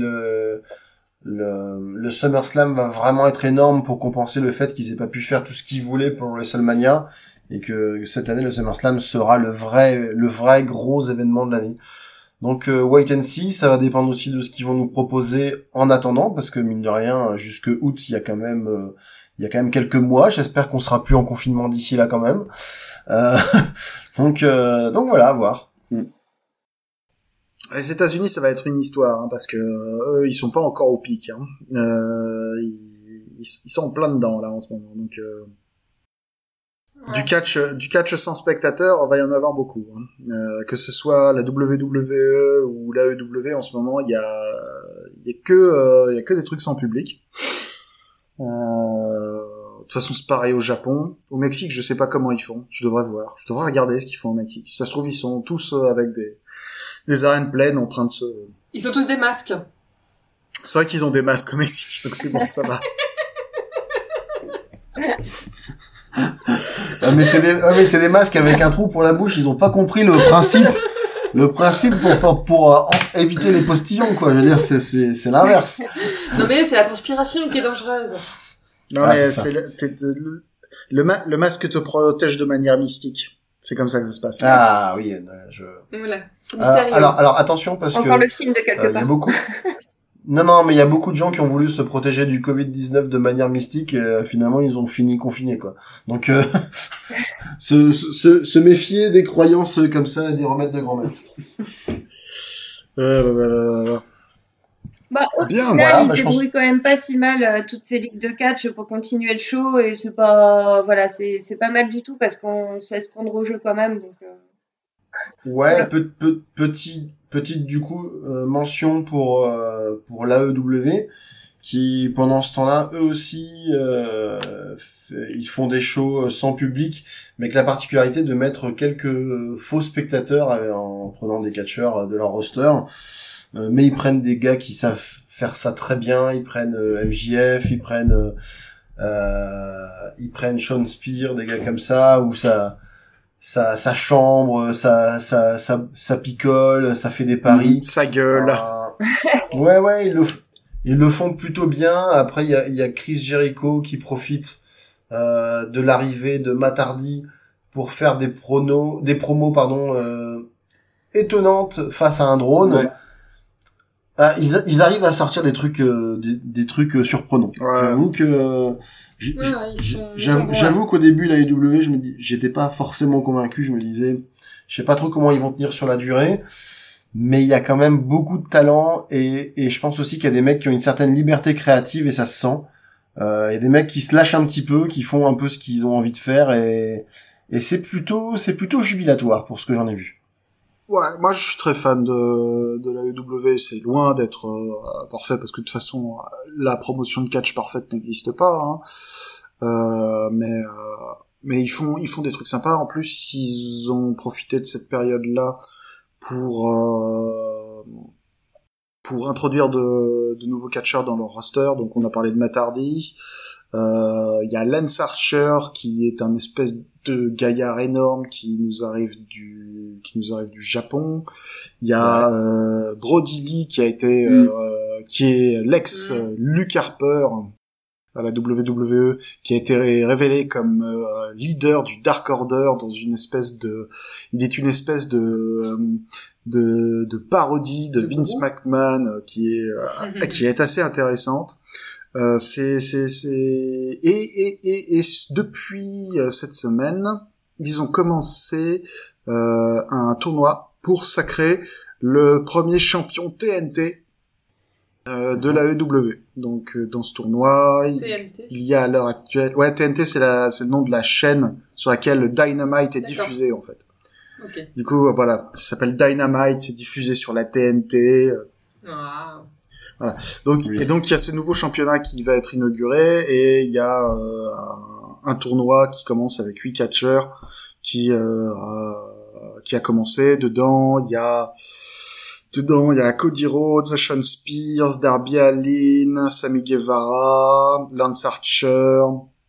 [SPEAKER 3] le SummerSlam va vraiment être énorme pour compenser le fait qu'ils aient pas pu faire tout ce qu'ils voulaient pour WrestleMania et que cette année le SummerSlam sera le vrai gros événement de l'année. Donc wait and see, ça va dépendre aussi de ce qu'ils vont nous proposer en attendant parce que mine de rien jusque août, il y a quand même quelques mois, j'espère qu'on sera plus en confinement d'ici là quand même. Donc voilà, à voir.
[SPEAKER 2] Les États-Unis, ça va être une histoire, hein, parce que eux, ils sont pas encore au pic. Hein. Ils sont en plein dedans là en ce moment. Donc
[SPEAKER 4] Ouais.
[SPEAKER 2] du catch sans spectateurs, va y en avoir beaucoup. Hein. Que ce soit la WWE ou la AEW, en ce moment, il y a que des trucs sans public. De toute façon, c'est pareil au Japon. Au Mexique, je sais pas comment ils font. Je devrais voir. Je devrais regarder ce qu'ils font au Mexique. Ça se trouve, ils sont tous avec des arènes pleines en train de se...
[SPEAKER 4] Ils ont tous des masques.
[SPEAKER 2] C'est vrai qu'ils ont des masques au Mexique, donc c'est bon, ça va.
[SPEAKER 3] Mais c'est des masques avec un trou pour la bouche, ils ont pas compris le principe pour éviter les postillons, quoi. Je veux dire, c'est l'inverse.
[SPEAKER 4] Non mais c'est la transpiration qui est dangereuse.
[SPEAKER 2] Non,
[SPEAKER 3] Ah,
[SPEAKER 2] mais
[SPEAKER 3] c'est
[SPEAKER 2] le masque te protège de manière mystique. C'est comme ça que ça se passe.
[SPEAKER 3] Ah oui,
[SPEAKER 4] Voilà, c'est mystérieux.
[SPEAKER 3] alors attention parce
[SPEAKER 5] Encore
[SPEAKER 3] que
[SPEAKER 5] le film de quelque
[SPEAKER 3] il y a
[SPEAKER 5] part.
[SPEAKER 3] beaucoup. Non, mais il y a beaucoup de gens qui ont voulu se protéger du Covid-19 de manière mystique et finalement ils ont fini confinés, quoi. Donc se méfier des croyances comme ça et des remèdes de grand-mère.
[SPEAKER 5] Bah, au
[SPEAKER 2] Bien,
[SPEAKER 5] final,
[SPEAKER 3] voilà,
[SPEAKER 5] ils
[SPEAKER 3] bah,
[SPEAKER 5] se
[SPEAKER 3] je pense-
[SPEAKER 5] débrouillent quand même pas si mal, toutes ces ligues de catch pour continuer le show, et c'est pas, voilà, c'est pas mal du tout parce qu'on se laisse prendre au jeu quand même, donc,
[SPEAKER 3] Ouais,
[SPEAKER 5] Voilà.
[SPEAKER 3] petite du coup mention pour l'AEW qui pendant ce temps-là eux aussi ils font des shows sans public mais avec la particularité de mettre quelques faux spectateurs en prenant des catcheurs de leur roster. Mais ils prennent des gars qui savent faire ça très bien, ils prennent MJF, ils prennent Sean Spear, des gars comme ça où ça chambre, ça picole, ça fait des paris.
[SPEAKER 2] Sa gueule.
[SPEAKER 3] Ouais, ils le font plutôt bien. Après, il y a Chris Jericho qui profite de l'arrivée de Matt Hardy pour faire des promos, étonnantes face à un drone.
[SPEAKER 6] Ouais.
[SPEAKER 3] Ils arrivent à sortir des trucs surprenants.
[SPEAKER 2] Ouais.
[SPEAKER 3] J'avoue que j'avoue qu'au début la AEW, j'étais pas forcément convaincu, je me disais je sais pas trop comment ils vont tenir sur la durée, mais il y a quand même beaucoup de talent et je pense aussi qu'il y a des mecs qui ont une certaine liberté créative et ça se sent. Il y a des mecs qui se lâchent un petit peu, qui font un peu ce qu'ils ont envie de faire et c'est plutôt jubilatoire pour ce que j'en ai vu.
[SPEAKER 2] Ouais, moi je suis très fan de la AEW, c'est loin d'être parfait parce que de toute façon la promotion de catch parfaite n'existe pas, hein. Mais ils font des trucs sympas. En plus, ils ont profité de cette période-là pour introduire de nouveaux catcheurs dans leur roster. Donc on a parlé de Matt Hardy. Il y a Lance Archer qui est un espèce de gaillard énorme qui nous arrive du Japon. Il y a Brody Lee qui a été qui est l'ex Luke Harper à la WWE, qui a été révélé comme leader du Dark Order dans une espèce de il est une espèce de parodie de Vince McMahon qui est assez intéressante. Et depuis cette semaine, ils ont commencé un tournoi pour sacrer le premier champion TNT de la AEW. Donc dans ce tournoi, il y a à l'heure actuelle, TNT c'est le nom de la chaîne sur laquelle le Dynamite est diffusé en fait.
[SPEAKER 4] Okay.
[SPEAKER 2] Du coup voilà, ça s'appelle Dynamite, c'est diffusé sur la TNT.
[SPEAKER 4] Wow.
[SPEAKER 2] Voilà. Donc il y a ce nouveau championnat qui va être inauguré et il y a un tournoi qui commence avec 8 catcheurs qui a commencé. Dedans, il y a Cody Rhodes, Sean Spears, Darby Allin, Sammy Guevara, Lance Archer,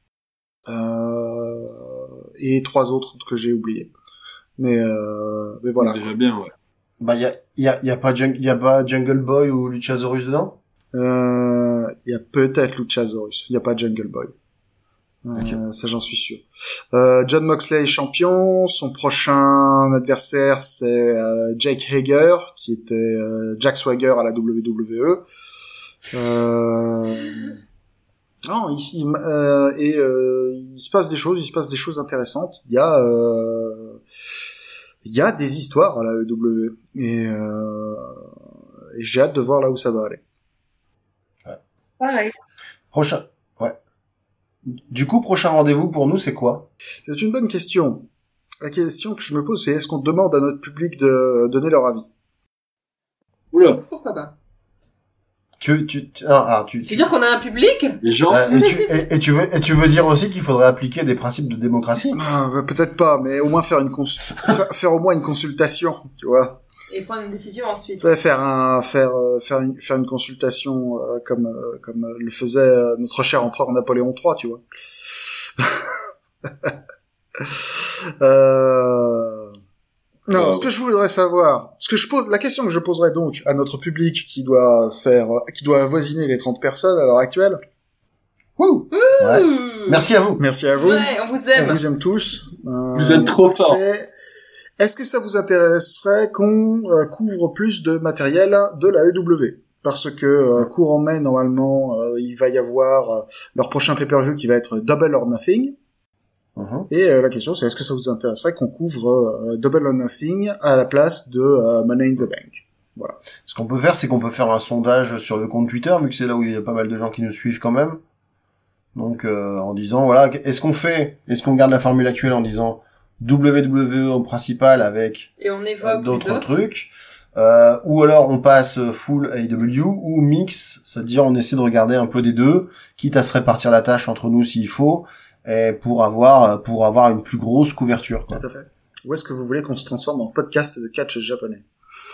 [SPEAKER 2] et 3 autres que j'ai oubliés. Mais voilà.
[SPEAKER 6] Déjà bien, ouais.
[SPEAKER 3] Bah, y a pas Jungle Boy ou Luchasaurus dedans?
[SPEAKER 2] Il y a peut-être Luchasaurus. Il y a pas Jungle Boy.
[SPEAKER 3] Okay.
[SPEAKER 2] Ça, j'en suis sûr. John Moxley est champion. Son prochain adversaire, c'est Jake Hager, qui était Jack Swagger à la WWE. Non, il se passe des choses intéressantes. Il y a des histoires à la WWE et j'ai hâte de voir là où ça va aller.
[SPEAKER 5] Pareil.
[SPEAKER 3] Prochain rendez-vous pour nous, c'est quoi?
[SPEAKER 2] C'est une bonne question. La question que je me pose, c'est est-ce qu'on demande à notre public de donner leur avis?
[SPEAKER 6] Oula.
[SPEAKER 4] Pourquoi pas?
[SPEAKER 3] Tu veux
[SPEAKER 4] dire qu'on a un public?
[SPEAKER 6] Les gens.
[SPEAKER 3] Et tu veux dire aussi qu'il faudrait appliquer des principes de démocratie?
[SPEAKER 2] Peut-être pas, mais au moins faire faire au moins une consultation, tu vois.
[SPEAKER 4] Et prendre une décision ensuite.
[SPEAKER 2] Tu sais, faire une consultation comme le faisait notre cher empereur Napoléon III, tu vois. Non, ce que je voudrais savoir, la question que je poserais donc à notre public qui doit avoisiner les 30 personnes à l'heure actuelle.
[SPEAKER 3] Wouh! Ouais. Merci à vous.
[SPEAKER 2] Merci à vous.
[SPEAKER 4] Ouais, on vous aime.
[SPEAKER 2] On vous aime tous.
[SPEAKER 6] Vous êtes trop forts.
[SPEAKER 2] Est-ce que ça vous intéresserait qu'on couvre plus de matériel de la AEW? Parce que courant mai, normalement, il va y avoir leur prochain pay-per-view qui va être Double or Nothing. Et la question, c'est est-ce que ça vous intéresserait qu'on couvre Double or Nothing à la place de Money in the Bank? Voilà.
[SPEAKER 3] Ce qu'on peut faire, c'est qu'on peut faire un sondage sur le compte Twitter, vu que c'est là où il y a pas mal de gens qui nous suivent quand même. Donc, en disant, voilà, est-ce qu'on garde la formule actuelle en disant WWE au principal avec
[SPEAKER 4] et on évoque
[SPEAKER 3] d'autres trucs, ou alors on passe full AEW, ou mix, c'est-à-dire on essaie de regarder un peu des deux, quitte à se répartir la tâche entre nous s'il faut, et pour avoir une plus grosse couverture, quoi.
[SPEAKER 2] Tout à fait. Où est-ce que vous voulez qu'on se transforme en podcast de catch japonais?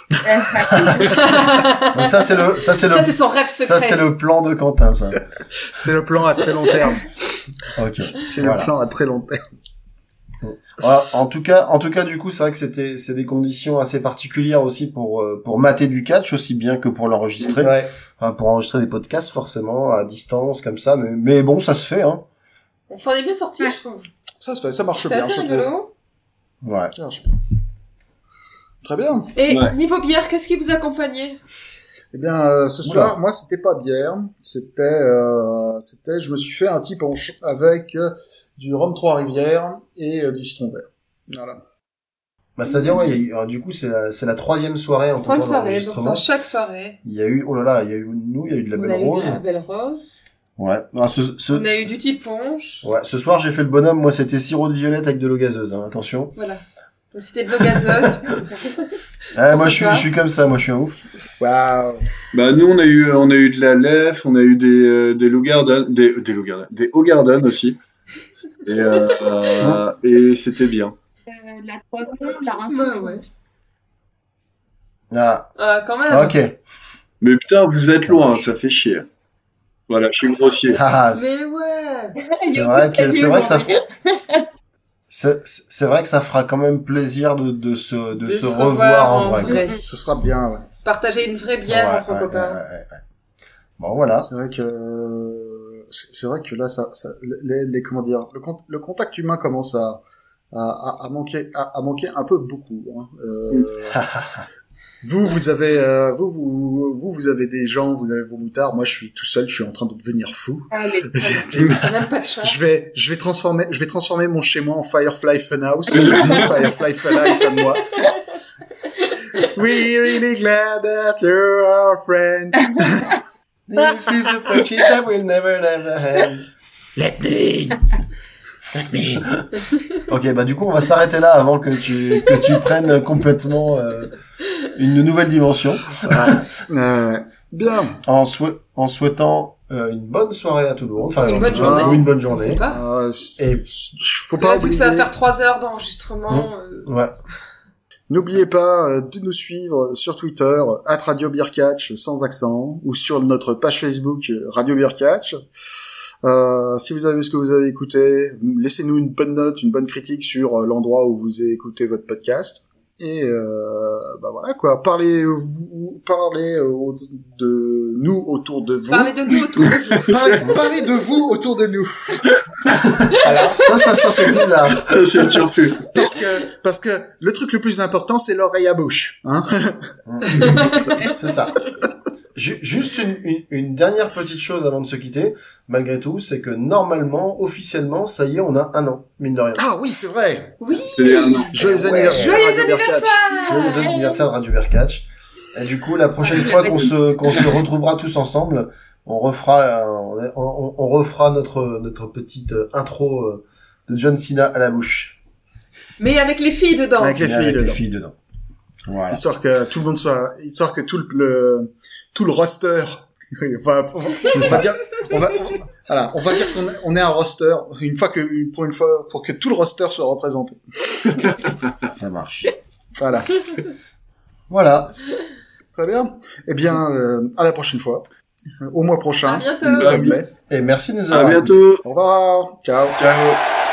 [SPEAKER 3] Donc ça c'est
[SPEAKER 4] son rêve secret.
[SPEAKER 3] Ça c'est le plan de Quentin, ça.
[SPEAKER 2] C'est le plan à très long terme.
[SPEAKER 3] Ok.
[SPEAKER 2] C'est le plan à très long terme.
[SPEAKER 3] Voilà, en tout cas, du coup, c'est vrai que c'est des conditions assez particulières aussi pour mater du catch, aussi bien que pour l'enregistrer.
[SPEAKER 2] Ouais.
[SPEAKER 3] Enfin, pour enregistrer des podcasts, forcément, à distance, comme ça, mais bon, ça se fait, hein.
[SPEAKER 4] On s'en est bien sorti, je trouve.
[SPEAKER 2] Ça se fait, ça marche
[SPEAKER 4] C'est
[SPEAKER 2] bien,
[SPEAKER 4] assez
[SPEAKER 2] je trouve.
[SPEAKER 4] rigolo.
[SPEAKER 3] Ouais.
[SPEAKER 2] Ça marche bien. Très bien.
[SPEAKER 4] Et
[SPEAKER 6] Ouais.
[SPEAKER 4] niveau bière, qu'est-ce qui vous accompagnait?
[SPEAKER 2] Eh bien, ce soir, moi, c'était pas bière. C'était, je me suis fait un petit punch avec du rhum Trois-Rivières et du citron vert. Voilà.
[SPEAKER 3] Bah, c'est-à-dire, ouais, du coup, c'est la troisième soirée en
[SPEAKER 4] Troisième
[SPEAKER 3] temps
[SPEAKER 4] soirée, donc
[SPEAKER 3] d'enregistrement.
[SPEAKER 4] dans chaque soirée.
[SPEAKER 3] Il y a eu de la
[SPEAKER 4] On
[SPEAKER 3] belle
[SPEAKER 4] a eu
[SPEAKER 3] rose.
[SPEAKER 4] de la belle rose.
[SPEAKER 3] Ouais. Non,
[SPEAKER 4] On a eu du petit punch.
[SPEAKER 3] ouais, ce soir, j'ai fait le bonhomme. Moi, c'était sirop de violette avec de l'eau gazeuse, hein, attention.
[SPEAKER 4] Voilà. Donc c'était de l'eau gazeuse.
[SPEAKER 3] Moi, je suis comme ça, moi, je suis un ouf.
[SPEAKER 2] Waouh.
[SPEAKER 6] Bah, nous, on a eu de la lef, on a eu des Lowgarden, des Hogarden aussi. Et c'était bien.
[SPEAKER 5] La poivron, la rince.
[SPEAKER 4] Ouais.
[SPEAKER 3] Ah,
[SPEAKER 4] Quand même.
[SPEAKER 3] ok.
[SPEAKER 6] Mais putain, vous êtes loin, ça fait chier. Voilà, je suis grossier.
[SPEAKER 3] Ah,
[SPEAKER 4] Mais ouais.
[SPEAKER 3] c'est vrai que ça c'est vrai que ça fera quand même plaisir de se revoir en vrai.
[SPEAKER 2] Ce sera bien, ouais.
[SPEAKER 4] Partager une vraie bière entre copains.
[SPEAKER 3] Ouais. Bon, voilà.
[SPEAKER 2] C'est vrai que là, comment dire, le contact humain commence à manquer un peu beaucoup, hein. Vous avez des gens, vous avez vos moutards. Moi, je suis tout seul, je suis en train de devenir fou.
[SPEAKER 5] Ah, mais
[SPEAKER 4] T'as même pas de chat.
[SPEAKER 2] Je vais transformer mon chez moi en Firefly Funhouse. Mon Firefly Funhouse à moi. We're really glad that you're our friend.
[SPEAKER 3] This is a friendship that we'll never have.
[SPEAKER 2] Let me.
[SPEAKER 3] Ok, bah du coup, on va s'arrêter là avant que tu prennes complètement une nouvelle dimension.
[SPEAKER 2] Bien.
[SPEAKER 3] En souhaitant une bonne soirée à tout le monde. Enfin,
[SPEAKER 4] Une bonne journée.
[SPEAKER 3] Ou une bonne
[SPEAKER 4] On
[SPEAKER 3] journée.
[SPEAKER 4] sait pas.
[SPEAKER 3] Et
[SPEAKER 2] Faut
[SPEAKER 4] Parce que là,
[SPEAKER 2] pas
[SPEAKER 4] vu que
[SPEAKER 2] oublier.
[SPEAKER 4] ça va faire 3 heures d'enregistrement,
[SPEAKER 3] Ouais.
[SPEAKER 2] N'oubliez pas de nous suivre sur Twitter @Radio Beer Catch sans accent ou sur notre page Facebook Radio Beer Catch. Si vous avez aimé ce que vous avez écouté, laissez-nous une bonne note, une bonne critique sur l'endroit où vous écoutez votre podcast. Et bah voilà quoi, parlez de nous autour de vous.
[SPEAKER 4] parlez de nous autour de vous.
[SPEAKER 2] Parlez de vous autour de nous.
[SPEAKER 3] Alors, ça c'est bizarre.
[SPEAKER 6] C'est une surprise.
[SPEAKER 2] Parce que le truc le plus important, c'est l'oreille à bouche, hein.
[SPEAKER 3] C'est ça. Juste une dernière petite chose avant de se quitter, malgré tout, c'est que normalement, officiellement, ça y est, on a 1 an, mine de rien.
[SPEAKER 2] Ah oui, c'est vrai.
[SPEAKER 4] Oui.
[SPEAKER 6] C'est un an.
[SPEAKER 2] Joyeux
[SPEAKER 3] Ouais.
[SPEAKER 2] anniversaire.
[SPEAKER 4] Joyeux
[SPEAKER 2] Radio Beer Catch.
[SPEAKER 4] anniversaire.
[SPEAKER 3] Joyeux anniversaire de Radio Beer Catch. Et du coup, la prochaine fois qu'on se retrouvera tous ensemble, on refera notre petite intro de John Cena à la bouche.
[SPEAKER 4] Mais avec les filles dedans.
[SPEAKER 2] Avec les
[SPEAKER 3] Et
[SPEAKER 2] filles
[SPEAKER 3] avec
[SPEAKER 2] dedans.
[SPEAKER 3] les filles dedans. Voilà.
[SPEAKER 2] Histoire que tout le monde soit, histoire que tout le roster, voilà, on va dire qu'on est un roster pour que tout le roster soit représenté.
[SPEAKER 3] Ça marche.
[SPEAKER 2] Voilà.
[SPEAKER 3] Voilà.
[SPEAKER 2] Très bien. Eh bien, à la prochaine fois. Au mois prochain.
[SPEAKER 4] À bientôt.
[SPEAKER 6] Ah oui.
[SPEAKER 2] Mais,
[SPEAKER 3] Et merci de nous
[SPEAKER 6] À
[SPEAKER 3] avoir écoutés.
[SPEAKER 6] bientôt.
[SPEAKER 2] au revoir. Ciao.
[SPEAKER 6] Ciao.